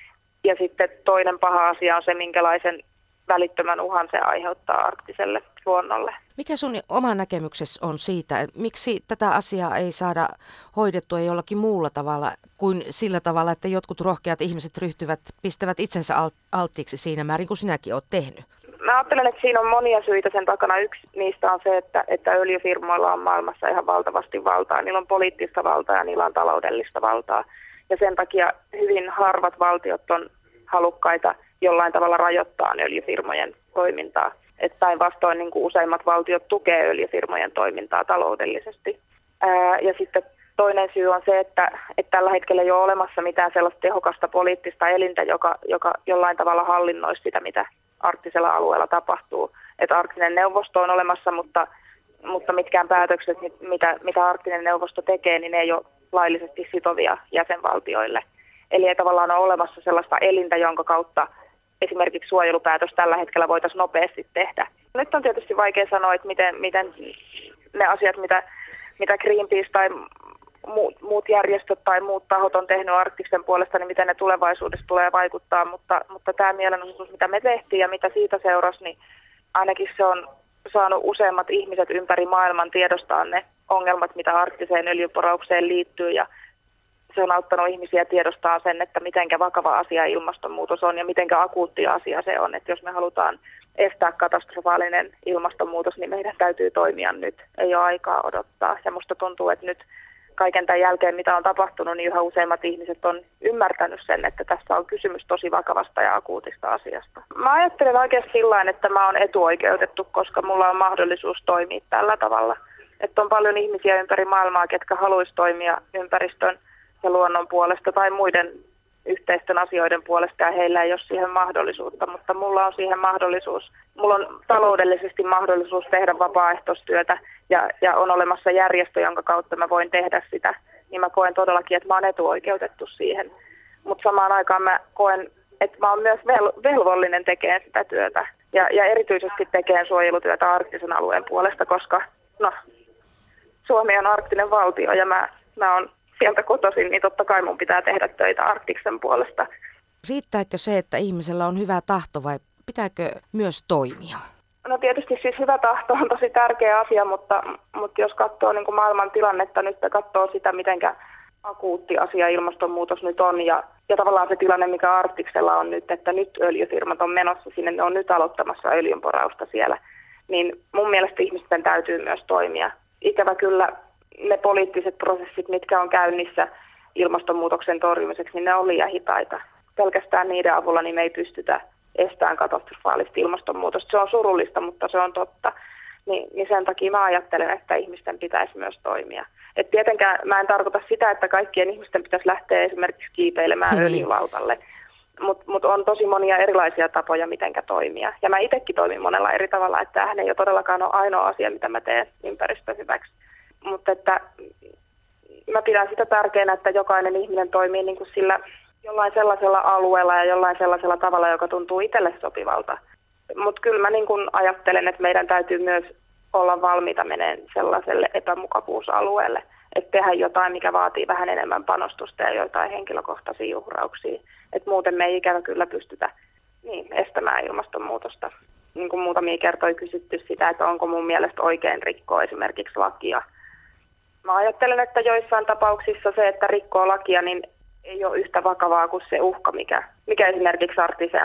Speaker 16: Ja sitten toinen paha asia on se, minkälaisen välittömän uhan se aiheuttaa arktiselle luonnolle.
Speaker 1: Mikä sun oma näkemyksesi on siitä, että miksi tätä asiaa ei saada hoidettua jollakin muulla tavalla kuin sillä tavalla, että jotkut rohkeat ihmiset pistävät itsensä alttiiksi siinä määrin kuin sinäkin olet tehnyt?
Speaker 16: Mä ajattelen, että siinä on monia syitä sen takana. Yksi niistä on se, että öljyfirmoilla on maailmassa ihan valtavasti valtaa. Niillä on poliittista valtaa ja niillä on taloudellista valtaa. Ja sen takia hyvin harvat valtiot on halukkaita jollain tavalla rajoittaa öljyfirmojen toimintaa. Että päinvastoin niin kuin useimmat valtiot tukee öljyfirmojen toimintaa taloudellisesti. Ja sitten toinen syy on se, että tällä hetkellä ei ole olemassa mitään sellaista tehokasta poliittista elintä, joka jollain tavalla hallinnoisi sitä, mitä arktisella alueella tapahtuu. Että Arktinen neuvosto on olemassa, mutta mitkään päätökset, mitä Arktinen neuvosto tekee, niin ne ei ole laillisesti sitovia jäsenvaltioille. Eli ei tavallaan ole olemassa sellaista elintä, jonka kautta esimerkiksi suojelupäätös tällä hetkellä voitaisiin nopeasti tehdä. Nyt on tietysti vaikea sanoa, että miten ne asiat, mitä Greenpeace tai muut järjestöt tai muut tahot on tehnyt Arktiksen puolesta, niin miten ne tulevaisuudessa tulee vaikuttaa. Mutta tämä mielenosoitus, mitä me tehtiin ja mitä siitä seurasi, niin ainakin se on saanut useimmat ihmiset ympäri maailman tiedostaa ne ongelmat, mitä arktiseen öljynporaukseen liittyy. Ja se on auttanut ihmisiä tiedostaa sen, että miten vakava asia ilmastonmuutos on ja miten akuutti asia se on. Että jos me halutaan estää katastrofaalinen ilmastonmuutos, niin meidän täytyy toimia nyt. Ei ole aikaa odottaa. Ja musta tuntuu, että kaiken tämän jälkeen, mitä on tapahtunut, niin yhä useimmat ihmiset on ymmärtänyt sen, että tässä on kysymys tosi vakavasta ja akuutista asiasta. Mä ajattelen oikeasti sillain, että mä oon etuoikeutettu, koska mulla on mahdollisuus toimia tällä tavalla. Että on paljon ihmisiä ympäri maailmaa, ketkä haluaisi toimia ympäristön ja luonnon puolesta tai muiden yhteisten asioiden puolesta, ja heillä ei ole siihen mahdollisuutta, mutta mulla on siihen mahdollisuus. Mulla on taloudellisesti mahdollisuus tehdä vapaaehtoistyötä ja on olemassa järjestö, jonka kautta mä voin tehdä sitä, niin mä koen todellakin, että mä oon etuoikeutettu siihen. Mutta samaan aikaan mä koen, että mä oon myös velvollinen tekemään sitä työtä ja erityisesti tekemään suojelutyötä arktisen alueen puolesta, koska Suomi on arktinen valtio ja mä oon sieltä kotoisin, niin totta kai mun pitää tehdä töitä Arktiksen puolesta.
Speaker 1: Riittääkö se, että ihmisellä on hyvä tahto vai pitääkö myös toimia?
Speaker 16: No tietysti siis hyvä tahto on tosi tärkeä asia, mutta jos katsoo niin kuin maailman tilannetta nyt ja katsoo sitä, mitenkä akuutti asia ilmastonmuutos nyt on ja tavallaan se tilanne, mikä Arktiksella on nyt, että nyt öljyfirmat on menossa sinne, ne on nyt aloittamassa öljynporausta siellä, niin mun mielestä ihmisten täytyy myös toimia. Ikävä kyllä ne poliittiset prosessit, mitkä on käynnissä ilmastonmuutoksen torjumiseksi, niin ne on liian hitaita. Pelkästään niiden avulla niin me ei pystytä estämään katastrofaalista ilmastonmuutosta. Se on surullista, mutta se on totta. Niin sen takia mä ajattelen, että ihmisten pitäisi myös toimia. Et tietenkään mä en tarkoita sitä, että kaikkien ihmisten pitäisi lähteä esimerkiksi kiipeilemään öljylautalle. Mutta on tosi monia erilaisia tapoja, mitenkä toimia. Ja mä itsekin toimin monella eri tavalla, että tämähän ei ole todellakaan ole ainoa asia, mitä mä teen ympäristön hyväksi. Mutta että mä pidän sitä tärkeänä, että jokainen ihminen toimii niin kuin sillä jollain sellaisella alueella ja jollain sellaisella tavalla, joka tuntuu itselle sopivalta. Mutta kyllä mä niin kuin ajattelen, että meidän täytyy myös olla valmiita menemään sellaiselle epämukavuusalueelle, että tehdä jotain, mikä vaatii vähän enemmän panostusta ja jotain henkilökohtaisia uhrauksia. Että muuten me ei ikävä kyllä pystytä estämään ilmastonmuutosta. Niin kuin muutamia kertoja kysytty sitä, että onko mun mielestä oikein rikkoa esimerkiksi lakia. Mä ajattelen, että joissain tapauksissa se, että rikkoo lakia, niin ei ole yhtä vakavaa kuin se uhka, mikä esimerkiksi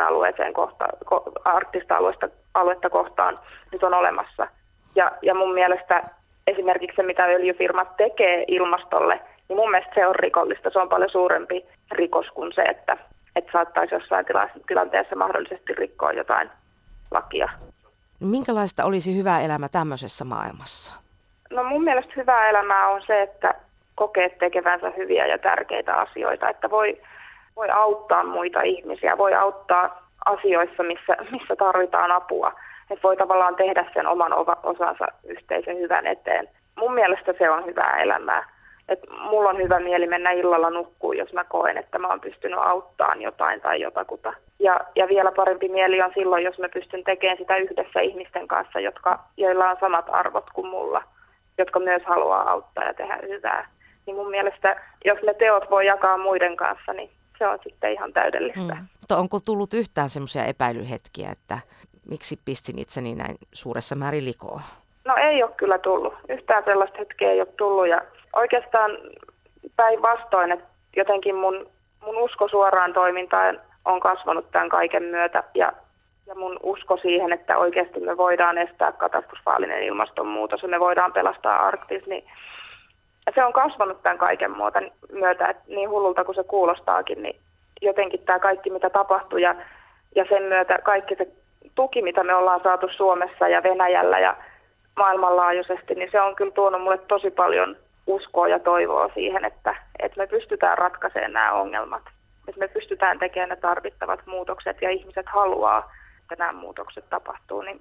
Speaker 16: arktista aluetta kohtaan nyt on olemassa. Ja mun mielestä esimerkiksi se, mitä öljyfirmat tekee ilmastolle, niin mun mielestä se on rikollista. Se on paljon suurempi rikos kuin se, että saattaisi jossain tilanteessa mahdollisesti rikkoa jotain lakia.
Speaker 1: Minkälaista olisi hyvä elämä tämmöisessä maailmassa?
Speaker 16: No mun mielestä hyvää elämää on se, että kokee tekevänsä hyviä ja tärkeitä asioita, että voi auttaa muita ihmisiä, voi auttaa asioissa, missä tarvitaan apua. Että voi tavallaan tehdä sen oman osansa yhteisen hyvän eteen. Mun mielestä se on hyvää elämää. Että mulla on hyvä mieli mennä illalla nukkuun, jos mä koen, että mä oon pystynyt auttamaan jotain tai jotakuta. Ja vielä parempi mieli on silloin, jos mä pystyn tekemään sitä yhdessä ihmisten kanssa, joilla on samat arvot kuin mulla, jotka myös haluaa auttaa ja tehdä hyvää. Niin mun mielestä, jos ne teot voi jakaa muiden kanssa, niin se on sitten ihan täydellistä.
Speaker 1: Mutta onko tullut yhtään semmoisia epäilyhetkiä, että miksi pistin itseni näin suuressa määrin likoon?
Speaker 16: No ei ole kyllä tullut. Yhtään sellaista hetkeä ei ole tullut. Ja oikeastaan päinvastoin, että jotenkin mun usko suoraan toimintaan on kasvanut tämän kaiken myötä. Ja mun usko siihen, että oikeasti me voidaan estää katastrofaalinen ilmastonmuutos ja me voidaan pelastaa Arktis, niin se on kasvanut tämän kaiken myötä, että niin hullulta kuin se kuulostaakin, niin jotenkin tämä kaikki mitä tapahtui ja sen myötä kaikki se tuki, mitä me ollaan saatu Suomessa ja Venäjällä ja maailmanlaajuisesti, niin se on kyllä tuonut mulle tosi paljon uskoa ja toivoa siihen, että me pystytään ratkaisemaan nämä ongelmat. Että me pystytään tekemään ne tarvittavat muutokset ja ihmiset haluaa, että nämä muutokset tapahtuu. Niin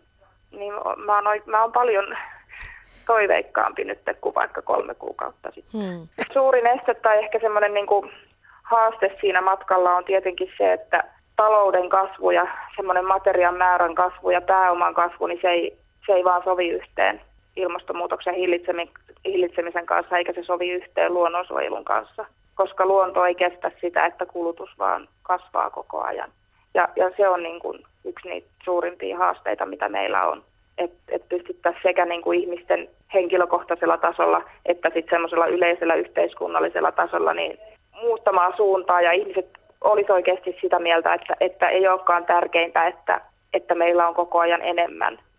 Speaker 16: mä oon paljon toiveikkaampi nyt kuin vaikka 3 kuukautta sitten. Suurin este tai ehkä semmoinen niin kuin haaste siinä matkalla on tietenkin se, että talouden kasvu ja semmoinen materiaan määrän kasvu ja pääoman kasvu, niin se ei vaan sovi yhteen ilmastonmuutoksen hillitsemisen kanssa, eikä se sovi yhteen luonnonsuojelun kanssa, koska luonto ei kestä sitä, että kulutus vaan kasvaa koko ajan. Ja se on niin kuin yksi niitä suurimpia haasteita, mitä meillä on, että pystyttäisiin sekä niin kuin ihmisten henkilökohtaisella tasolla, että sitten semmoisella yleisellä yhteiskunnallisella tasolla niin muuttamaan suuntaa ja ihmiset olisi oikeasti sitä mieltä, että ei olekaan tärkeintä, että meillä on koko ajan enemmän,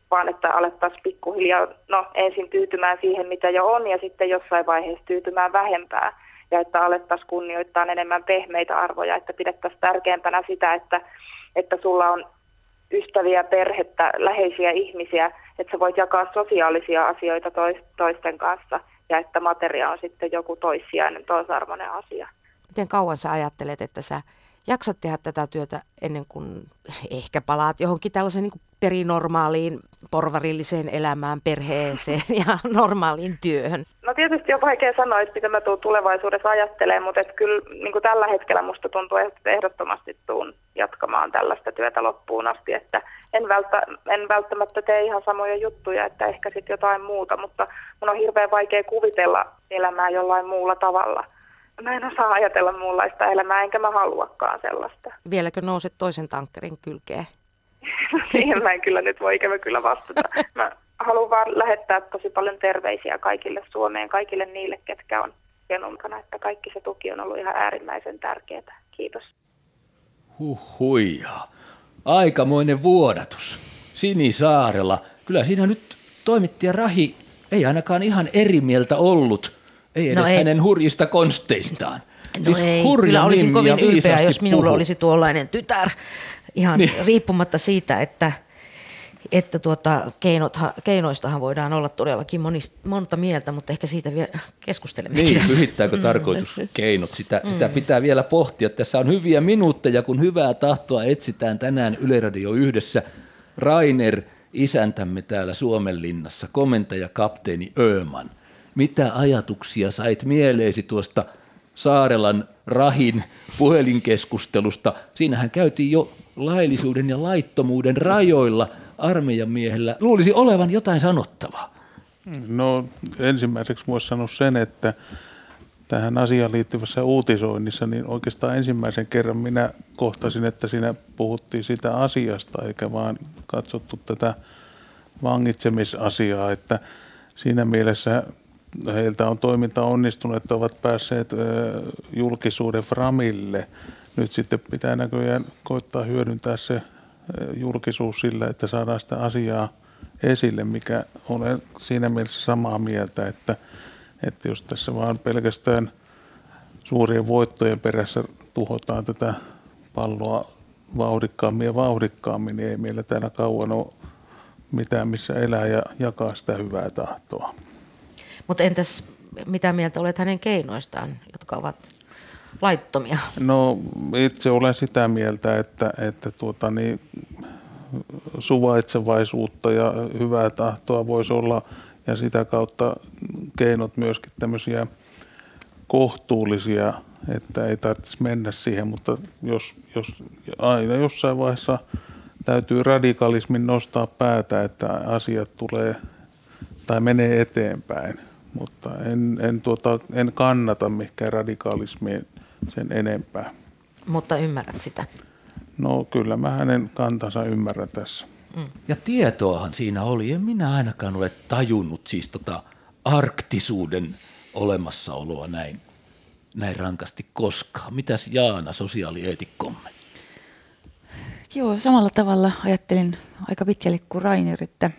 Speaker 16: vaan että alettaisiin pikkuhiljaa ensin tyytymään siihen, mitä jo on, ja sitten jossain vaiheessa tyytymään vähempää. Ja että alettaisiin kunnioittaa enemmän pehmeitä arvoja, että pidettäisiin tärkeämpänä sitä, että sulla on ystäviä, perhettä, läheisiä ihmisiä, että sä voit jakaa sosiaalisia asioita toisten kanssa, ja että materia on sitten joku toissijainen, toisarvoinen asia.
Speaker 1: Miten kauan sä ajattelet, että sä jaksat tehdä tätä työtä ennen kuin ehkä palaat johonkin tällaiseen niin kuin perinormaaliin, porvarilliseen elämään, perheeseen ja normaaliin työhön?
Speaker 16: No tietysti on vaikea sanoa, että mitä mä tuun tulevaisuudessa ajattelemaan, mutta että kyllä niin kuin tällä hetkellä musta tuntuu, että ehdottomasti tuun jatkamaan tällaista työtä loppuun asti, että en välttämättä tee ihan samoja juttuja, että ehkä sitten jotain muuta, mutta mun on hirveän vaikea kuvitella elämää jollain muulla tavalla. Mä en osaa ajatella muunlaista elämää, enkä mä haluakaan sellaista.
Speaker 1: Vieläkö nouset toisen tankkerin kylkeen?
Speaker 16: Siihen mä en kyllä nyt voi ikävä kyllä vastata. Mä haluan vaan lähettää tosi paljon terveisiä kaikille Suomeen, kaikille niille, ketkä on mukana, että kaikki se tuki on ollut ihan äärimmäisen tärkeää. Kiitos.
Speaker 3: Huhhuijaa. Aikamoinen vuodatus. Sinisaarella. Kyllä siinä nyt toimittaja Rahi ei ainakaan ihan eri mieltä ollut. Ei edes hänen hurjista konsteistaan.
Speaker 1: Siis ei, kyllä olisin kovin ylpeä, jos minulla olisi tuollainen tytär. Ihan niin. Riippumatta siitä, että keinoistahan voidaan olla todellakin monta mieltä, mutta ehkä siitä vielä keskustelemme.
Speaker 3: Niin, pyhittääkö tarkoitus keinot? Sitä pitää vielä pohtia. Tässä on hyviä minuutteja, kun hyvää tahtoa etsitään tänään Yle Radio Yhdessä. Rainer, isäntämme täällä Suomenlinnassa, komentaja kapteeni Öhman. Mitä ajatuksia sait mieleesi tuosta Saarelan Rahin puhelinkeskustelusta? Siinähän käytiin jo laillisuuden ja laittomuuden rajoilla armeijan miehellä. Luulisi olevan jotain sanottavaa.
Speaker 2: No ensimmäiseksi voisi sanoa sen, että tähän asiaan liittyvässä uutisoinnissa, niin oikeastaan ensimmäisen kerran minä kohtasin, että siinä puhuttiin sitä asiasta, eikä vaan katsottu tätä vangitsemisasiaa, että siinä mielessä heiltä on toiminta onnistunut, että ovat päässeet julkisuuden framille. Nyt sitten pitää näköjään koittaa hyödyntää se julkisuus sillä, että saadaan sitä asiaa esille, mikä olen siinä mielessä samaa mieltä, että jos tässä vaan pelkästään suurien voittojen perässä tuhotaan tätä palloa vauhdikkaammin, niin ei meillä täällä kauan ole mitään, missä elää ja jakaa sitä hyvää tahtoa.
Speaker 1: Mutta entäs mitä mieltä olet hänen keinoistaan, jotka ovat laittomia?
Speaker 2: No itse olen sitä mieltä, että suvaitsevaisuutta ja hyvää tahtoa voisi olla ja sitä kautta keinot myöskin tämmöisiä kohtuullisia, että ei tarvitsisi mennä siihen, mutta jos aina jossain vaiheessa täytyy radikalismin nostaa päätä, että asiat tulee tai menee eteenpäin, mutta en kannata mihinkään radikalismiin sen enempää.
Speaker 1: Mutta ymmärrät sitä?
Speaker 2: No kyllä mä hänen kantansa ymmärrän tässä.
Speaker 3: Ja tietoahan siinä oli, en minä ainakaan ole tajunnut siis arktisuuden olemassaoloa näin rankasti koskaan. Mitäs Jaana, sosiaalieetikkomme?
Speaker 6: Joo, samalla tavalla ajattelin aika pitkälle kuin Rainer, että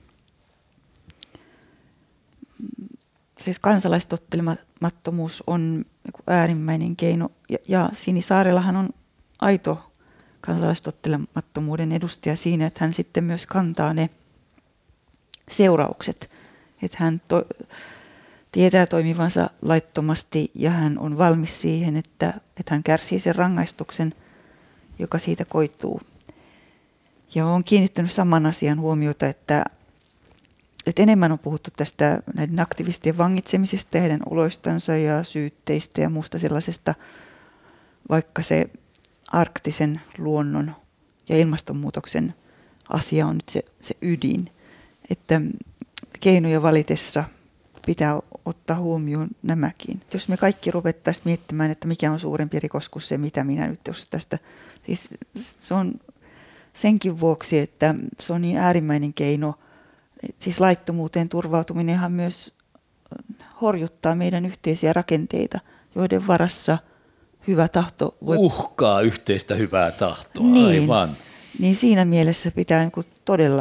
Speaker 6: siis kansalaistottelemattomuus on äärimmäinen keino ja Sinisaarellahan on aito kansalaistottelemattomuuden edustaja siinä, että hän sitten myös kantaa ne seuraukset, että hän tietää toimivansa laittomasti ja hän on valmis siihen, että hän kärsii sen rangaistuksen, joka siitä koituu. Ja olen kiinnittänyt saman asian huomiota, että enemmän on puhuttu tästä näiden aktivistien vangitsemisesta ja heidän oloistansa ja syytteistä ja muusta sellaisesta, vaikka se arktisen luonnon ja ilmastonmuutoksen asia on nyt se ydin, että keinoja valitessa pitää ottaa huomioon nämäkin. Jos me kaikki ruvettaisiin miettimään, että mikä on suurempi rikos kuin se, mitä minä nyt jos tästä, siis se on senkin vuoksi, että se on niin äärimmäinen keino. Siis laittomuuteen turvautuminenhan myös horjuttaa meidän yhteisiä rakenteita, joiden varassa hyvä tahto voi
Speaker 3: uhkaa yhteistä hyvää tahtoa,
Speaker 6: niin,
Speaker 3: aivan.
Speaker 6: Niin siinä mielessä pitää todella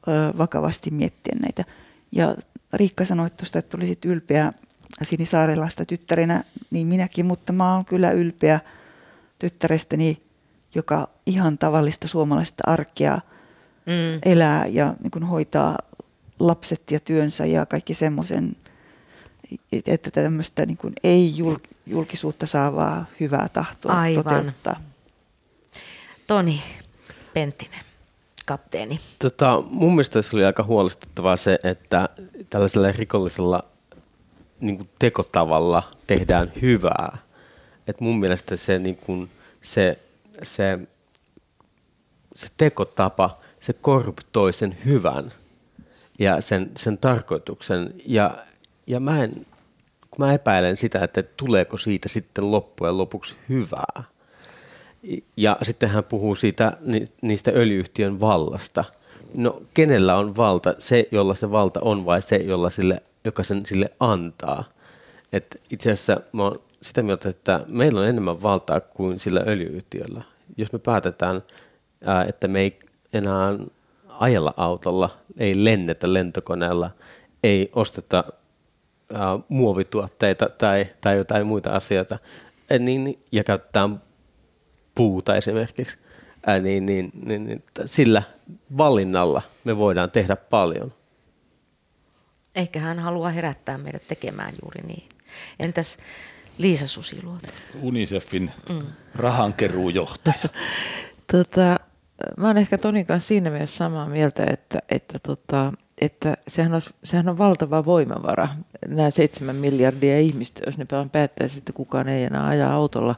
Speaker 14: vakavasti miettiä näitä. Ja Riikka sanoi tuosta, että olisit ylpeä Sinisaarelasta tyttärenä, niin minäkin, mutta mä oon kyllä ylpeä tyttärestäni, joka ihan tavallista suomalaista arkea elää ja niin kuin hoitaa lapset ja työnsä ja kaikki semmoisen, että tämmöistä niin kuin ei julkisuutta saavaa hyvää tahtoa toteuttaa.
Speaker 1: Toni Penttinen, kapteeni.
Speaker 5: Mun mielestä se oli aika huolestuttavaa se, että tällaisella rikollisella niin kuin tekotavalla tehdään hyvää. Et mun mielestä se, niin kuin, se tekotapa, se korruptoi sen hyvän ja sen tarkoituksen. Ja kun mä epäilen sitä, että tuleeko siitä sitten loppujen lopuksi hyvää. Ja sitten hän puhuu niistä öljy-yhtiön vallasta. No kenellä on valta? Se, jolla se valta on vai se, joka sen sille antaa? Et itse asiassa mä oon sitä mieltä, että meillä on enemmän valtaa kuin sillä öljy-yhtiöllä. Jos me päätetään, että me ei enää ajella autolla, ei lennetä lentokoneella, ei osteta muovituotteita tai jotain muita asioita, ja käytetään puuta esimerkiksi, niin sillä valinnalla me voidaan tehdä paljon.
Speaker 1: Ehkä hän haluaa herättää meidät tekemään juuri niin. Entäs Liisa Susiluoto?
Speaker 3: UNICEFin rahankeruujohtaja.
Speaker 7: Mä oon ehkä Tonin kanssa siinä mielessä samaa mieltä, että sehän on valtava voimavara. Nämä 7 miljardia ihmistä, jos ne päättäisi, että kukaan ei enää ajaa autolla,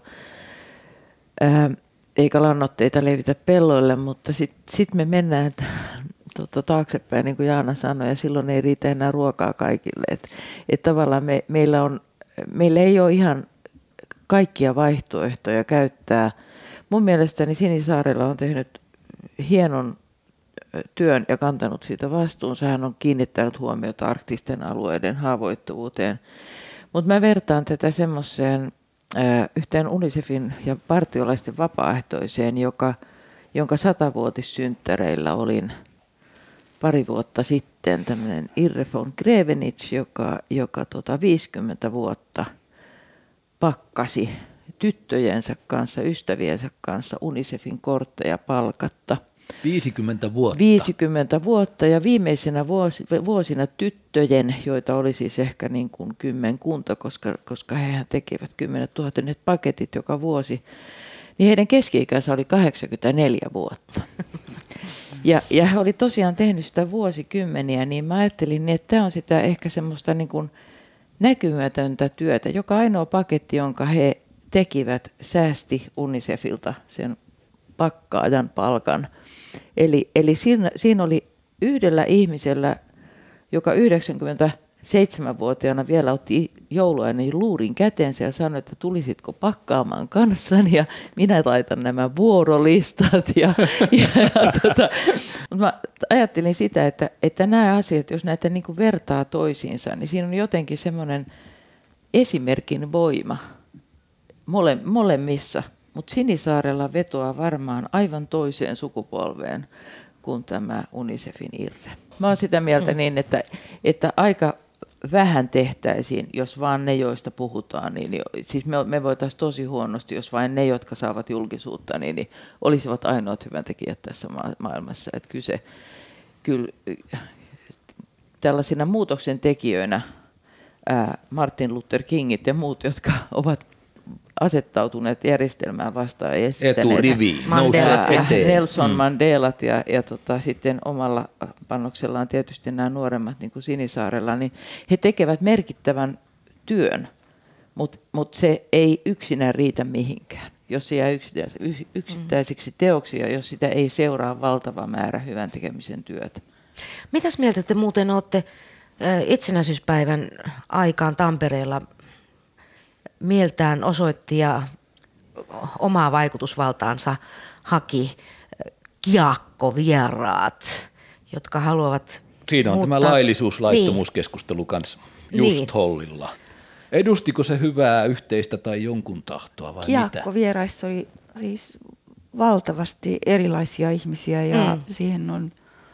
Speaker 7: eikä lannoitteita levitä pelloille, mutta sit me mennään taaksepäin, niin kuin Jaana sanoi, ja silloin ei riitä enää ruokaa kaikille. Et tavallaan meillä ei ole ihan kaikkia vaihtoehtoja käyttää. Mun mielestäni Sinisaarella on tehnyt hienon työn ja kantanut siitä vastuunsa. Hän on kiinnittänyt huomiota arktisten alueiden haavoittuvuuteen. Mutta mä vertaan tätä semmoiseen yhteen UNICEFin ja partiolaisten vapaaehtoiseen, jonka 100-vuotissynttäreillä olin pari vuotta sitten, tämmöinen Irre von Grevenich, joka 50 vuotta pakkasi tyttöjensä kanssa, ystäviensä kanssa UNICEFin kortteja palkatta.
Speaker 3: 50 vuotta.
Speaker 7: 50 vuotta ja viimeisenä vuosina tyttöjen, joita oli siis ehkä niin kuin 10 kunta, koska hehän tekevät 10 000 paketit joka vuosi, niin heidän keski-ikänsä oli 84 vuotta. Ja he oli tosiaan tehnyt sitä vuosikymmeniä, niin mä ajattelin, että tämä on sitä ehkä semmoista niin kuin näkymätöntä työtä. Joka ainoa paketti, jonka he tekivät, säästi UNICEFilta sen pakkaajan palkan. Eli siinä oli yhdellä ihmisellä, joka 97-vuotiaana vielä otti jouluainen luurin käteensä ja sanoi, että tulisitko pakkaamaan kanssani ja minä taitan nämä vuorolistat. Mä ajattelin sitä, että nämä asiat, jos näitä niin kuin vertaa toisiinsa, niin siinä on jotenkin semmoinen esimerkin voima molemmissa. Mutta Sinisaarella vetoaa varmaan aivan toiseen sukupolveen kuin tämä UNICEFin Irre. Mä oon sitä mieltä niin, että aika vähän tehtäisiin, jos vaan ne, joista puhutaan. Siis me voitaisiin tosi huonosti, jos vain ne, jotka saavat julkisuutta, niin olisivat ainoat hyväntekijät tässä maailmassa. Että kyllä tällaisina muutoksen tekijöinä Martin Luther Kingit ja muut, jotka ovat asettautuneet järjestelmään vastaan ja esittäneet Nelson Mandelat ja sitten omalla panoksellaan tietysti nämä nuoremmat niin kuin Sinisaarella, niin he tekevät merkittävän työn, mutta se ei yksinään riitä mihinkään. Jos se jää yksittäisiksi teoksi ja jos sitä ei seuraa valtava määrä hyvän tekemisen työtä.
Speaker 1: Mitäs mieltä te muuten olette itsenäisyyspäivän aikaan Tampereella mieltään osoitti ja omaa vaikutusvaltaansa haki kiakkovieraat, jotka haluavat
Speaker 3: Siinä on
Speaker 1: muuttaa.
Speaker 3: Tämä laillisuus-laittomuuskeskustelu kanssa just
Speaker 1: niin.
Speaker 3: hollilla. Edustiko se hyvää yhteistä tai jonkun tahtoa vai mitä?
Speaker 14: Kiakkovieraissa oli siis valtavasti erilaisia ihmisiä ja siihen on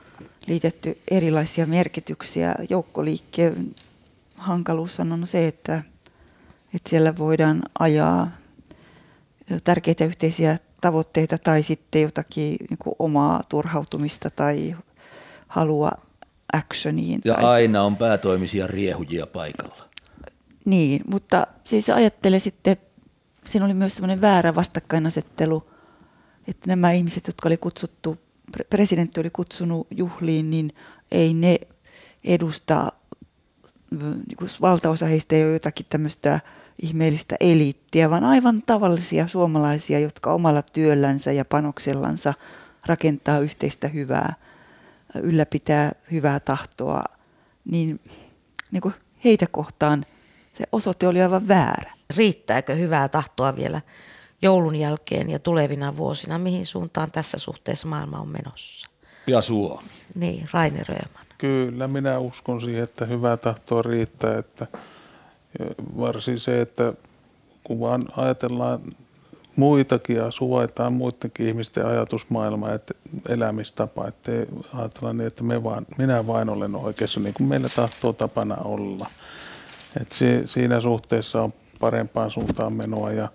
Speaker 14: liitetty erilaisia merkityksiä. Joukkoliikkeen hankaluus on se, että siellä voidaan ajaa tärkeitä yhteisiä tavoitteita tai sitten jotakin niin kuin omaa turhautumista tai halua actioniin.
Speaker 3: Ja aina on päätoimisia riehujia paikalla.
Speaker 14: Niin, mutta siis ajattele sitten, siinä oli myös semmoinen väärä vastakkainasettelu, että nämä ihmiset, jotka oli kutsuttu, presidentti oli kutsunut juhliin, niin ei ne edusta, niin kuin valtaosa heistä ei ole jotakin tämmöistä ihmeellistä eliittiä, vaan aivan tavallisia suomalaisia, jotka omalla työllänsä ja panoksellansa rakentaa yhteistä hyvää, ylläpitää hyvää tahtoa, niin kuin heitä kohtaan se osoite oli aivan väärä.
Speaker 1: Riittääkö hyvää tahtoa vielä joulun jälkeen ja tulevina vuosina? Mihin suuntaan tässä suhteessa maailma on menossa?
Speaker 3: Ja Suomi.
Speaker 1: Niin, Rainer Öhrman.
Speaker 2: Kyllä, minä uskon siihen, että hyvää tahtoa riittää. Että varsin se, että kun vaan ajatellaan muitakin ja suvaitaan muidenkin ihmisten ajatusmaailmaa ja elämistapa, ettei ajatella niin, että minä vain olen oikeassa, niin kuin meillä tahtoo tapana olla. Että siinä suhteessa on parempaan suuntaan menoa ja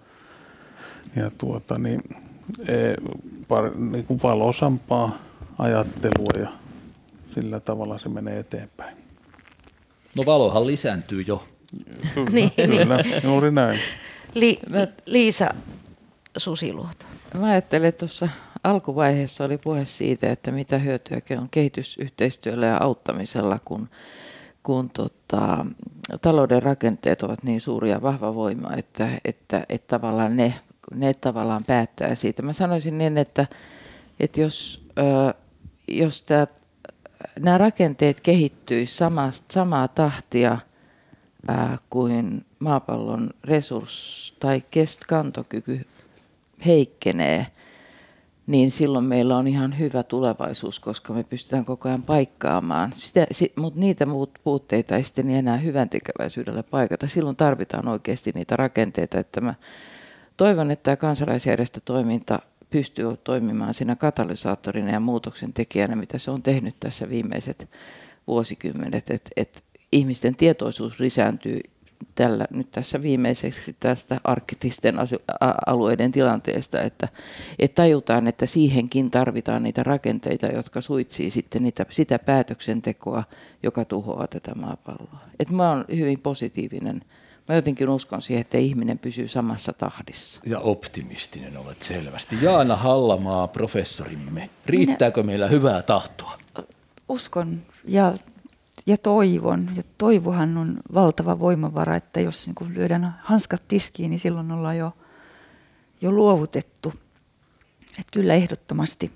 Speaker 2: niin kuin valoisampaa ajattelua ja sillä tavalla se menee eteenpäin.
Speaker 3: No valohan lisääntyy jo.
Speaker 2: Kyllä, juuri näin.
Speaker 1: Liisa Susiluoto.
Speaker 7: Mä ajattelen, että tuossa alkuvaiheessa oli puhe siitä, että mitä hyötyäkin on kehitysyhteistyöllä ja auttamisella, kun talouden rakenteet ovat niin suuri ja vahva voima, että tavallaan ne tavallaan päättää siitä. Mä sanoisin niin, että jos nämä rakenteet kehittyisivät samaa tahtia kuin maapallon tai kantokyky heikkenee, niin silloin meillä on ihan hyvä tulevaisuus, koska me pystytään koko ajan paikkaamaan. Mutta niitä puutteita ei sitten enää hyväntekeväisyydellä paikata. Silloin tarvitaan oikeasti niitä rakenteita. Että mä toivon, että tämä kansalaisjärjestötoiminta pystyy toimimaan siinä katalysaattorina ja muutoksen tekijänä, mitä se on tehnyt tässä viimeiset vuosikymmenet. Että ihmisten tietoisuus lisääntyy nyt tässä viimeiseksi tästä arktisten alueiden tilanteesta, että tajutaan, että siihenkin tarvitaan niitä rakenteita, jotka suitsii sitten sitä päätöksentekoa, joka tuhoaa tätä maapalloa. Että mä oon hyvin positiivinen. Mä jotenkin uskon siihen, että ihminen pysyy samassa tahdissa.
Speaker 3: Ja optimistinen olet selvästi. Jaana Hallamaa, professorimme. Riittääkö meillä hyvää tahtoa?
Speaker 14: Uskon ja toivon. Ja toivohan on valtava voimavara, että jos niin lyödään hanskat tiskiin, niin silloin ollaan jo luovutettu. Että kyllä ehdottomasti.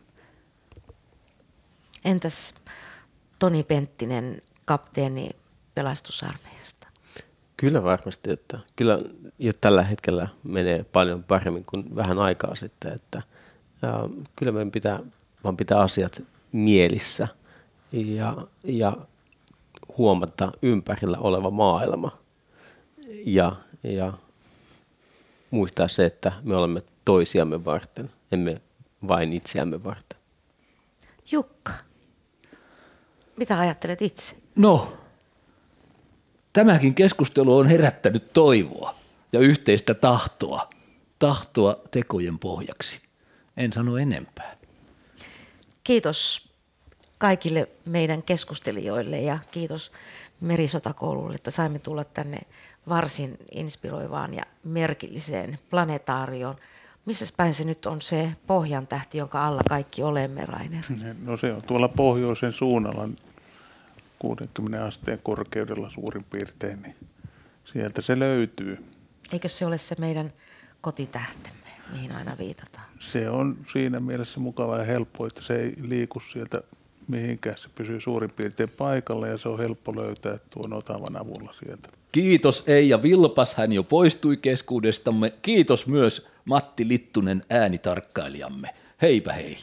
Speaker 1: Entäs Toni Penttinen, kapteeni pelastusarmeijasta?
Speaker 5: Kyllä varmasti, että kyllä jo tällä hetkellä menee paljon paremmin kuin vähän aikaa sitten, että kyllä meidän pitää asiat mielissä ja huomata ympärillä oleva maailma ja muistaa se, että me olemme toisiamme varten, emme vain itseämme varten.
Speaker 1: Jukka, mitä ajattelet itse?
Speaker 3: No, tämäkin keskustelu on herättänyt toivoa ja yhteistä tahtoa tekojen pohjaksi. En sano enempää.
Speaker 1: Kiitos kaikille meidän keskustelijoille ja kiitos Merisotakoululle, että saimme tulla tänne varsin inspiroivaan ja merkilliseen planetaarioon. Missäs päin se nyt on se pohjan tähti, jonka alla kaikki olemme, Rainer?
Speaker 2: No se on tuolla pohjoisen suunnalla 60 asteen korkeudella suurin piirtein, niin sieltä se löytyy.
Speaker 1: Eikö se ole se meidän kotitähtemme, mihin aina viitataan?
Speaker 2: Se on siinä mielessä mukava ja helppo, että se ei liiku sieltä mihinkään. Se pysyy suurin piirtein paikalla ja se on helppo löytää tuon otavan avulla sieltä.
Speaker 3: Kiitos Eija Vilpas, hän jo poistui keskuudestamme. Kiitos myös Matti Littunen, äänitarkkailijamme. Heipä hei.